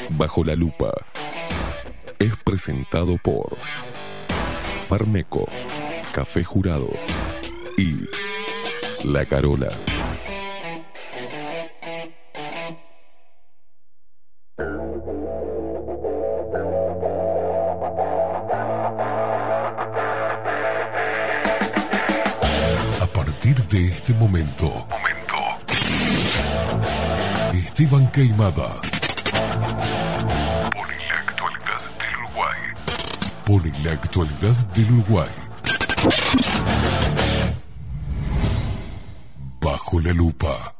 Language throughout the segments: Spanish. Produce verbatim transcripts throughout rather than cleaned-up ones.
Bajo la Lupa es presentado por Farmeco, Café Jurado y La Carola. A partir de este momento, momento. Esteban Queimada pone la actualidad del Uruguay. Pone la actualidad del Uruguay. Bajo la Lupa.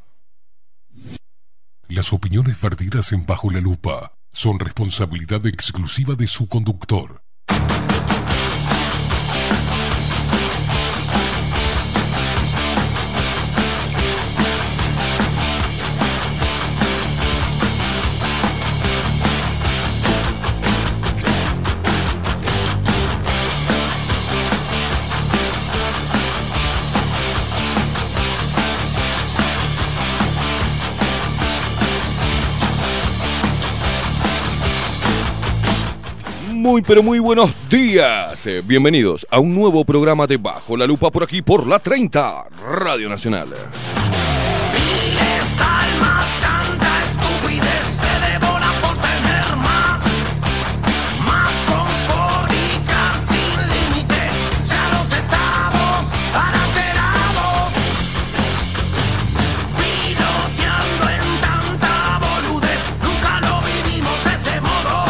Las opiniones vertidas en Bajo la Lupa son responsabilidad exclusiva de su conductor. Muy pero muy buenos días, bienvenidos a un nuevo programa de Bajo la Lupa por aquí por la treinta, Radio Nacional. Miles almas, tanta estupidez se devora por tener más, más confort y car sin límites, ya los estados han alterados, piloteando en tanta boludez, nunca lo vivimos de ese modo.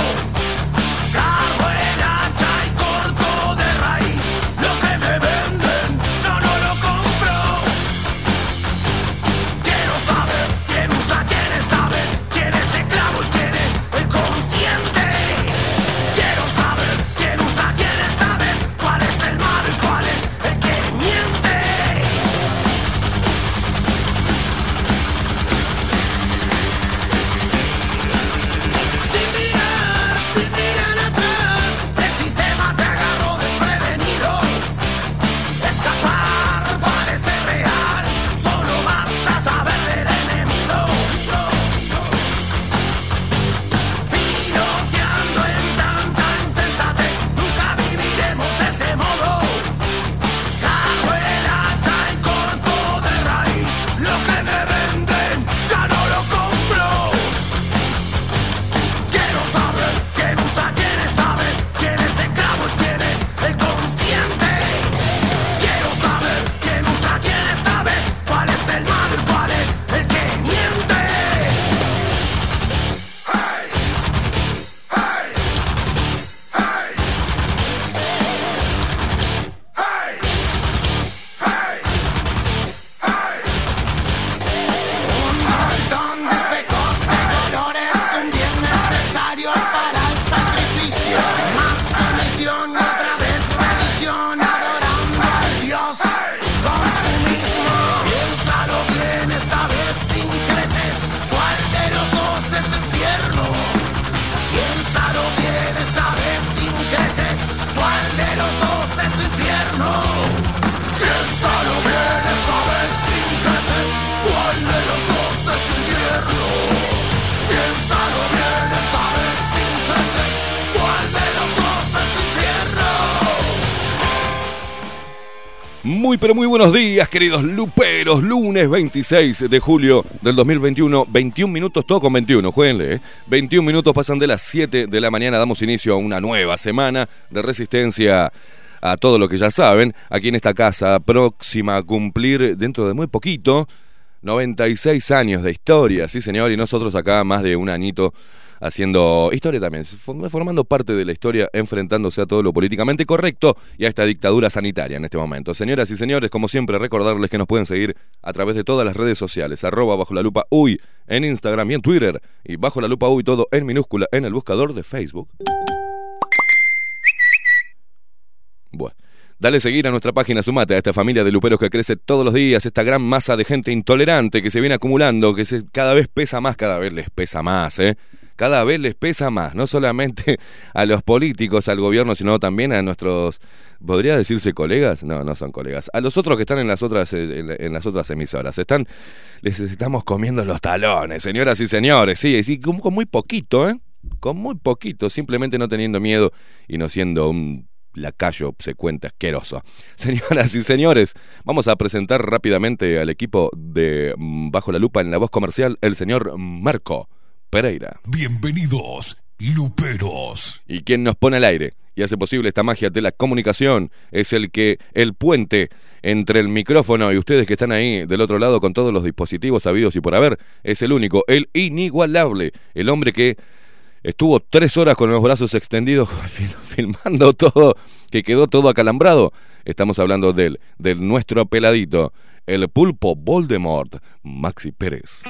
Muy pero muy buenos días, queridos luperos. Lunes veintiséis de julio del dos mil veintiuno, veintiún minutos, todo con veintiuno, jueguenle, ¿eh? veintiún minutos pasan de las siete de la mañana, damos inicio a una nueva semana de resistencia a todo lo que ya saben, aquí en esta casa, próxima a cumplir dentro de muy poquito, noventa y seis años de historia, sí señor, y nosotros acá más de un añito haciendo historia también, formando parte de la historia, enfrentándose a todo lo políticamente correcto y a esta dictadura sanitaria en este momento. Señoras y señores, como siempre, recordarles que nos pueden seguir a través de todas las redes sociales, arroba Bajo la Lupa Uy, en Instagram y en Twitter, y Bajo la Lupa Uy, todo en minúscula, en el buscador de Facebook. Bueno, dale seguir a nuestra página, sumate a esta familia de luperos que crece todos los días, esta gran masa de gente intolerante que se viene acumulando, que se, cada vez pesa más, cada vez les pesa más, ¿eh? Cada vez les pesa más, no solamente a los políticos, al gobierno, sino también a nuestros, ¿podría decirse colegas? No, no son colegas. A los otros que están en las otras, en las otras emisoras. Están, les estamos comiendo los talones, señoras y señores, sí, sí, con muy poquito, ¿eh? con muy poquito, simplemente no teniendo miedo y no siendo un lacayo obsecuente asqueroso. Señoras y señores, vamos a presentar rápidamente al equipo de Bajo la Lupa en la voz comercial, el señor Marco Pereira. Bienvenidos, luperos. Y quien nos pone al aire y hace posible esta magia de la comunicación es el que, el puente entre el micrófono y ustedes que están ahí del otro lado con todos los dispositivos habidos y por haber, es el único, el inigualable, el hombre que estuvo tres horas con los brazos extendidos filmando todo, que quedó todo acalambrado. Estamos hablando del, del nuestro peladito, el pulpo Voldemort, Maxi Pérez.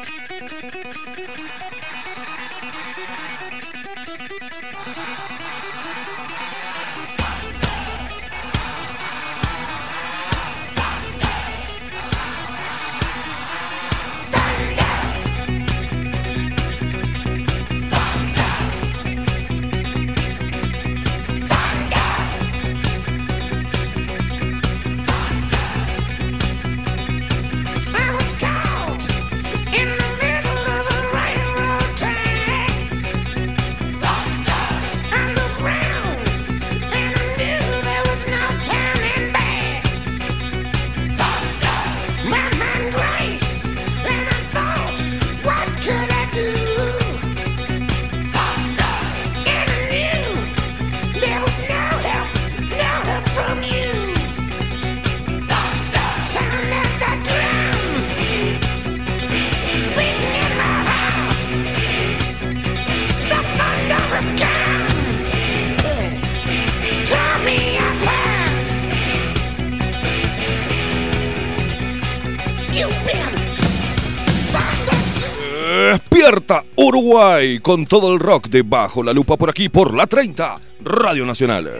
Despierta Uruguay con todo el rock de Bajo la Lupa por aquí por la treinta Radio Nacional.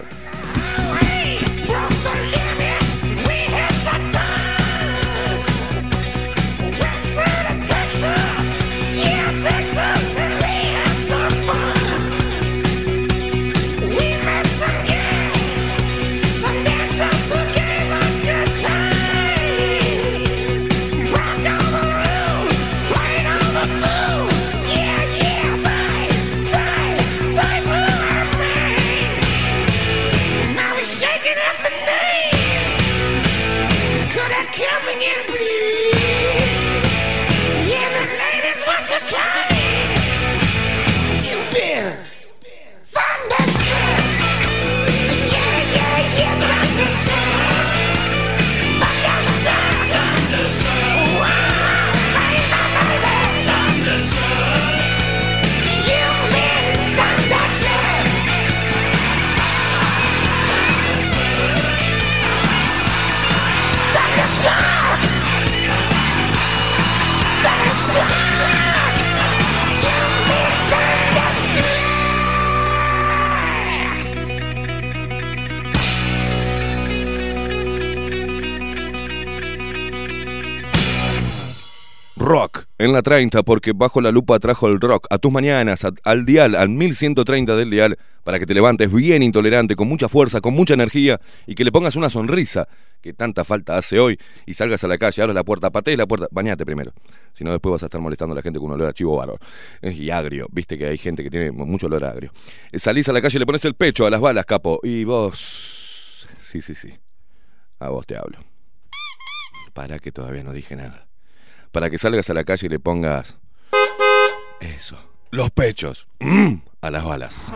Rock en la treinta, porque Bajo la Lupa trajo el rock a tus mañanas, a, al dial, al mil ciento treinta del dial, para que te levantes bien intolerante, con mucha fuerza, con mucha energía, y que le pongas una sonrisa, que tanta falta hace hoy, y salgas a la calle, abras la puerta, patees la puerta, bañate primero, si no después vas a estar molestando a la gente con un olor a chivo bárbaro, y agrio, viste que hay gente que tiene mucho olor a agrio. Salís a la calle y le pones el pecho a las balas, capo, y vos, sí, sí, sí, a vos te hablo. Para que todavía no dije nada. Para que salgas a la calle y le pongas eso, los pechos, mm, a las balas.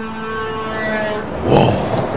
¡Wow!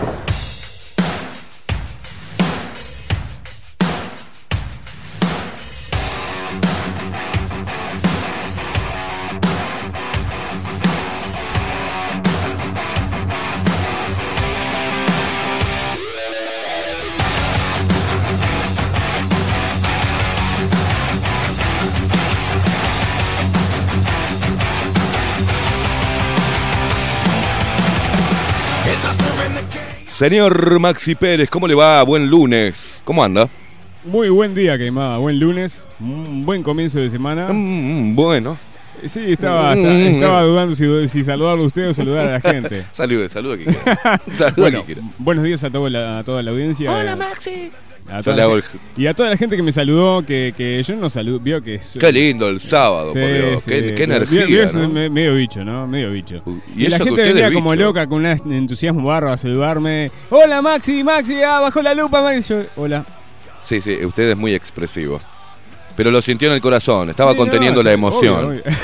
Señor Maxi Pérez, ¿cómo le va? Buen lunes. ¿Cómo anda? Muy buen día, Queimada. Buen lunes. Un buen comienzo de semana. Mm, bueno. Sí, estaba, mm, estaba dudando si, si saludarlo a usted o saludar a la gente. Salude, salude a quien quiera. Salude Bueno, a quien quiera. Buenos días a toda la, a toda la audiencia. Hola, Maxi. A Yo toda le la hago el... gente- Y a toda la gente que me saludó, que, que yo no saludé, vio que es... Qué lindo el sábado, Sí, por Dios. sí, qué, qué vio- energía, vio- vio- ¿no? me- medio bicho, ¿no? Medio bicho. Y Y, la eso que gente usted venía es como bicho. loca con un entusiasmo barro a saludarme. Hola Maxi, Maxi, ah, bajó la lupa, Maxi. Yo, hola. Sí, sí, usted es muy expresivo. Pero lo sintió en el corazón, estaba Sí, conteniendo no, la sí, emoción. obvio, obvio.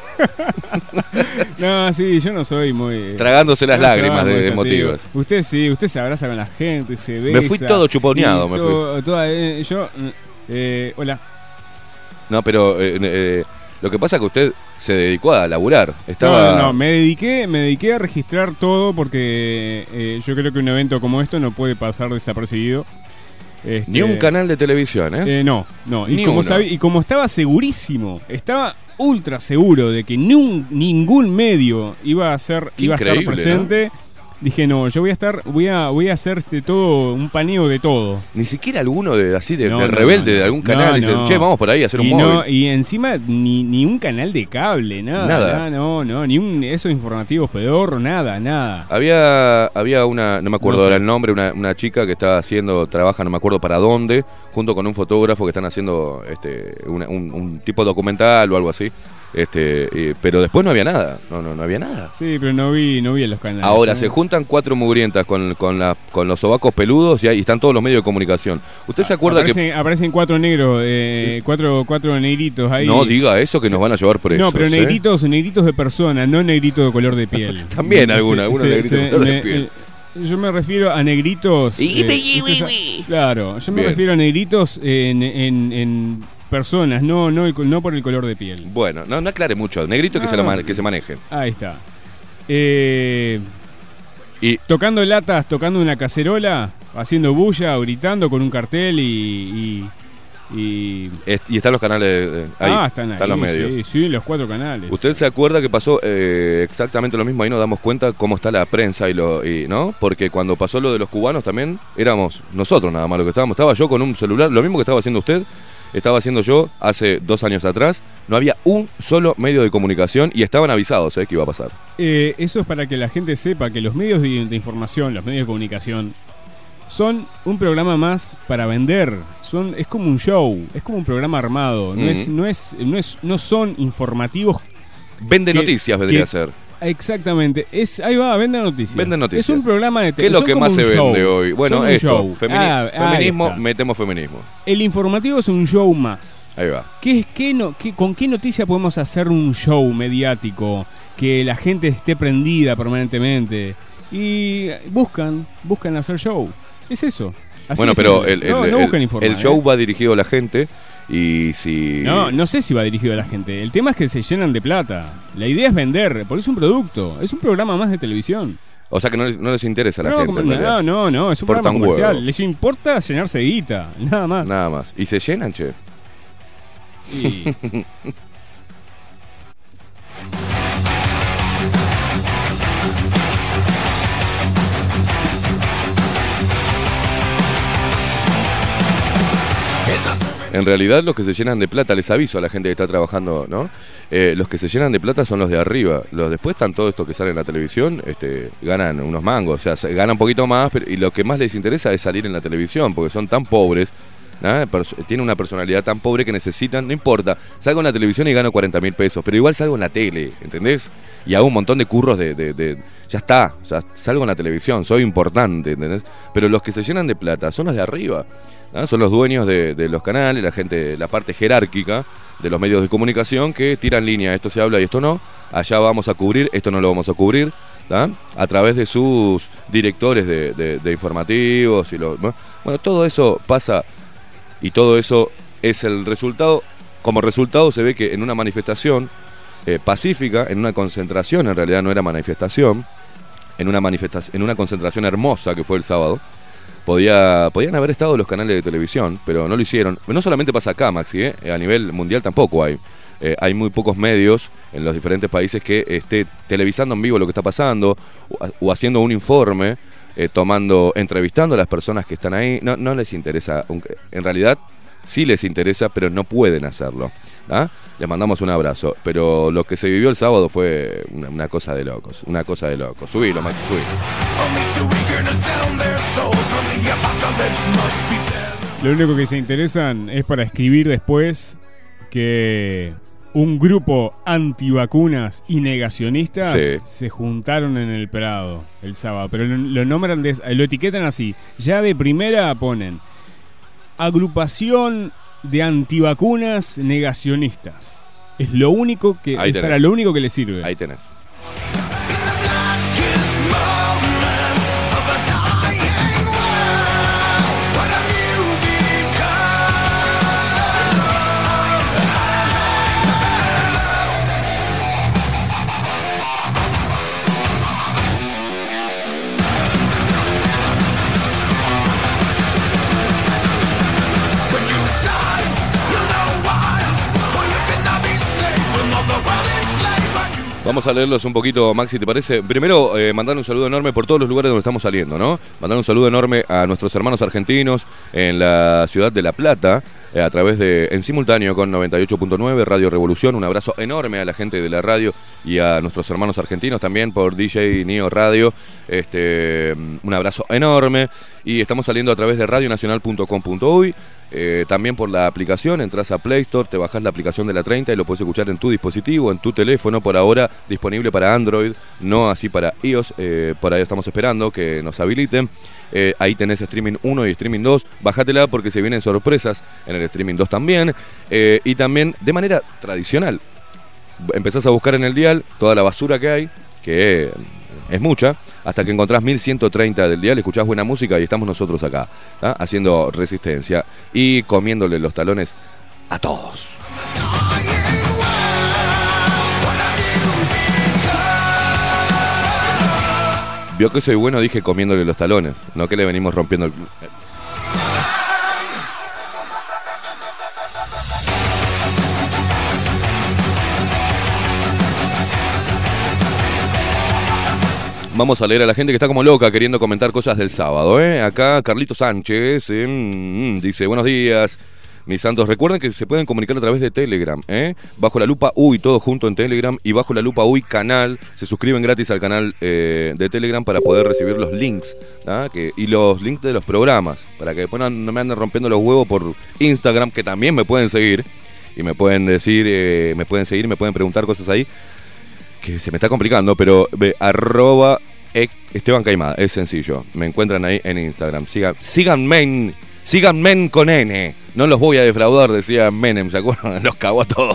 No, sí, yo no soy muy... Tragándose las no soy lágrimas muy de emotivo. emotivas. Usted sí, usted se abraza con la gente, se besa. Me fui todo chuponeado, y me todo- toda- eh, yo, eh, hola. No, pero eh, eh, lo que pasa es que usted se dedicó a laburar. Estaba... No, no, no, me dediqué, me dediqué a registrar todo porque eh, yo creo que un evento como esto no puede pasar desapercibido. Este, Ni un canal de televisión, ¿eh? eh, no, no. Y Ni como, uno. sabi- y como estaba segurísimo, estaba ultra seguro de que nun- ningún medio iba a ser, Qué iba a estar increíble, presente. Dije, no, yo voy a estar, voy a, voy a hacer este todo, un paneo de todo. Ni siquiera alguno de así de, No, de no, rebelde no, de algún no, canal dice, no. che, vamos por ahí a hacer un y, móvil. no, y encima ni, ni un canal de cable, nada, Nada. nada, no, no, ni un esos informativos pedorro, nada, nada. Había, había una, no me acuerdo No sé. ahora el nombre, una, una chica que estaba haciendo, trabaja, no me acuerdo para dónde, junto con un fotógrafo que están haciendo este, una- un, un tipo documental o algo así. Este, eh, pero después no había nada, no, no, no había nada. Sí, pero no vi, no vi en los canales. Ahora ¿eh? se juntan cuatro mugrientas con, con, la, con los sobacos peludos y, ahí están todos los medios de comunicación. ¿Usted se acuerda que aparecen, aparecen cuatro negros, eh, cuatro, cuatro negritos ahí. no diga eso que nos van a llevar presos? No, pero ¿eh? negritos, negritos de persona, no negritos de color de piel. También alguna, Se- alguna se- negrito de se- color de me- piel. eh, Yo me refiero a negritos. Y- eh, y- usted sa- y- claro, yo me Bien. refiero a negritos en, en, en personas, no, no, el col- no por el color de piel. Bueno, no, no aclare mucho, negrito que, No, se, la no. man- que se manejen. Ahí está. Eh, Y tocando latas, tocando una cacerola, haciendo bulla, gritando con un cartel y. y, y- Es- y están los canales de- ahí, ah, están ahí. los medios. Sí, sí, los cuatro canales. ¿Usted se acuerda que pasó eh, exactamente lo mismo? Ahí nos damos cuenta cómo está la prensa y lo y, ¿no? Porque cuando pasó lo de los cubanos también éramos nosotros nada más lo que estábamos. Estaba yo con un celular, lo mismo que estaba haciendo usted, estaba haciendo yo hace dos años atrás. No había un solo medio de comunicación y estaban avisados eh, que iba a pasar. Eh, eso es para que la gente sepa que los medios de, de información, los medios de comunicación, son un programa más para vender. Son, es como un show, es como un programa armado. No, Ujú. es, no, es, no, es, no son informativos. Vende Que- noticias vendría que- a ser. Exactamente. Es, ahí va, vende noticias. Vende noticias. Es un programa de ¿Qué es lo son que como más un se show. vende hoy? Bueno, Son un esto, show. femini- Ah, ahí feminismo, está. metemos feminismo. El informativo es un show más. Ahí va. ¿Qué, es- qué no, qué- ¿Con qué noticia podemos hacer un show mediático? Que la gente esté prendida permanentemente. Y buscan, buscan hacer show. Es eso. Así Bueno, de pero simple. el, el- no, el- no buscan informar, el show ¿eh? va dirigido a la gente y si... No, no sé si va dirigido a la gente. El tema es que se llenan de plata. La idea es vender, porque es un producto. Es un programa más de televisión. O sea que no les, no les interesa a la no, gente. como- en realidad. no, no, no, es un Importa programa un comercial. huevo. Les importa llenarse de guita, nada más. Nada más. ¿Y se llenan, che? Y- En realidad los que se llenan de plata, les aviso a la gente que está trabajando, ¿no? Eh, los que se llenan de plata son los de arriba. Los después están todo esto que sale en la televisión, este, ganan unos mangos, o sea, se- ganan un poquito más, pero, y lo que más les interesa es salir en la televisión, porque son tan pobres, ¿no? Pers- tienen una personalidad tan pobre que necesitan, no importa, salgo en la televisión y gano cuarenta mil pesos, pero igual salgo en la tele, ¿entendés? Y hago un montón de curros de, de- de- ya está, o sea, salgo en la televisión, soy importante, ¿entendés? Pero los que se llenan de plata son los de arriba, ¿no? Son los dueños de, de los canales, la gente, la parte jerárquica de los medios de comunicación que tiran línea, esto se habla y esto no, allá vamos a cubrir, esto no lo vamos a cubrir, ¿tá? A través de sus directores de, de- de informativos y lo, bueno, todo eso pasa y todo eso es el resultado, como resultado se ve que en una manifestación eh, pacífica, en una concentración, en realidad no era manifestación, en una manifestación, en una concentración hermosa que fue el sábado, podía, podían haber estado los canales de televisión, pero no lo hicieron. No solamente pasa acá, Maxi, ¿eh? A nivel mundial tampoco hay. Eh, hay muy pocos medios en los diferentes países que esté televisando en vivo lo que está pasando o, o haciendo un informe, eh, tomando, entrevistando a las personas que están ahí. No, no les interesa, aunque en realidad sí les interesa, pero no pueden hacerlo. ¿Ah? Les mandamos un abrazo. Pero lo que se vivió el sábado fue una, una cosa de locos, una cosa de locos. Subilo, Maxi, subilo. Only too eager to sound their souls. From the apocalypse must be dead. Lo único que se interesan es para escribir después que un grupo antivacunas y negacionistas Sí. se juntaron en el Prado el sábado, pero lo, lo nombran, de, lo etiquetan así. Ya de primera ponen agrupación de antivacunas negacionistas. Es lo único que Ahí es tenés. para lo único que le sirve. Ahí tenés. Vamos a leerlos un poquito, Maxi, ¿te parece? Primero, eh, mandar un saludo enorme por todos los lugares donde estamos saliendo, ¿no? Mandar un saludo enorme a nuestros hermanos argentinos en la ciudad de La Plata, eh, a través de, en simultáneo con noventa y ocho punto nueve, Radio Revolución. Un abrazo enorme a la gente de la radio y a nuestros hermanos argentinos también por D J Neo Radio. Este, un abrazo enorme. Y estamos saliendo a través de radio nacional punto com punto uy. Eh, también por la aplicación, entras a Play Store, te bajás la aplicación de la treinta y lo puedes escuchar en tu dispositivo, en tu teléfono, por ahora disponible para Android, no así para iOS. Eh, por ahí estamos esperando que nos habiliten. Eh, ahí tenés streaming uno y streaming dos, bájatela porque se vienen sorpresas en el streaming dos también. Eh, y también de manera tradicional, empezás a buscar en el dial toda la basura que hay, que es mucha, hasta que encontrás mil ciento treinta del dial, escuchás buena música y estamos nosotros acá, ¿tá? Haciendo resistencia y comiéndole los talones a todos. Vio que soy bueno, dije comiéndole los talones, no que le venimos rompiendo el... Vamos a leer a la gente que está como loca queriendo comentar cosas del sábado, ¿eh? Acá Carlito Sánchez eh, mm, dice, buenos días, mis santos. Recuerden que se pueden comunicar a través de Telegram, ¿eh? Bajo la lupa uy, todo junto en Telegram, y bajo la lupa uy canal. Se suscriben gratis al canal eh, de Telegram para poder recibir los links, ¿ah? que, y los links de los programas, para que después no, no me anden rompiendo los huevos por Instagram, que también me pueden seguir, y me pueden decir, eh, me pueden seguir, me pueden preguntar cosas ahí, que se me está complicando, pero ve, arroba Esteban Caimada, es sencillo, me encuentran ahí en Instagram. Sigan, síganme, síganme con N, no los voy a defraudar, decía Menem, ¿se acuerdan? Los cagó a todos.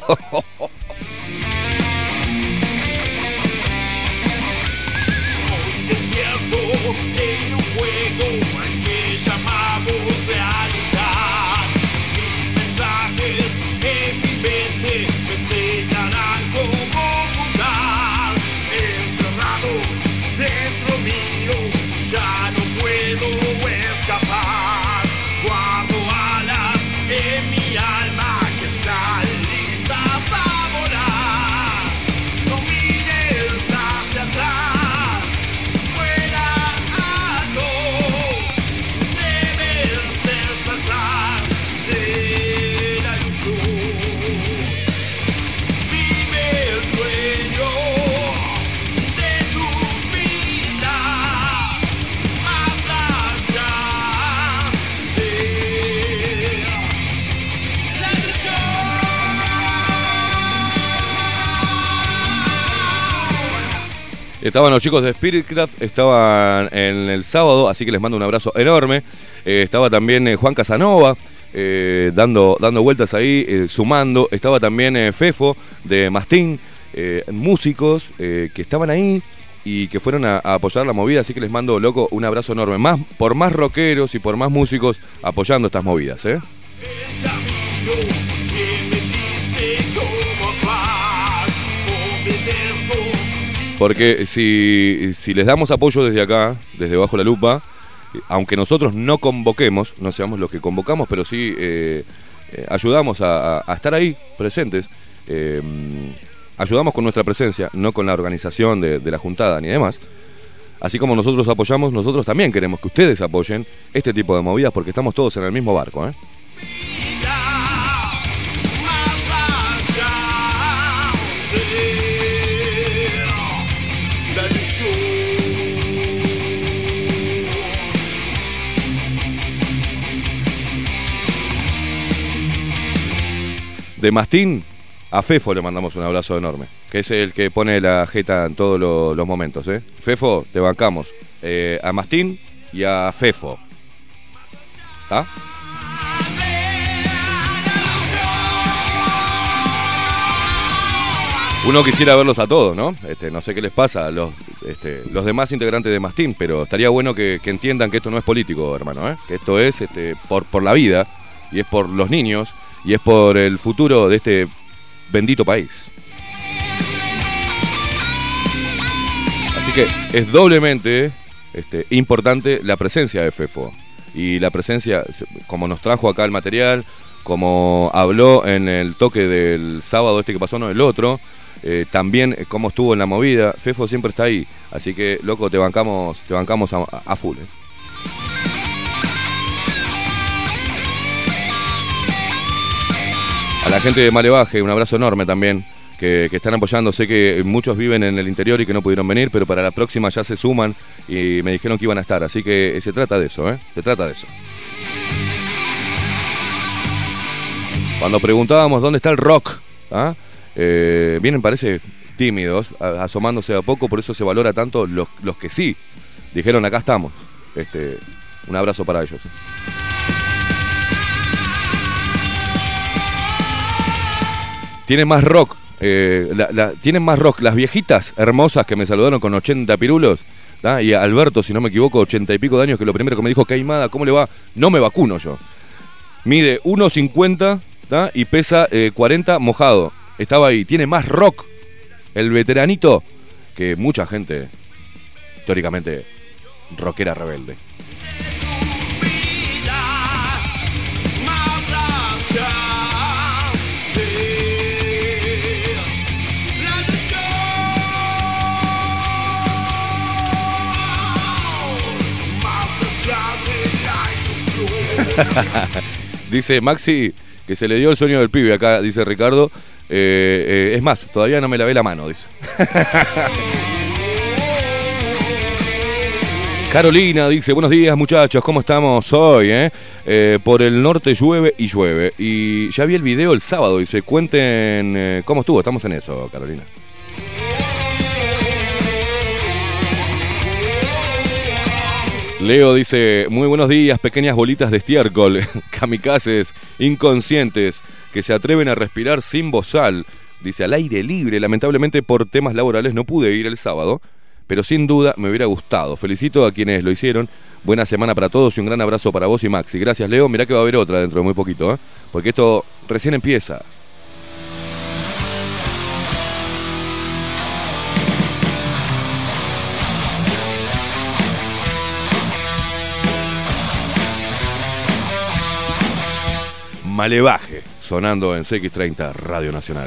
Estaban los chicos de Spiritcraft, estaban en el sábado, así que les mando un abrazo enorme. Eh, estaba también eh, Juan Casanova, eh, dando, dando vueltas ahí, eh, sumando. Estaba también eh, Fefo de Mastín, eh, músicos eh, que estaban ahí y que fueron a, a apoyar la movida, así que les mando, loco, un abrazo enorme. Más, por más rockeros y por más músicos apoyando estas movidas, ¿eh? Porque si, si les damos apoyo desde acá, desde Bajo la Lupa, aunque nosotros no convoquemos, no seamos los que convocamos, pero sí eh, eh, ayudamos a, a, a estar ahí presentes, eh, ayudamos con nuestra presencia, no con la organización de, de la juntada ni demás. Así como nosotros apoyamos, nosotros también queremos que ustedes apoyen este tipo de movidas porque estamos todos en el mismo barco, ¿eh? de Mastín, a Fefo le mandamos un abrazo enorme, que es el que pone la jeta en todos lo, los momentos, ¿eh? Fefo, te bancamos. Eh, a Mastín y a Fefo. ¿Está? Uno quisiera verlos a todos, ¿no? Este, no sé qué les pasa a los, este, los demás integrantes de Mastín, pero estaría bueno que, que entiendan que esto no es político, hermano, ¿eh? Que esto es este, por, por la vida, y es por los niños, y es por el futuro de este bendito país. Así que es doblemente este, importante la presencia de Fefo. Y la presencia, como nos trajo acá el material, como habló en el toque del sábado este que pasó, no el otro, eh, también eh, cómo estuvo en la movida, Fefo siempre está ahí. Así que, loco, te bancamos, te bancamos a, a full. ¿eh? A la gente de Malevaje, un abrazo enorme también, que, que están apoyando. Sé que muchos viven en el interior y que no pudieron venir, pero para la próxima ya se suman y me dijeron que iban a estar. Así que se trata de eso, ¿eh? Se trata de eso. Cuando preguntábamos dónde está el rock, ¿ah? eh, vienen, parece, tímidos, a, asomándose a poco, por eso se valora tanto los, los que sí. Dijeron, acá estamos. Este, un abrazo para ellos. Tienen más rock, eh, la, la, tienen más rock las viejitas hermosas que me saludaron con ochenta pirulos, ¿tá? Y a Alberto, si no me equivoco, ochenta y pico de años, que lo primero que me dijo, Caimada, ¿cómo le va? No me vacuno yo. Mide uno cincuenta, ¿tá? Y pesa eh, cuarenta mojado. Estaba ahí, tiene más rock el veteranito que mucha gente, teóricamente, rockera rebelde. Dice Maxi que se le dio el sueño del pibe acá, dice Ricardo. Eh, eh, es más, todavía no me lavé la mano, dice. Carolina dice, buenos días muchachos, ¿cómo estamos hoy? Eh? Eh, por el norte llueve y llueve. Y ya vi el video el sábado, dice, cuenten eh, cómo estuvo, estamos en eso, Carolina. Leo dice, muy buenos días, pequeñas bolitas de estiércol, kamikazes, inconscientes, que se atreven a respirar sin bozal. Dice, al aire libre, lamentablemente por temas laborales no pude ir el sábado, pero sin duda me hubiera gustado. Felicito a quienes lo hicieron, buena semana para todos y un gran abrazo para vos y Maxi. Gracias, Leo, mirá que va a haber otra dentro de muy poquito, ¿eh? Porque esto recién empieza. Malevaje, sonando en C X treinta Radio Nacional.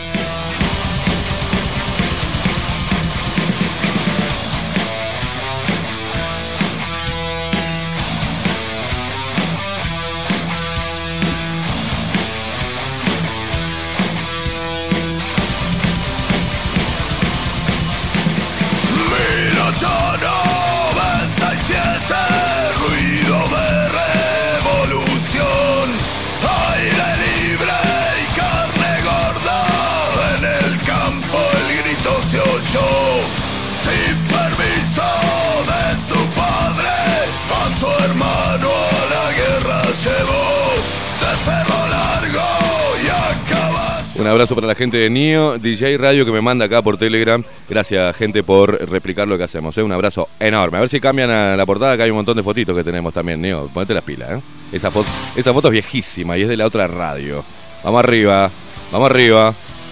Un abrazo para la gente de Nio, D J Radio, que me manda acá por Telegram. Gracias, gente, por replicar lo que hacemos, ¿eh? Un abrazo enorme. A ver si cambian a la portada, que hay un montón de fotitos que tenemos también, Nio. Ponete las pilas, ¿eh? Esa foto, esa foto es viejísima y es de la otra radio. Vamos arriba, vamos arriba.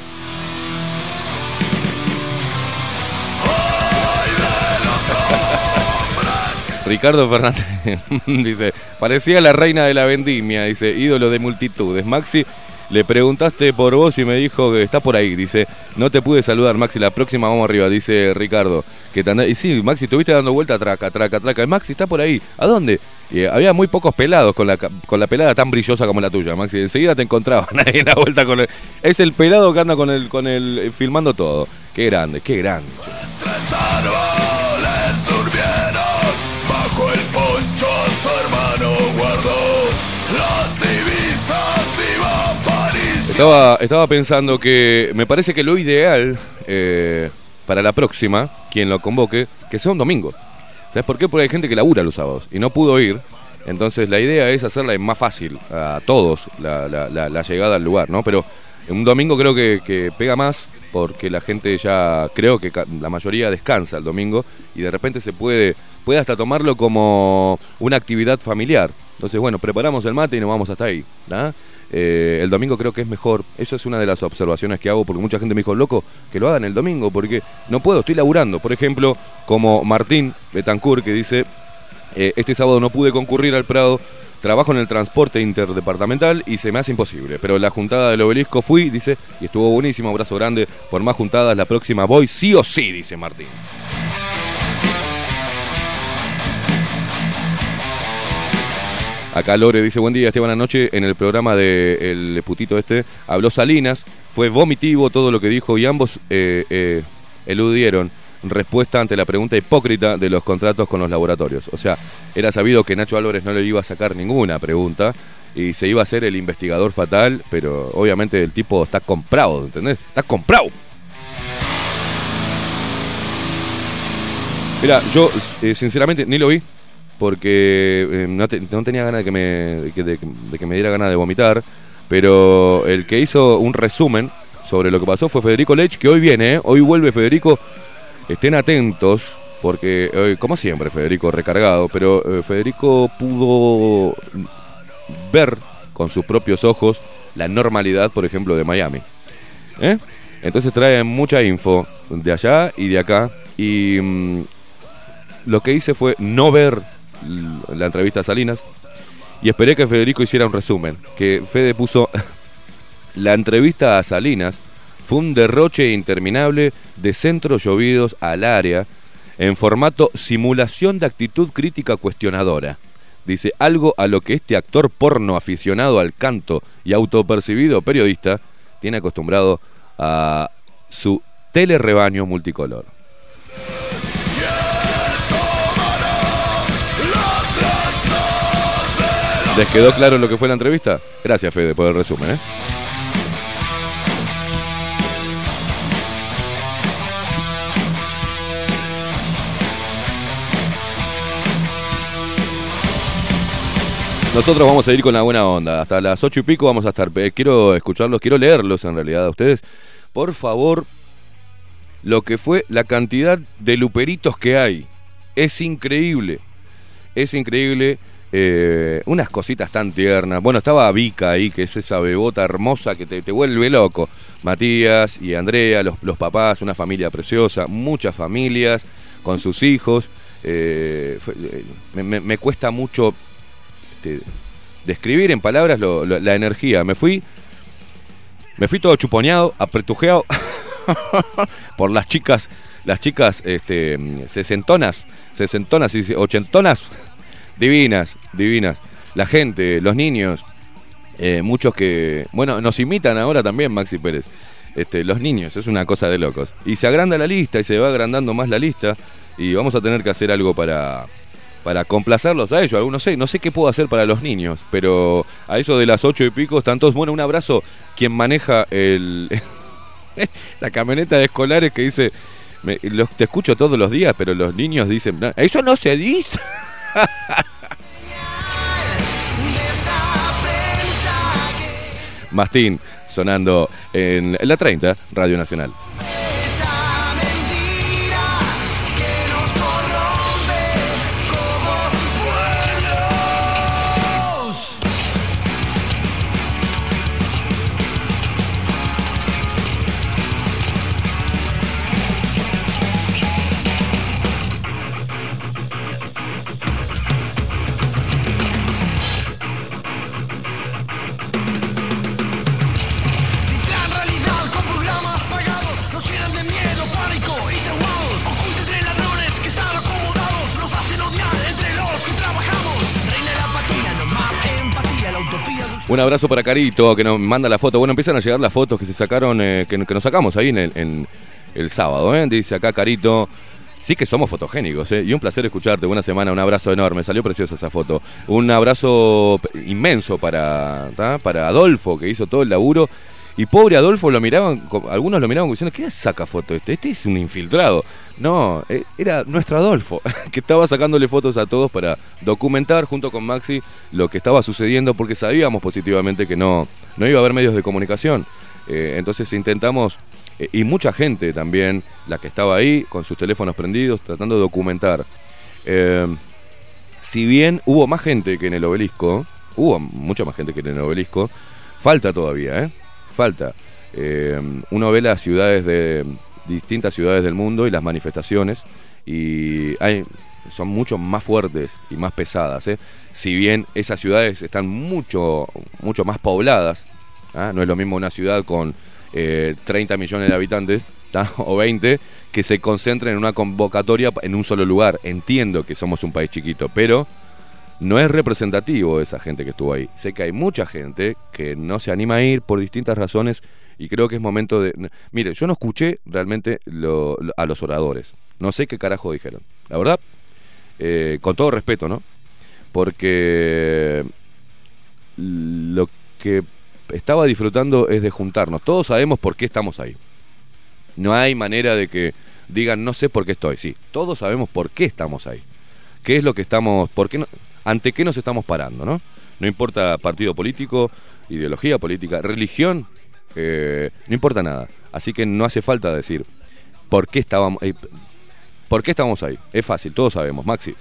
Ricardo Fernández dice, parecía la reina de la vendimia, dice, ídolo de multitudes. Maxi, le preguntaste por vos y me dijo que está por ahí. Dice, no te pude saludar, Maxi, la próxima vamos arriba, dice Ricardo. Que te anda... Y sí, Maxi, estuviste dando vuelta, traca, traca, traca. Maxi está por ahí. ¿A dónde? Y había muy pocos pelados con la, con la pelada tan brillosa como la tuya, Maxi. Enseguida te encontraban ahí en la vuelta con el... Es el pelado que anda con el, con el filmando todo. Qué grande, qué grande. Tres árboles durmieron, bajo el poncho su hermano guardó las divisas, viva París. Estaba, estaba pensando que me parece que lo ideal eh, para la próxima, quien lo convoque, que sea un domingo. ¿Sabes por qué? Porque hay gente que labura los sábados y no pudo ir. Entonces la idea es hacerla más fácil a todos la, la, la, la llegada al lugar, ¿no? Pero un domingo creo que, que pega más porque la gente ya, creo que la mayoría descansa el domingo y de repente se puede, puede hasta tomarlo como una actividad familiar. Entonces, bueno, preparamos el mate y nos vamos hasta ahí, ¿no? Eh, el domingo creo que es mejor. Eso es una de las observaciones que hago porque mucha gente me dijo, loco, que lo hagan el domingo porque no puedo, estoy laburando. Por ejemplo, como Martín Betancourt que dice, eh, este sábado no pude concurrir al Prado, trabajo en el transporte interdepartamental y se me hace imposible. Pero la juntada del Obelisco fui, dice, y estuvo buenísimo, abrazo grande, por más juntadas, la próxima voy sí o sí, dice Martín. Acá Lore dice, buen día Esteban, anoche en el programa de El Putito este, habló Salinas, fue vomitivo todo lo que dijo y ambos eh, eh, eludieron respuesta ante la pregunta hipócrita de los contratos con los laboratorios. O sea, era sabido que Nacho Álvarez no le iba a sacar ninguna pregunta y se iba a hacer el investigador fatal, pero obviamente el tipo está comprado, ¿entendés? Está comprado. Mira, yo eh, sinceramente ni lo vi. Porque eh, no, te, no tenía ganas de que, me, de, que, de, de que me diera ganas de vomitar. Pero el que hizo un resumen sobre lo que pasó fue Federico Lech, que hoy viene, ¿eh? Hoy vuelve Federico. Estén atentos, porque eh, como siempre Federico recargado, pero eh, Federico pudo ver con sus propios ojos la normalidad, por ejemplo, de Miami. ¿Eh? Entonces trae mucha info de allá y de acá. Y mmm, lo que hice fue no ver la entrevista a Salinas y esperé que Federico hiciera un resumen. Que Fede puso la entrevista a Salinas fue un derroche interminable de centros llovidos al área en formato simulación de actitud crítica cuestionadora. Dice, algo a lo que este actor porno aficionado al canto y autopercibido periodista tiene acostumbrado a su telerebaño multicolor. ¿Les quedó claro lo que fue la entrevista? Gracias, Fede, por el resumen, ¿eh? Nosotros vamos a ir con la buena onda. Hasta las ocho y pico vamos a estar. Eh, quiero escucharlos, quiero leerlos en realidad a ustedes. Por favor, lo que fue la cantidad de luperitos que hay. Es increíble. Es increíble. Eh, unas cositas tan tiernas. Bueno, estaba Vika ahí, que es esa bebota hermosa que te, te vuelve loco. Matías y Andrea, los, los papás, una familia preciosa. Muchas familias con sus hijos. Eh, fue, eh, me, me, me cuesta mucho este, describir en palabras lo, lo, la energía. Me fui, me fui todo chuponeado, apretujeado por las chicas, las chicas este, sesentonas, sesentonas y ochentonas. Divinas, divinas. La gente, los niños, eh, muchos que, bueno, nos imitan ahora también, Maxi Pérez. Este, los niños, es una cosa de locos. Y se agranda la lista y se va agrandando más la lista. Y vamos a tener que hacer algo para, para complacerlos a ellos. No sé, no sé qué puedo hacer para los niños, pero a eso de las ocho y pico están todos. Bueno, un abrazo quien maneja el la camioneta de escolares que dice, me, los, te escucho todos los días, pero los niños dicen, no, eso no se dice. Mastín sonando en la treinta, Radio Nacional. Un abrazo para Carito, que nos manda la foto. Bueno, empiezan a llegar las fotos que se sacaron, eh, que, que nos sacamos ahí en el, en el sábado, ¿eh? Dice acá Carito, sí que somos fotogénicos, ¿eh? Y un placer escucharte. Buena semana, un abrazo enorme. Salió preciosa esa foto. Un abrazo inmenso para, ¿tá? para Adolfo, que hizo todo el laburo. Y pobre Adolfo lo miraban, co- algunos lo miraban diciendo, ¿qué saca foto este? Este es un infiltrado. No, eh, era nuestro Adolfo, que estaba sacándole fotos a todos para documentar junto con Maxi lo que estaba sucediendo, porque sabíamos positivamente que no, no iba a haber medios de comunicación. Eh, entonces intentamos, eh, y mucha gente también, la que estaba ahí, con sus teléfonos prendidos, tratando de documentar. Eh, si bien hubo más gente que en el Obelisco, hubo mucha más gente que en el Obelisco, falta todavía, ¿eh? Falta. Eh, uno ve las ciudades de distintas ciudades del mundo y las manifestaciones, y hay, son mucho más fuertes y más pesadas, ¿eh? Si bien esas ciudades están mucho, mucho más pobladas, ¿ah? No es lo mismo una ciudad con eh, treinta millones de habitantes, ¿tá? O veinte, que se concentren en una convocatoria en un solo lugar. Entiendo que somos un país chiquito, pero no es representativo esa gente que estuvo ahí. Sé que hay mucha gente que no se anima a ir por distintas razones, y creo que es momento de... Mire, yo no escuché realmente lo, lo, a los oradores. No sé qué carajo dijeron. La verdad, eh, con todo respeto, ¿no? Porque lo que estaba disfrutando es de juntarnos. Todos sabemos por qué estamos ahí. No hay manera de que digan, no sé por qué estoy. Sí, todos sabemos por qué estamos ahí. ¿Qué es lo que estamos... por qué no, ante qué nos estamos parando, ¿no? No importa partido político, ideología política, religión, eh, no importa nada. Así que no hace falta decir por qué estábamos, eh, por qué estamos ahí. Es fácil, todos sabemos. Maxi.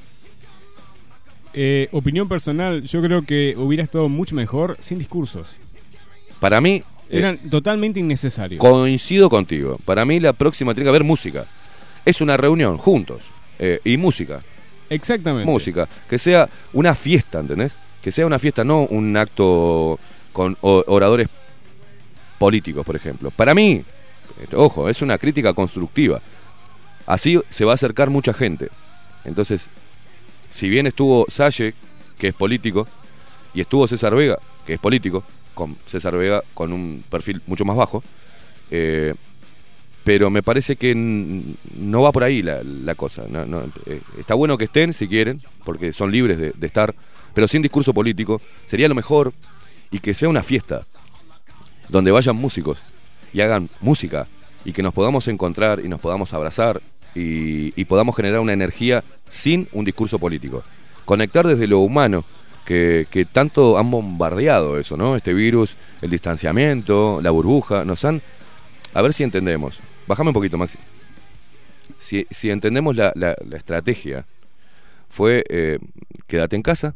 Eh, opinión personal, yo creo que hubiera estado mucho mejor sin discursos. Para mí... Eran eh, totalmente innecesarios. Coincido contigo. Para mí la próxima tiene que haber música. Es una reunión, juntos. Eh, y música. Exactamente. Música. Que sea una fiesta, ¿entendés? Que sea una fiesta, no un acto con oradores políticos, por ejemplo. Para mí, ojo, es una crítica constructiva. Así se va a acercar mucha gente. Entonces, si bien estuvo Salle, que es político, y estuvo César Vega, que es político, con César Vega con un perfil mucho más bajo, eh, pero me parece que n- no va por ahí la, la cosa. No, no, eh, está bueno que estén si quieren, porque son libres de, de estar, pero sin discurso político sería lo mejor, y que sea una fiesta donde vayan músicos y hagan música, y que nos podamos encontrar y nos podamos abrazar y, y podamos generar una energía sin un discurso político. Conectar desde lo humano, que, que tanto han bombardeado eso, ¿no? Este virus, el distanciamiento, la burbuja, nos han... A ver si entendemos. Bájame un poquito, Maxi. Si, si entendemos la, la, la estrategia, fue eh, quédate en casa.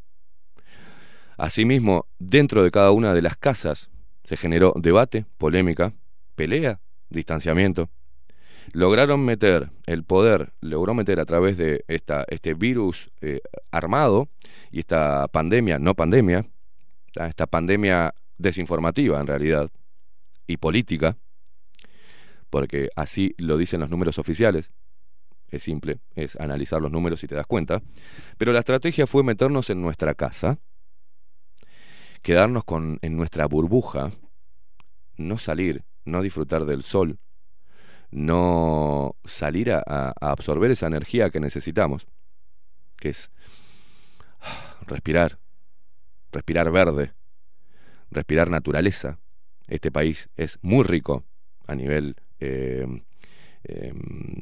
Asimismo, dentro de cada una de las casas se generó debate, polémica, pelea, distanciamiento. Lograron meter, el poder logró meter a través de esta, este virus eh, armado y esta pandemia, no pandemia, esta pandemia desinformativa en realidad, y política, porque así lo dicen los números oficiales. Es simple, es analizar los números y te das cuenta. Pero la estrategia fue meternos en nuestra casa, quedarnos con, en nuestra burbuja, no salir, no disfrutar del sol, no salir a, a absorber esa energía que necesitamos, que es respirar, respirar verde, respirar naturaleza. Este país es muy rico a nivel eh, eh,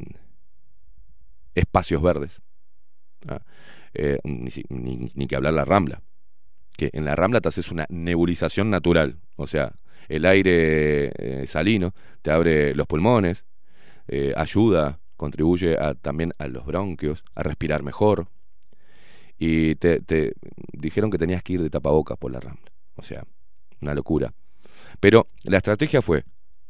espacios verdes. ¿Ah? Eh, ni, ni, ni que hablar la Rambla, que en la Rambla te haces una nebulización natural, o sea, el aire eh, salino te abre los pulmones, eh, ayuda, contribuye a, también a los bronquios, a respirar mejor, y te, te dijeron que tenías que ir de tapabocas por la Rambla, o sea, una locura. Pero la estrategia fue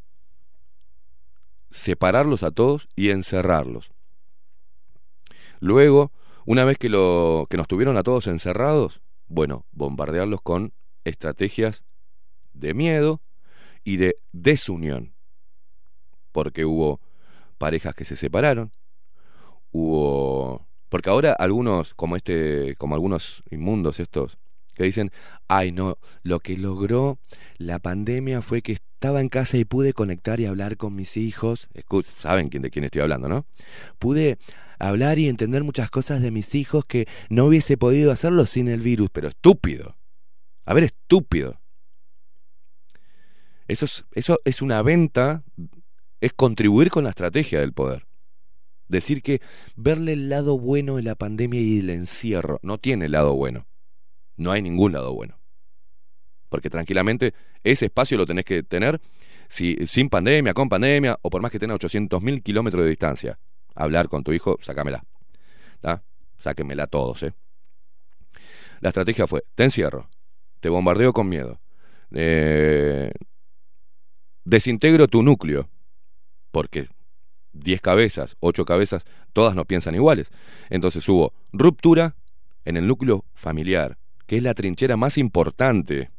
separarlos a todos y encerrarlos. Luego, una vez que, lo, que nos tuvieron a todos encerrados, bueno, bombardearlos con estrategias de miedo y de desunión. Porque hubo parejas que se separaron, hubo... Porque ahora algunos, como este, como algunos inmundos estos, que dicen, ay no, lo que logró la pandemia fue que estaba en casa y pude conectar y hablar con mis hijos. Escuchen, saben de quién estoy hablando, ¿no? Pude hablar y entender muchas cosas de mis hijos que no hubiese podido hacerlo sin el virus. Pero estúpido. A ver, estúpido. Eso es, eso es una venta, es contribuir con la estrategia del poder. Decir que verle el lado bueno de la pandemia y el encierro no tiene lado bueno. No hay ningún lado bueno. Porque tranquilamente ese espacio lo tenés que tener si, sin pandemia, con pandemia, o por más que tenga ochocientos mil kilómetros de distancia. Hablar con tu hijo, sácamela. ¿Tá? Sáquenmela todos, ¿eh? La estrategia fue, te encierro, te bombardeo con miedo, eh, desintegro tu núcleo, porque diez cabezas, ocho cabezas, todas no piensan iguales. Entonces hubo ruptura en el núcleo familiar, que es la trinchera más importante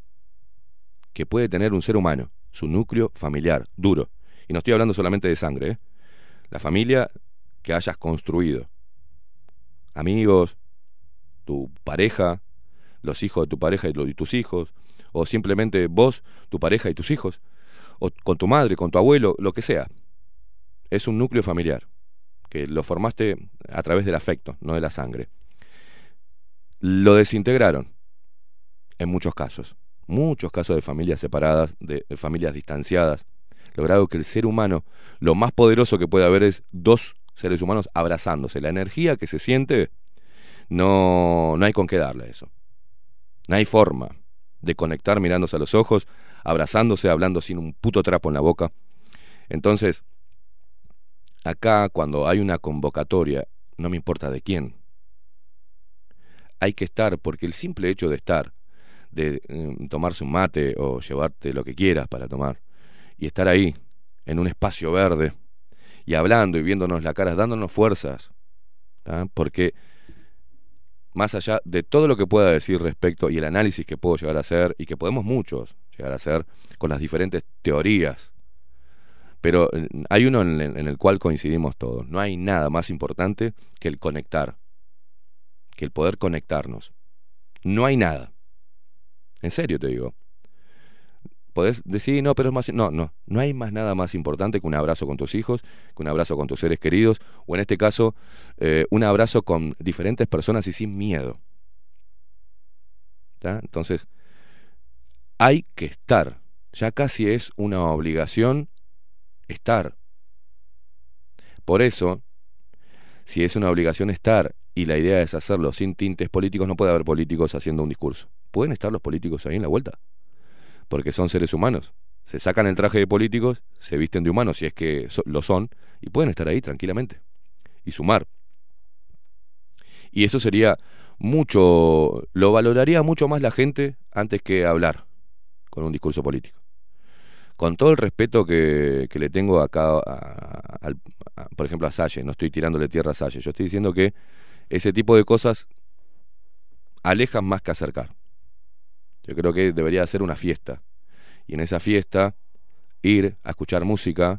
que puede tener un ser humano, su núcleo familiar, duro. Y no estoy hablando solamente de sangre, ¿eh? La familia que hayas construido. Amigos, tu pareja, los hijos de tu pareja y, los, y tus hijos, o simplemente vos, tu pareja y tus hijos, o con tu madre, con tu abuelo, lo que sea. Es un núcleo familiar, que lo formaste a través del afecto, no de la sangre. Lo desintegraron, en muchos casos. Muchos casos de familias separadas, de, de familias distanciadas. Logrado que el ser humano, lo más poderoso que puede haber es dos seres humanos abrazándose. La energía que se siente, no, no hay con qué darle a eso. No hay forma de conectar mirándose a los ojos, abrazándose, hablando sin un puto trapo en la boca. Entonces, acá cuando hay una convocatoria, no me importa de quién, hay que estar, porque el simple hecho de estar, de eh, tomarse un mate o llevarte lo que quieras para tomar, y estar ahí, en un espacio verde, y hablando y viéndonos la cara, dándonos fuerzas, ¿tá? Porque más allá de todo lo que pueda decir respecto y el análisis que puedo llegar a hacer, y que podemos muchos llegar a hacer con las diferentes teorías, pero hay uno en el, en el cual coincidimos todos. No hay nada más importante que el conectar, que el poder conectarnos. No hay nada. En serio te digo. Podés decir, no, pero es más... No, no. No hay más nada más importante que un abrazo con tus hijos, que un abrazo con tus seres queridos, o en este caso, eh, un abrazo con diferentes personas y sin miedo. ¿Tá? Entonces, hay que estar. Ya casi es una obligación estar. Por eso, si es una obligación estar y la idea es hacerlo sin tintes políticos, no puede haber políticos haciendo un discurso. ¿Pueden estar los políticos ahí en la vuelta? Porque son seres humanos. Se sacan el traje de políticos, se visten de humanos si es que so, lo son, y pueden estar ahí tranquilamente y sumar. Y eso sería mucho, lo valoraría mucho más la gente antes que hablar con un discurso político. Con todo el respeto que, que le tengo acá, a, a, a, por ejemplo, a Salle, no estoy tirándole tierra a Salle, yo estoy diciendo que ese tipo de cosas alejan más que acercar. Yo creo que debería ser una fiesta. Y en esa fiesta, ir a escuchar música,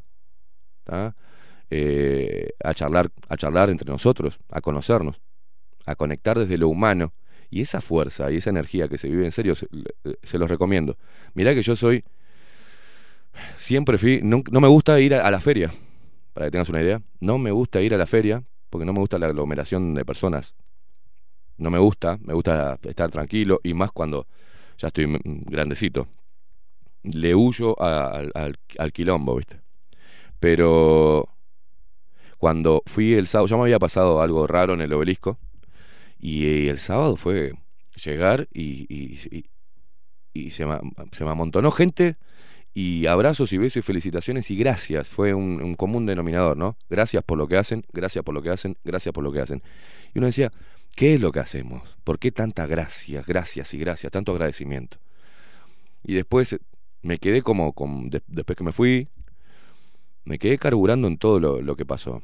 eh, a charlar, a charlar entre nosotros, a conocernos, a conectar desde lo humano. Y esa fuerza y esa energía que se vive en serio, se, se los recomiendo. Mirá que yo soy... Siempre fui... No, no me gusta ir a, a la feria, para que tengas una idea. No me gusta ir a la feria, porque no me gusta la aglomeración de personas. No me gusta, me gusta estar tranquilo, y más cuando... ya estoy grandecito, le huyo al, al, al quilombo, ¿viste? Pero cuando fui el sábado, ya me había pasado algo raro en el Obelisco, y el sábado fue llegar y, y, y, y se, me, se me amontonó gente, y abrazos y besos y felicitaciones y gracias, fue un, un común denominador, ¿no? Gracias por lo que hacen, gracias por lo que hacen, gracias por lo que hacen. Y uno decía, ¿qué es lo que hacemos? ¿Por qué tanta gracias, gracias y gracias, tanto agradecimiento? Y después me quedé como, como de, después que me fui, me quedé carburando en todo lo, lo que pasó.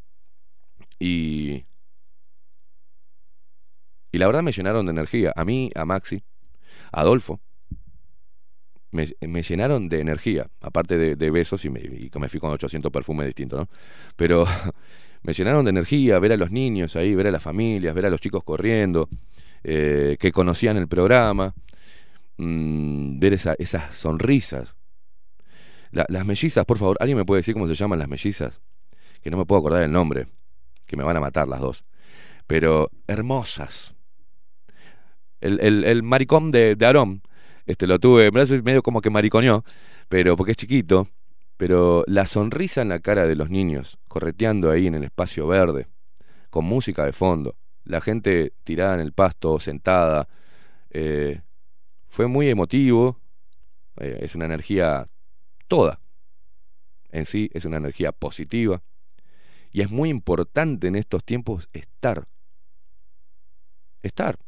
Y, y la verdad me llenaron de energía. A mí, a Maxi, a Adolfo, me, me llenaron de energía. Aparte de, de besos, y me, y me fui con ochocientos perfumes distintos, ¿no? Pero... me llenaron de energía, ver a los niños ahí, ver a las familias, ver a los chicos corriendo, eh, que conocían el programa, mmm, ver esa, esas sonrisas. La, las mellizas, por favor, ¿alguien me puede decir cómo se llaman las mellizas? Que no me puedo acordar el nombre, que me van a matar las dos. Pero hermosas. El, el, el maricón de, de Aarón, este, lo tuve, medio como que mariconeó, pero porque es chiquito, pero la sonrisa en la cara de los niños, correteando ahí en el espacio verde, con música de fondo, la gente tirada en el pasto, sentada, eh, fue muy emotivo, eh, es una energía toda, en sí es una energía positiva, y es muy importante en estos tiempos estar, estar.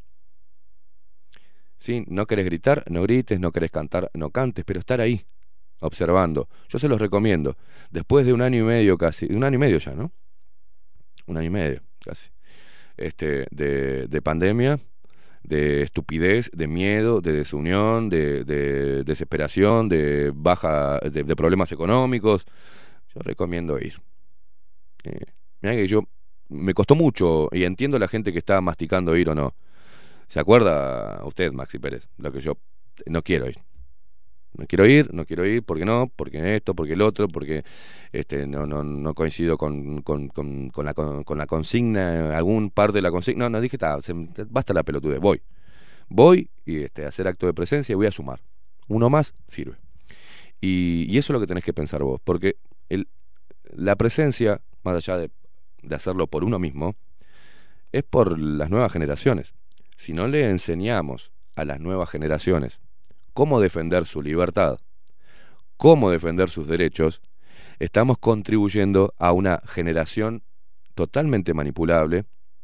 ¿Sí? No querés gritar, no grites, no querés cantar, no cantes, pero estar ahí, observando. Yo se los recomiendo. Después de un año y medio casi, un año y medio ya, ¿no? Un año y medio casi. Este, de, de pandemia, de estupidez, de miedo, de desunión, de, de desesperación, de baja, de, de problemas económicos. Yo recomiendo ir. Eh, mirá que yo me costó mucho y entiendo a la gente que está masticando ir o no. ¿Se acuerda usted, Maxi Pérez? Lo que yo no quiero ir. No quiero ir, no quiero ir, porque no, porque esto, porque el otro, porque este no no no coincido con, con, con, con, la, con, con la consigna, algún parte de la consigna. No, no dije, ta, se, basta la pelotudez, voy. Voy y este, a hacer acto de presencia y voy a sumar. Uno más sirve. Y, y eso es lo que tenés que pensar vos, porque el, la presencia, más allá de, de hacerlo por uno mismo, es por las nuevas generaciones. Si no le enseñamos a las nuevas generaciones cómo defender su libertad, cómo defender sus derechos, estamos contribuyendo a una generación totalmente manipulable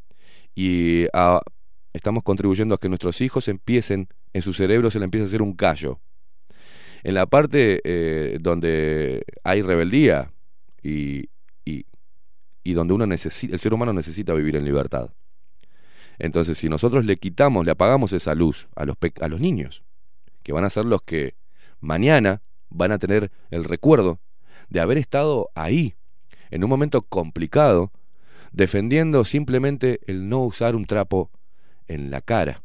y a, estamos contribuyendo a que nuestros hijos empiecen, en su cerebro se le empieza a hacer un callo. En la parte eh, donde hay rebeldía y, y, y donde uno necesita, el ser humano necesita vivir en libertad. Entonces, si nosotros le quitamos, le apagamos esa luz a los, pe- a los niños, que van a ser los que mañana van a tener el recuerdo de haber estado ahí, en un momento complicado, defendiendo simplemente el no usar un trapo en la cara.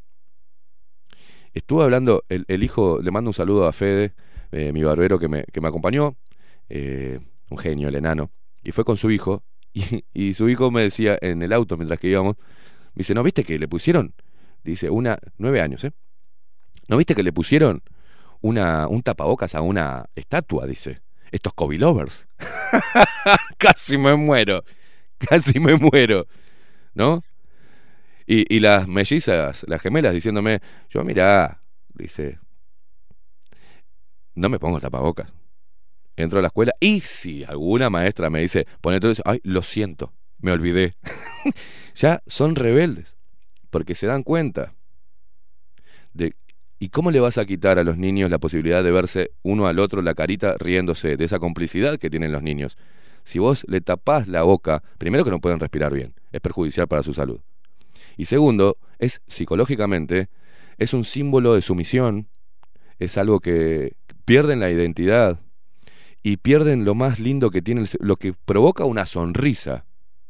Estuve hablando, el, el hijo, le mando un saludo a Fede, eh, mi barbero que me, que me acompañó, eh, un genio, el enano, y fue con su hijo, y, y su hijo me decía en el auto mientras que íbamos, me dice, ¿no viste que le pusieron? Dice, una, nueve años, ¿eh? ¿No viste que le pusieron una, un tapabocas a una estatua? Dice, estos Kobe lovers. Casi me muero, casi me muero, ¿no? Y, y las mellizas, las gemelas, diciéndome, yo mirá, dice, no me pongo el tapabocas. Entro a la escuela y si alguna maestra me dice, ponete eso, ay, lo siento, me olvidé. Ya son rebeldes, porque se dan cuenta de... ¿Y cómo le vas a quitar a los niños la posibilidad de verse uno al otro la carita riéndose de esa complicidad que tienen los niños? Si vos le tapás la boca, primero que no pueden respirar bien, es perjudicial para su salud. Y segundo, es psicológicamente, es un símbolo de sumisión, es algo que pierden la identidad y pierden lo más lindo que tiene, lo que provoca una sonrisa.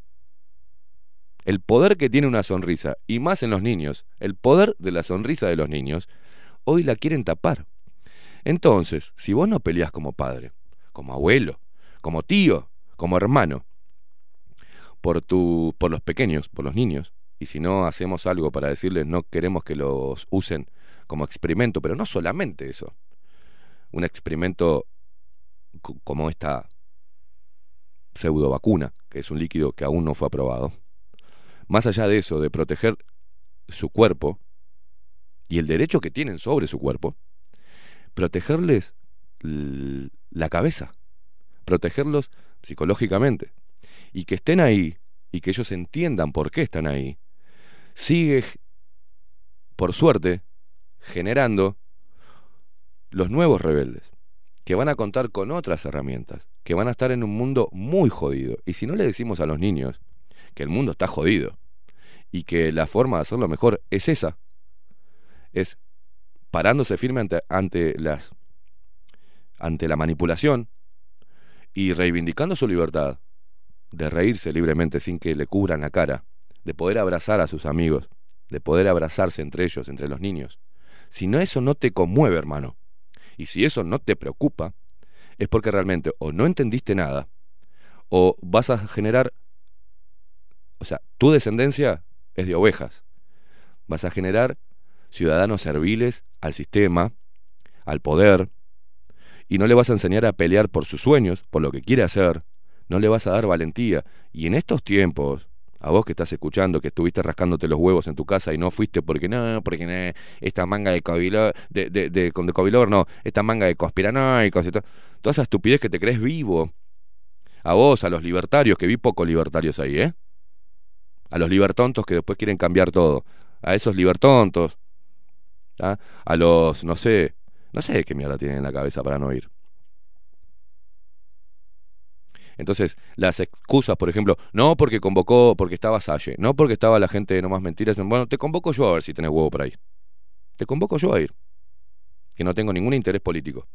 El poder que tiene una sonrisa, y más en los niños, el poder de la sonrisa de los niños, hoy la quieren tapar. Entonces, si vos no peleás como padre, como abuelo, como tío, como hermano, por, tu, por los pequeños, por los niños, y si no hacemos algo para decirles no queremos que los usen como experimento, pero no solamente eso, un experimento c- como esta pseudo vacuna, que es un líquido que aún no fue aprobado, más allá de eso, de proteger su cuerpo y el derecho que tienen sobre su cuerpo, protegerles l- la cabeza, protegerlos psicológicamente, y que estén ahí, y que ellos entiendan por qué están ahí, sigue, por suerte, generando los nuevos rebeldes, que van a contar con otras herramientas, que van a estar en un mundo muy jodido. Y si no le decimos a los niños que el mundo está jodido, y que la forma de hacerlo mejor es esa, es parándose firme ante, ante las ante la manipulación y reivindicando su libertad de reírse libremente sin que le cubran la cara, de poder abrazar a sus amigos, de poder abrazarse entre ellos, entre los niños. Si no, eso no te conmueve, hermano, y si eso no te preocupa, es porque realmente o no entendiste nada, o vas a generar, o sea, tu descendencia es de ovejas, vas a generar ciudadanos serviles al sistema, al poder, y no le vas a enseñar a pelear por sus sueños, por lo que quiere hacer, no le vas a dar valentía. Y en estos tiempos, a vos que estás escuchando, que estuviste rascándote los huevos en tu casa y no fuiste porque no, porque no, esta manga de covilo, de, de, de, de covilover, no, esta manga de conspiranoicos y to, toda esa estupidez que te crees vivo. A vos, a los libertarios, que vi pocos libertarios ahí, ¿eh? A los libertontos que después quieren cambiar todo. A esos libertontos. ¿Ah? A los, no sé, no sé qué mierda tienen en la cabeza para no ir. Entonces, las excusas, por ejemplo, no porque convocó, porque estaba Salle, no porque estaba la gente de No Más Mentiras, bueno, te convoco yo a ver si tenés huevo por ahí. Te convoco yo a ir, que no tengo ningún interés político.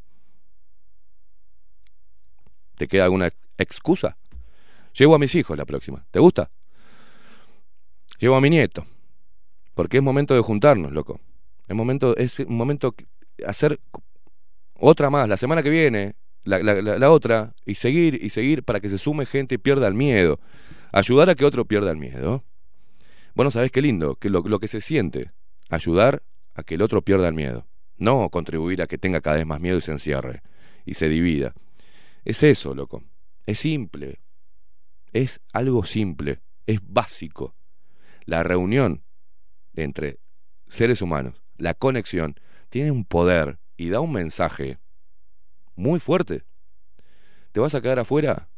¿Te queda alguna excusa? Llevo a mis hijos la próxima, ¿te gusta? Llevo a mi nieto, porque es momento de juntarnos, loco. Es momento, es un momento de hacer otra más, la semana que viene, La, la, la, la otra, y seguir y seguir para que se sume gente y pierda el miedo. Ayudar a que otro pierda el miedo. Bueno, ¿sabés qué lindo? Que lo, lo que se siente, ayudar a que el otro pierda el miedo. No contribuir a que tenga cada vez más miedo y se encierre y se divida. Es eso, loco. Es simple. Es algo simple. Es básico. La reunión entre seres humanos, la conexión, tiene un poder y da un mensaje muy fuerte. Te vas a quedar afuera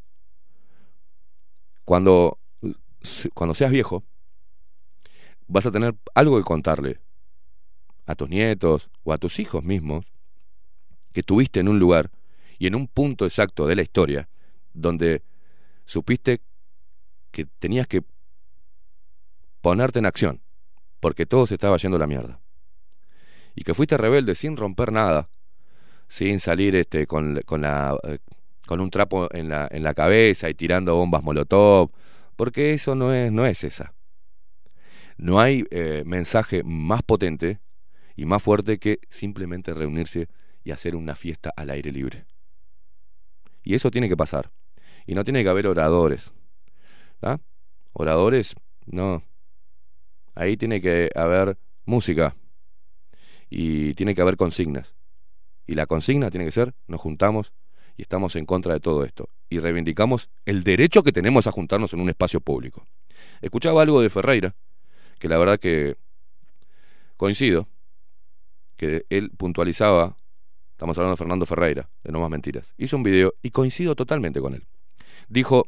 cuando, cuando seas viejo. Vas a tener algo que contarle a tus nietos o a tus hijos mismos que estuviste en un lugar y en un punto exacto de la historia donde supiste que tenías que ponerte en acción porque todo se estaba yendo a la mierda y que fuiste rebelde sin romper nada, sin salir este con, con la con un trapo en la en la cabeza y tirando bombas molotov, porque eso no es no es esa. No hay eh, mensaje más potente y más fuerte que simplemente reunirse y hacer una fiesta al aire libre. Y eso tiene que pasar. Y no tiene que haber oradores. ¿Ah? Oradores, no. Ahí tiene que haber música. Y tiene que haber consignas. Y la consigna tiene que ser, nos juntamos y estamos en contra de todo esto. Y reivindicamos el derecho que tenemos a juntarnos en un espacio público. Escuchaba algo de Ferreira, que la verdad que coincido, que él puntualizaba, estamos hablando de Fernando Ferreira, de No Más Mentiras, hizo un video y coincido totalmente con él. Dijo,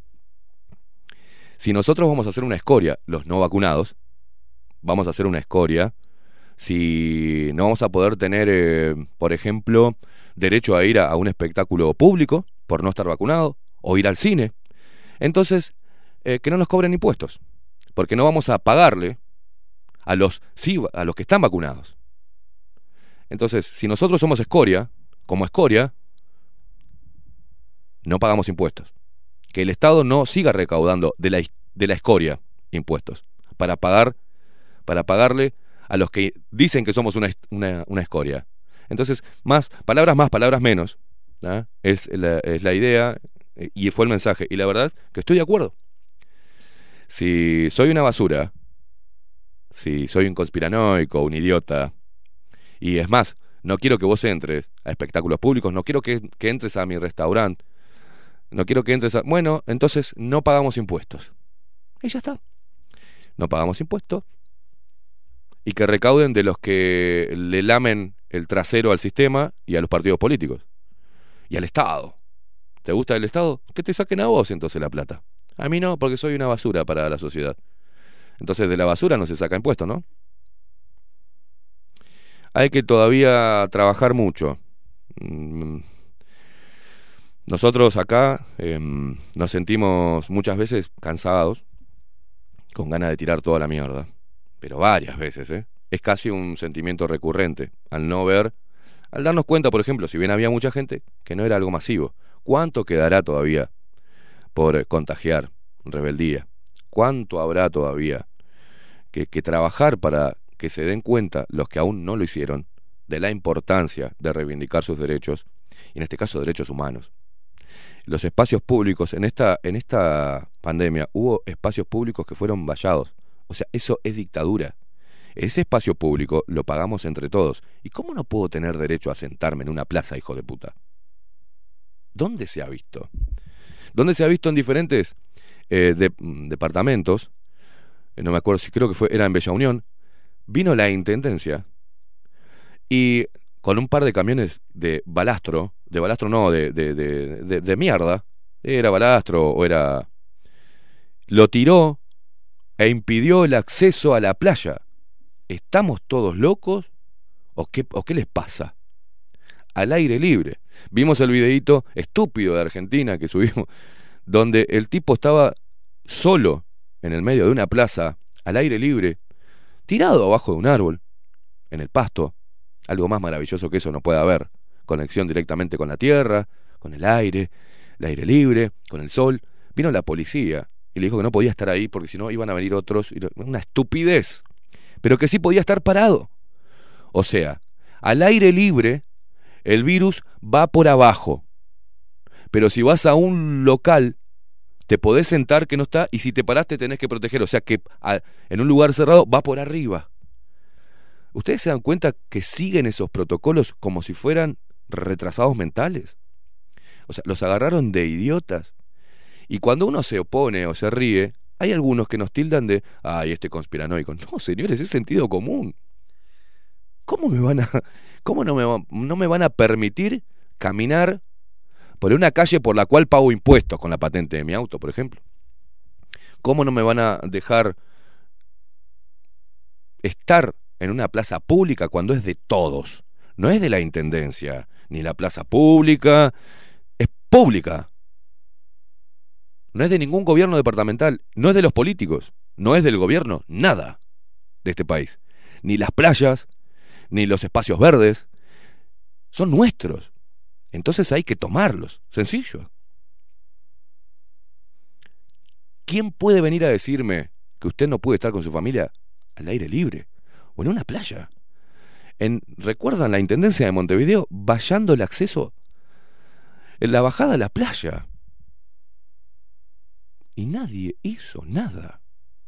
si nosotros vamos a hacer una escoria, los no vacunados, vamos a hacer una escoria, si no vamos a poder tener, eh, por ejemplo, derecho a ir a, a un espectáculo público por no estar vacunado, o ir al cine, entonces eh, que no nos cobren impuestos, porque no vamos a pagarle a los, sí, a los que están vacunados. Entonces, si nosotros somos escoria, como escoria, no pagamos impuestos. Que el Estado no siga recaudando de la, de la escoria impuestos para pagar, para pagarle a los que dicen que somos una, una, una escoria. Entonces, más, palabras más, palabras menos, ¿ah? es, la, es la idea y fue el mensaje. Y la verdad que estoy de acuerdo. Si soy una basura, si soy un conspiranoico, un idiota, y es más, no quiero que vos entres a espectáculos públicos, no quiero que, que entres a mi restaurante, no quiero que entres a... Bueno, entonces no pagamos impuestos. Y ya está. No pagamos impuestos. Y que recauden de los que le lamen el trasero al sistema y a los partidos políticos. Y al Estado. ¿Te gusta el Estado? Que te saquen a vos entonces la plata. A mí no, porque soy una basura para la sociedad. Entonces de la basura no se saca impuesto, ¿no? Hay que todavía trabajar mucho. Nosotros acá eh, nos sentimos muchas veces cansados, con ganas de tirar toda la mierda. Pero varias veces, ¿eh? Es casi un sentimiento recurrente. Al no ver, al darnos cuenta, por ejemplo, si bien había mucha gente, que no era algo masivo. ¿Cuánto quedará todavía por contagiar rebeldía? ¿Cuánto habrá todavía que, que trabajar para que se den cuenta los que aún no lo hicieron de la importancia de reivindicar sus derechos, y en este caso derechos humanos? Los espacios públicos, en esta, en esta pandemia hubo espacios públicos que fueron vallados. O sea, eso es dictadura. Ese espacio público lo pagamos entre todos. ¿Y cómo no puedo tener derecho a sentarme en una plaza, hijo de puta? ¿Dónde se ha visto? ¿Dónde se ha visto en diferentes eh, de, departamentos? Eh, no me acuerdo si creo que fue, era en Bella Unión. Vino la intendencia y con un par de camiones de balastro, de balastro no, de, de, de, de, de mierda, era balastro o era... Lo tiró e impidió el acceso a la playa. ¿Estamos todos locos? ¿O qué, o qué les pasa? Al aire libre. Vimos el videíto estúpido de Argentina que subimos, donde el tipo estaba solo en el medio de una plaza, al aire libre, tirado abajo de un árbol, en el pasto. Algo más maravilloso que eso no puede haber. Conexión directamente con la tierra, con el aire, el aire libre, con el sol. Vino la policía y le dijo que no podía estar ahí porque si no iban a venir otros. Una estupidez. Pero que sí podía estar parado. O sea, al aire libre el virus va por abajo. Pero si vas a un local, te podés sentar que no está, y si te parás te tenés que proteger. O sea que a, en un lugar cerrado va por arriba. ¿Ustedes se dan cuenta que siguen esos protocolos como si fueran retrasados mentales? O sea, los agarraron de idiotas. Y cuando uno se opone o se ríe, hay algunos que nos tildan de, ay, este conspiranoico. No, señores, es sentido común. ¿Cómo me van a, cómo no me, no me van a permitir caminar por una calle por la cual pago impuestos con la patente de mi auto, por ejemplo? ¿Cómo no me van a dejar estar en una plaza pública cuando es de todos? No es de la intendencia, ni la plaza pública, es pública. No es de ningún gobierno departamental, no es de los políticos, no es del gobierno, nada de este país. Ni las playas, ni los espacios verdes, son nuestros. Entonces hay que tomarlos, sencillo. ¿Quién puede venir a decirme que usted no puede estar con su familia al aire libre o en una playa? En, ¿recuerdan la intendencia de Montevideo vallando el acceso en la bajada a la playa? Y nadie hizo nada.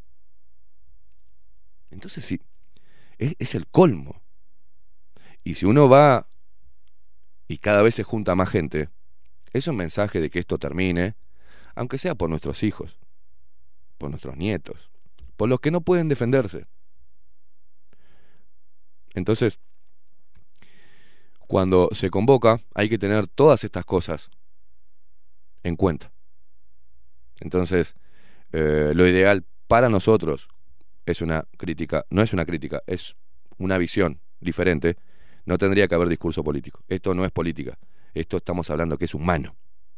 Entonces sí, es, es el colmo. Y si uno va y cada vez se junta más gente, es un mensaje de que esto termine, aunque sea por nuestros hijos, por nuestros nietos, por los que no pueden defenderse. Entonces, cuando se convoca, hay que tener todas estas cosas en cuenta. Entonces, eh, lo ideal para nosotros es una crítica, no es una crítica, es una visión diferente. No tendría que haber discurso político. Esto no es política. Esto estamos hablando que es humano.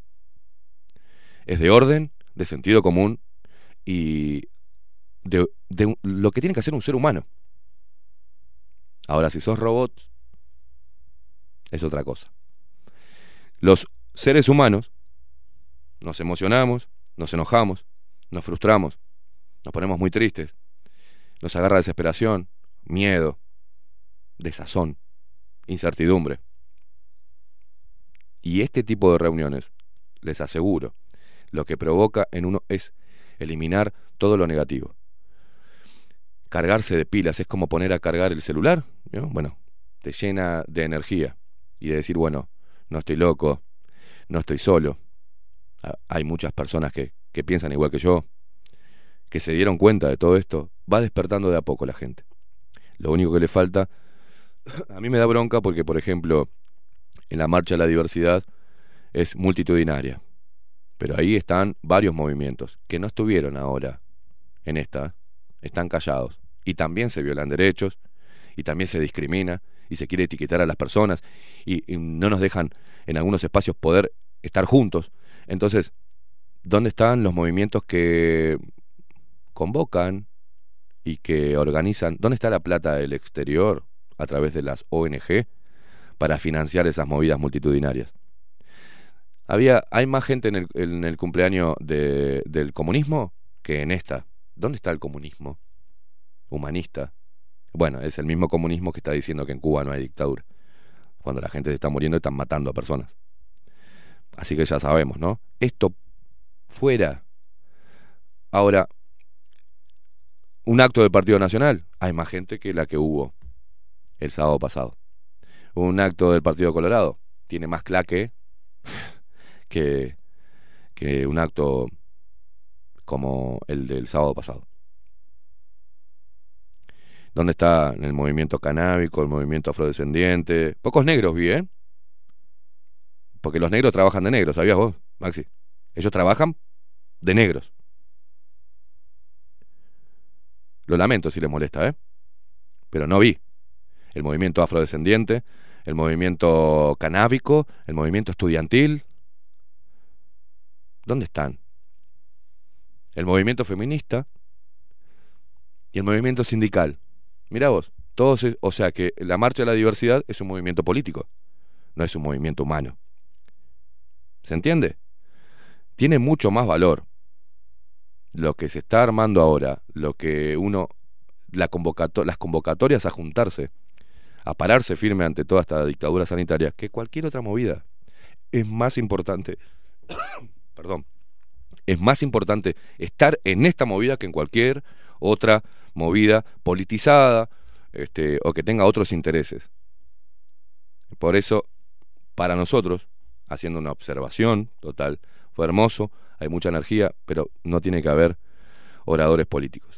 Es de orden, de sentido común y de, de lo que tiene que hacer un ser humano. Ahora, si sos robot, es otra cosa. Los seres humanos nos emocionamos, nos enojamos, nos frustramos, nos ponemos muy tristes, nos agarra desesperación, miedo, desazón, incertidumbre. Y este tipo de reuniones, les aseguro, lo que provoca en uno es eliminar todo lo negativo. Cargarse de pilas es como poner a cargar el celular, ¿no? Bueno, te llena de energía y de decir, bueno, no estoy loco, no estoy solo. Hay muchas personas que, que piensan igual que yo, que se dieron cuenta de todo esto. Va despertando de a poco la gente. Lo único que le falta, a mí me da bronca porque, por ejemplo, en la marcha de la diversidad es multitudinaria, pero ahí están varios movimientos que no estuvieron ahora en esta, están callados, y también se violan derechos, y también se discrimina, y se quiere etiquetar a las personas, y, y no nos dejan en algunos espacios poder estar juntos. Entonces, ¿dónde están los movimientos que convocan y que organizan? ¿Dónde está la plata del exterior a través de las O N G para financiar esas movidas multitudinarias? Había, hay más gente en el, en el cumpleaños de, del comunismo que en esta. ¿Dónde está el comunismo humanista? Bueno, es el mismo comunismo que está diciendo que en Cuba no hay dictadura, cuando la gente se está muriendo y están matando a personas. Así que ya sabemos, ¿no? Esto fuera. Ahora, un acto del Partido Nacional, hay más gente que la que hubo el sábado pasado. Un acto del Partido Colorado tiene más claque que, que un acto como el del sábado pasado. ¿Dónde está el movimiento canábico, el movimiento afrodescendiente? Pocos negros vi, ¿eh? Porque los negros trabajan de negros, ¿sabías vos, Maxi? Ellos trabajan de negros. Lo lamento si les molesta, ¿eh? Pero no vi el movimiento afrodescendiente, el movimiento canábico, el movimiento estudiantil. ¿Dónde están? El movimiento feminista y el movimiento sindical. Mirá vos, todos, es, o sea que la marcha de la diversidad es un movimiento político, no es un movimiento humano. ¿Se entiende? Tiene mucho más valor lo que se está armando ahora, lo que uno, la convocato- las convocatorias a juntarse, a pararse firme ante toda esta dictadura sanitaria, que cualquier otra movida. Es más importante, perdón, es más importante estar en esta movida que en cualquier otra movida politizada, este, o que tenga otros intereses. Por eso, para nosotros, haciendo una observación total, fue hermoso, hay mucha energía, pero no tiene que haber oradores políticos.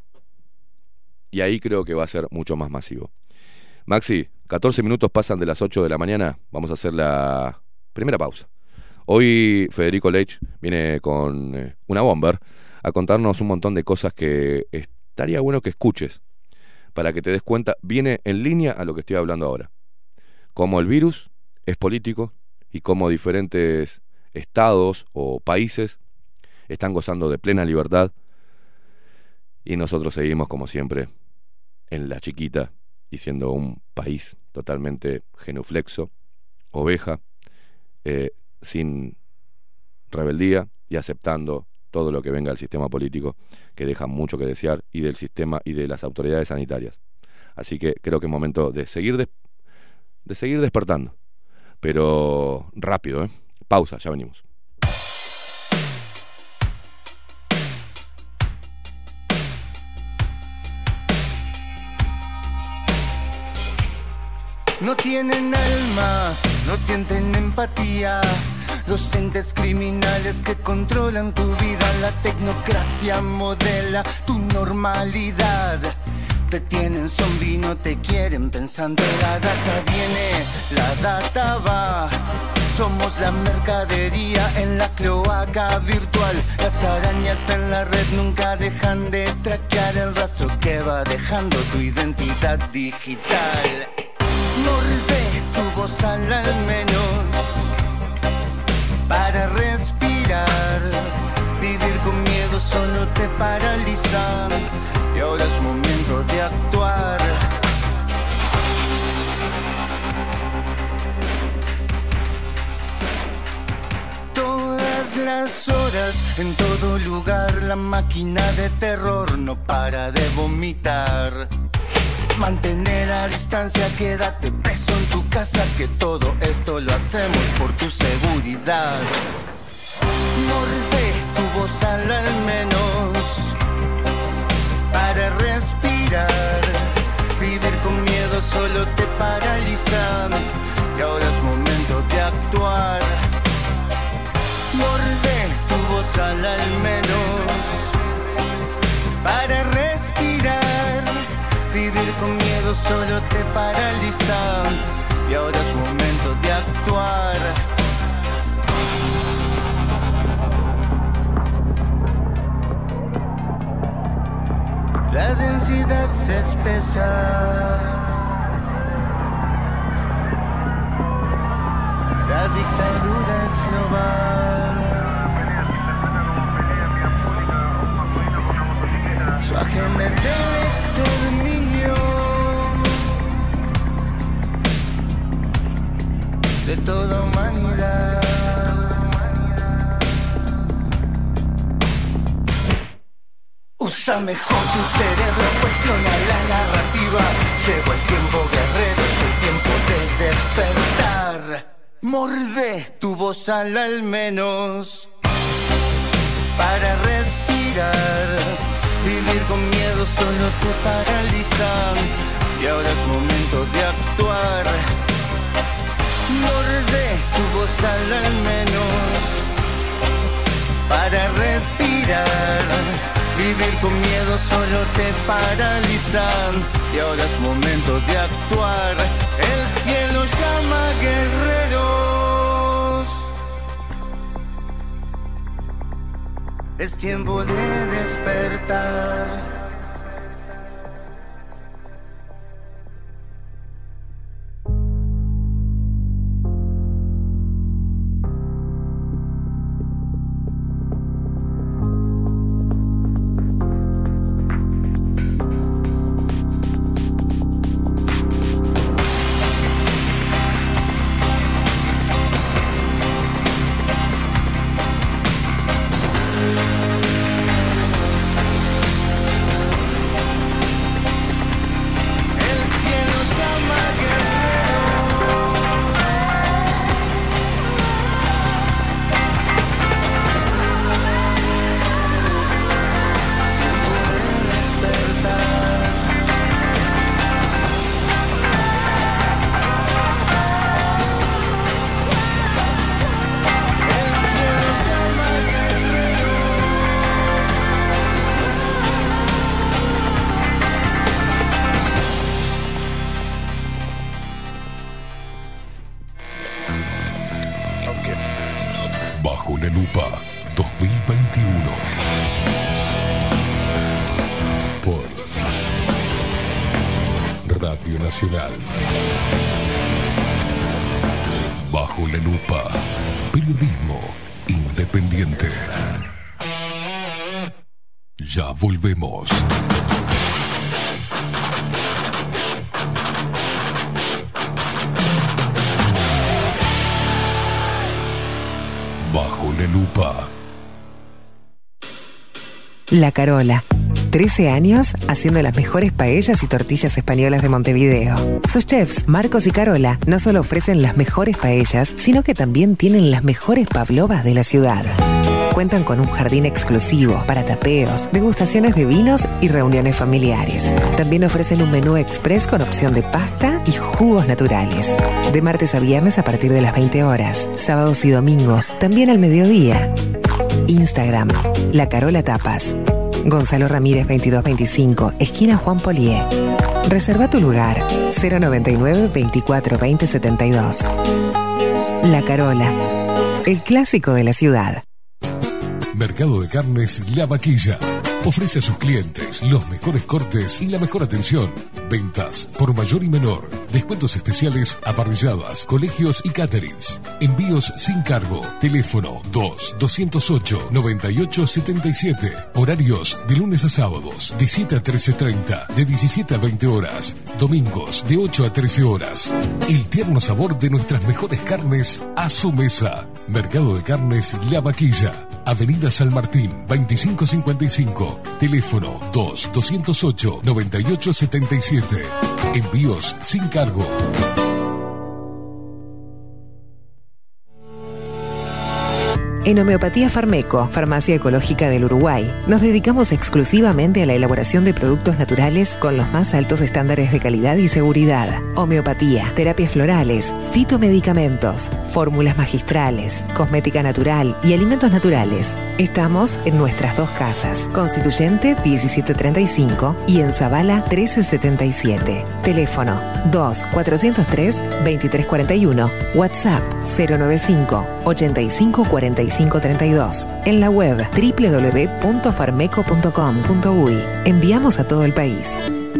Y ahí creo que va a ser mucho más masivo. Maxi, catorce minutos pasan de las ocho de la mañana, vamos a hacer la primera pausa. Hoy Federico Leitch viene con eh, una bomber a contarnos un montón de cosas que estaría bueno que escuches, para que te des cuenta, viene en línea a lo que estoy hablando ahora. Cómo el virus es político y cómo diferentes estados o países están gozando de plena libertad y nosotros seguimos como siempre en la chiquita y siendo un país totalmente genuflexo, oveja, eh, sin rebeldía y aceptando todo lo que venga del sistema político, que deja mucho que desear, y del sistema y de las autoridades sanitarias. Así que creo que es momento de seguir des- de seguir despertando, pero rápido, ¿eh? Pausa, ya venimos. No tienen alma, no sienten empatía. Los entes criminales que controlan tu vida, la tecnocracia modela tu normalidad. Te tienen zombie, no te quieren pensando. La data viene, la data va. Somos la mercadería en la cloaca virtual. Las arañas en la red nunca dejan de traquear el rastro que va dejando tu identidad digital. Morde tu voz al menos para respirar. Vivir con miedo solo te paraliza y ahora es momento de actuar. Todas las horas, en todo lugar, la máquina de terror no para de vomitar. Mantener a distancia, quédate preso en tu casa, que todo esto lo hacemos por tu seguridad. Morde tu voz al menos para respirar. Vivir con miedo solo te paraliza y ahora es momento de actuar. Morde tu voz al menos para respirar. Vivir con miedo solo te paraliza y ahora es momento de actuar. La densidad se espesa, la dictadura es global. Su agenda es el exterminio de toda humanidad. Usa mejor tu cerebro, cuestiona la narrativa. Llegó el tiempo guerrero, es el tiempo de despertar. Morde tu voz al menos para respirar. Vivir Vivir con miedo solo te paraliza y ahora es momento de actuar. Morde tu voz al menos para respirar. Vivir con miedo solo te paraliza y ahora es momento de actuar. El cielo llama guerreros. Es tiempo de despertar. Bajo la Lupa dos mil veintiuno. Por Radio Nacional. Bajo la Lupa. Periodismo independiente. Ya volvemos. Bajo la Lupa. La Carola. trece años haciendo las mejores paellas y tortillas españolas de Montevideo. Sus chefs, Marcos y Carola, no solo ofrecen las mejores paellas, sino que también tienen las mejores pavlovas de la ciudad. Cuentan con un jardín exclusivo para tapeos, degustaciones de vinos y reuniones familiares. También ofrecen un menú express con opción de pasta y jugos naturales. De martes a viernes a partir de las veinte horas, sábados y domingos, también al mediodía. Instagram, La Carola Tapas. Gonzalo Ramírez veintidós veinticinco, esquina Juan Polié. Reserva tu lugar, cero noventa y nueve, veinticuatro, veinte, setenta y dos. La Carola, el clásico de la ciudad. Mercado de Carnes La Vaquilla. Ofrece a sus clientes los mejores cortes y la mejor atención. Ventas por mayor y menor. Descuentos especiales a parrilladas, colegios y caterings. Envíos sin cargo. Teléfono dos, doscientos ocho, noventa y ocho, setenta y siete. Horarios de lunes a sábados de siete a trece treinta, de diecisiete a veinte horas. Domingos de ocho a trece horas. El tierno sabor de nuestras mejores carnes a su mesa. Mercado de Carnes La Vaquilla. Avenida San Martín, veinticinco cincuenta y cinco. Teléfono dos, doscientos ocho, noventa y ocho, setenta y siete. Envíos sin cargo. En Homeopatía Farmeco, Farmacia Ecológica del Uruguay, nos dedicamos exclusivamente a la elaboración de productos naturales con los más altos estándares de calidad y seguridad. Homeopatía, terapias florales, fitomedicamentos, fórmulas magistrales, cosmética natural y alimentos naturales. Estamos en nuestras dos casas, Constituyente diecisiete treinta y cinco y en Zabala trece setenta y siete. Teléfono dos, cuatrocientos tres, veintitrés cuarenta y uno, WhatsApp cero noventa y cinco, ochenta y cinco, cuarenta y cinco treinta y dos. En la web doble u doble u doble u punto farmeco punto com punto uy. Enviamos a todo el país.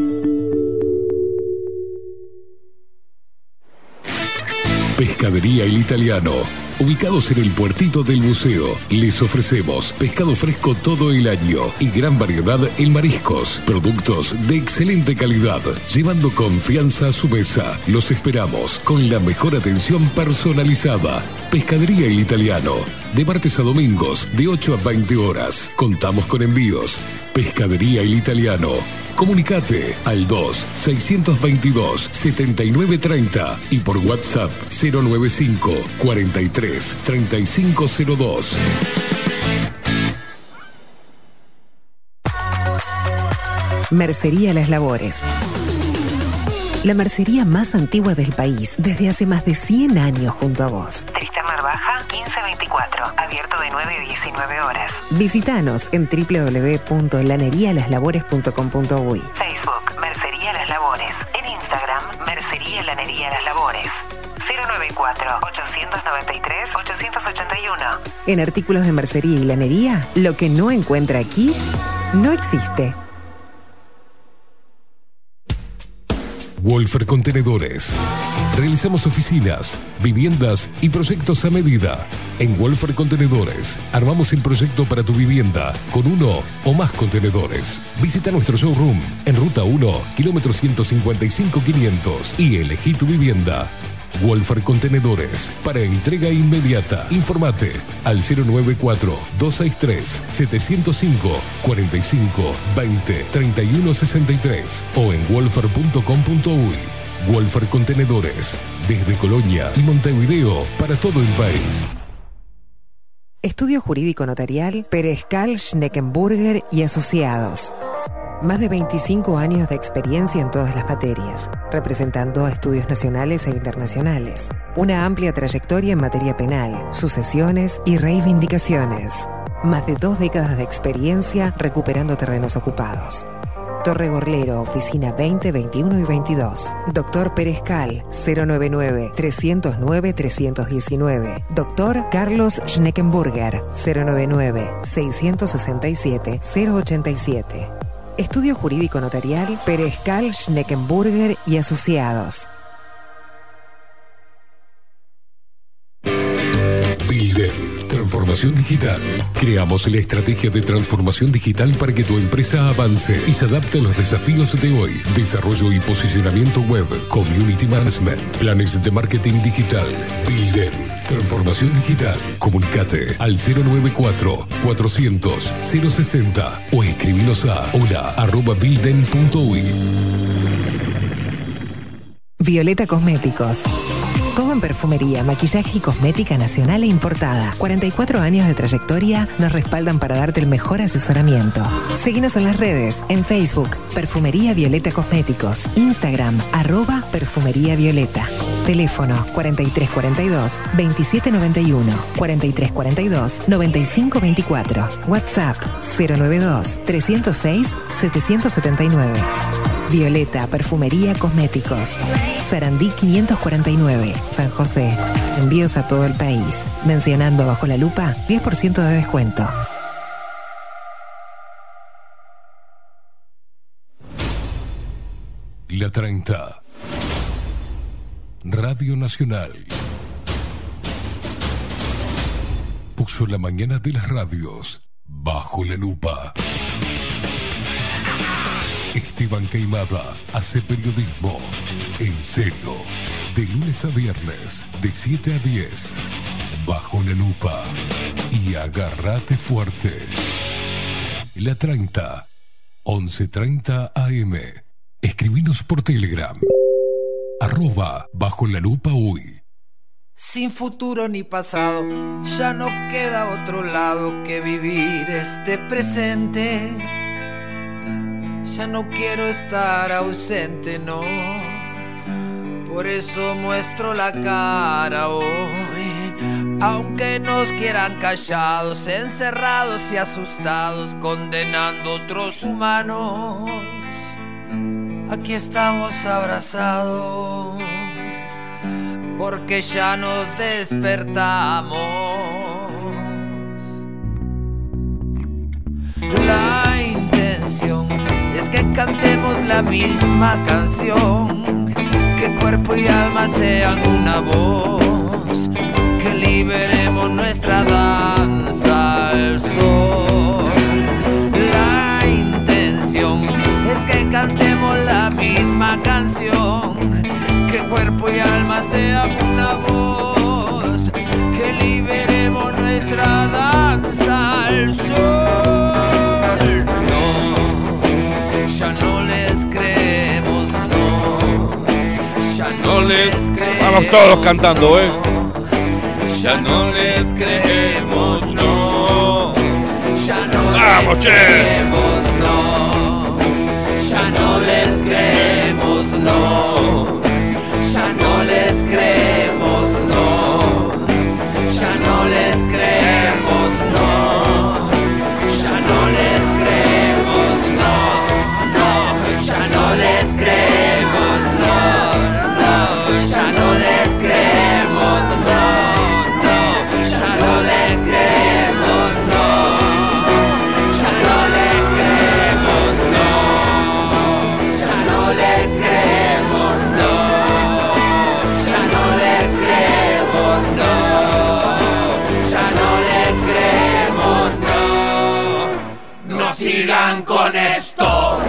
Pescadería El Italiano. Ubicados en el puertito del buceo, les ofrecemos pescado fresco todo el año y gran variedad en mariscos, productos de excelente calidad, llevando confianza a su mesa. Los esperamos con la mejor atención personalizada. Pescadería El Italiano, de martes a domingos, de ocho a veinte horas. Contamos con envíos. Pescadería El Italiano. Comunicate al dos, seiscientos veintidós, setenta y nueve treinta y por WhatsApp cero noventa y cinco, cuarenta y tres, treinta y cinco cero dos. Mercería Las Labores. La mercería más antigua del país, desde hace más de cien años junto a vos. Tristán Narvaja, quince veinticuatro, abierto de nueve a diecinueve horas. Visítanos en doble u doble u doble u punto lanería las labores punto com punto uy. Facebook, Mercería Las Labores. En Instagram, Mercería Lanería Las Labores. cero nueve cuatro, ocho nueve tres, ocho ocho uno. En artículos de mercería y lanería, lo que no encuentra aquí, no existe. Wolfer Contenedores. Realizamos oficinas, viviendas y proyectos a medida. En Wolfer Contenedores armamos el proyecto para tu vivienda con uno o más contenedores. Visita nuestro showroom en Ruta uno, kilómetro ciento cincuenta y cinco quinientos y elegí tu vivienda. Wolfer Contenedores, para entrega inmediata. Informate al cero nueve cuatro, dos seis tres, siete cero cinco, cuatro cinco, veinte, treinta y uno sesenta y tres o en wolfer punto com punto uy. Wolfer Contenedores, desde Colonia y Montevideo para todo el país. Estudio Jurídico Notarial, Perezcal, Schneckenburger y Asociados. Más de veinticinco años de experiencia en todas las materias, representando a estudios nacionales e internacionales. Una amplia trayectoria en materia penal, sucesiones y reivindicaciones. Más de dos décadas de experiencia recuperando terrenos ocupados. Torre Gorlero, oficina veinte, veintiuno y veintidós. Doctor Perezcal, cero nueve nueve, trescientos nueve, trescientos diecinueve. Doctor Carlos Schneckenburger, cero nueve nueve, seiscientos sesenta y siete, cero ochenta y siete. Estudio Jurídico Notarial, Perezcal, Schneckenburger y Asociados. Bilden, transformación digital. Creamos la estrategia de transformación digital para que tu empresa avance y se adapte a los desafíos de hoy. Desarrollo y posicionamiento web, community management, planes de marketing digital. Bilden, transformación digital. Comunicate al cero nueve cuatro, cuatrocientos, cero sesenta o escribinos a hola arroba bilden punto uy. Violeta Cosméticos. Todo en perfumería, maquillaje y cosmética nacional e importada. cuarenta y cuatro años de trayectoria nos respaldan para darte el mejor asesoramiento. Seguinos en las redes, en Facebook, Perfumería Violeta Cosméticos, Instagram, arroba Perfumería Violeta. Teléfono cuarenta y tres cuarenta y dos, veintisiete noventa y uno, cuarenta y tres cuarenta y dos, noventa y cinco veinticuatro. WhatsApp cero nueve dos, trescientos seis, setecientos setenta y nueve. Violeta Perfumería Cosméticos. Sarandí quinientos cuarenta y nueve, San José. Envíos a todo el país. Mencionando Bajo la Lupa, diez por ciento de descuento. La treinta. Radio Nacional. Puso la mañana de las radios bajo la lupa. Esteban Queimada hace periodismo en serio, de lunes a viernes, de siete a diez, bajo la lupa. Y agárrate fuerte. La treinta, once treinta A M. Escribinos por Telegram. Arroba bajo la lupa uy. Sin futuro ni pasado, ya no queda otro lado que vivir este presente. Ya no quiero estar ausente, no. Por eso muestro la cara hoy. Aunque nos quieran callados, encerrados y asustados, condenando otros humanos, aquí estamos abrazados, porque ya nos despertamos. La intención es que cantemos la misma canción, que cuerpo y alma sean una voz, que liberemos nuestra danza al sol. La intención es que cantemos la misma canción, que cuerpo y alma sean una voz, que liberemos nuestra danza al sol. No, ya no les creemos, no, ya no, no les creemos. Vamos todos cantando, ¿eh? Ya no les creemos, no, ya no ¡vamos, les creemos, no, sigan con esto.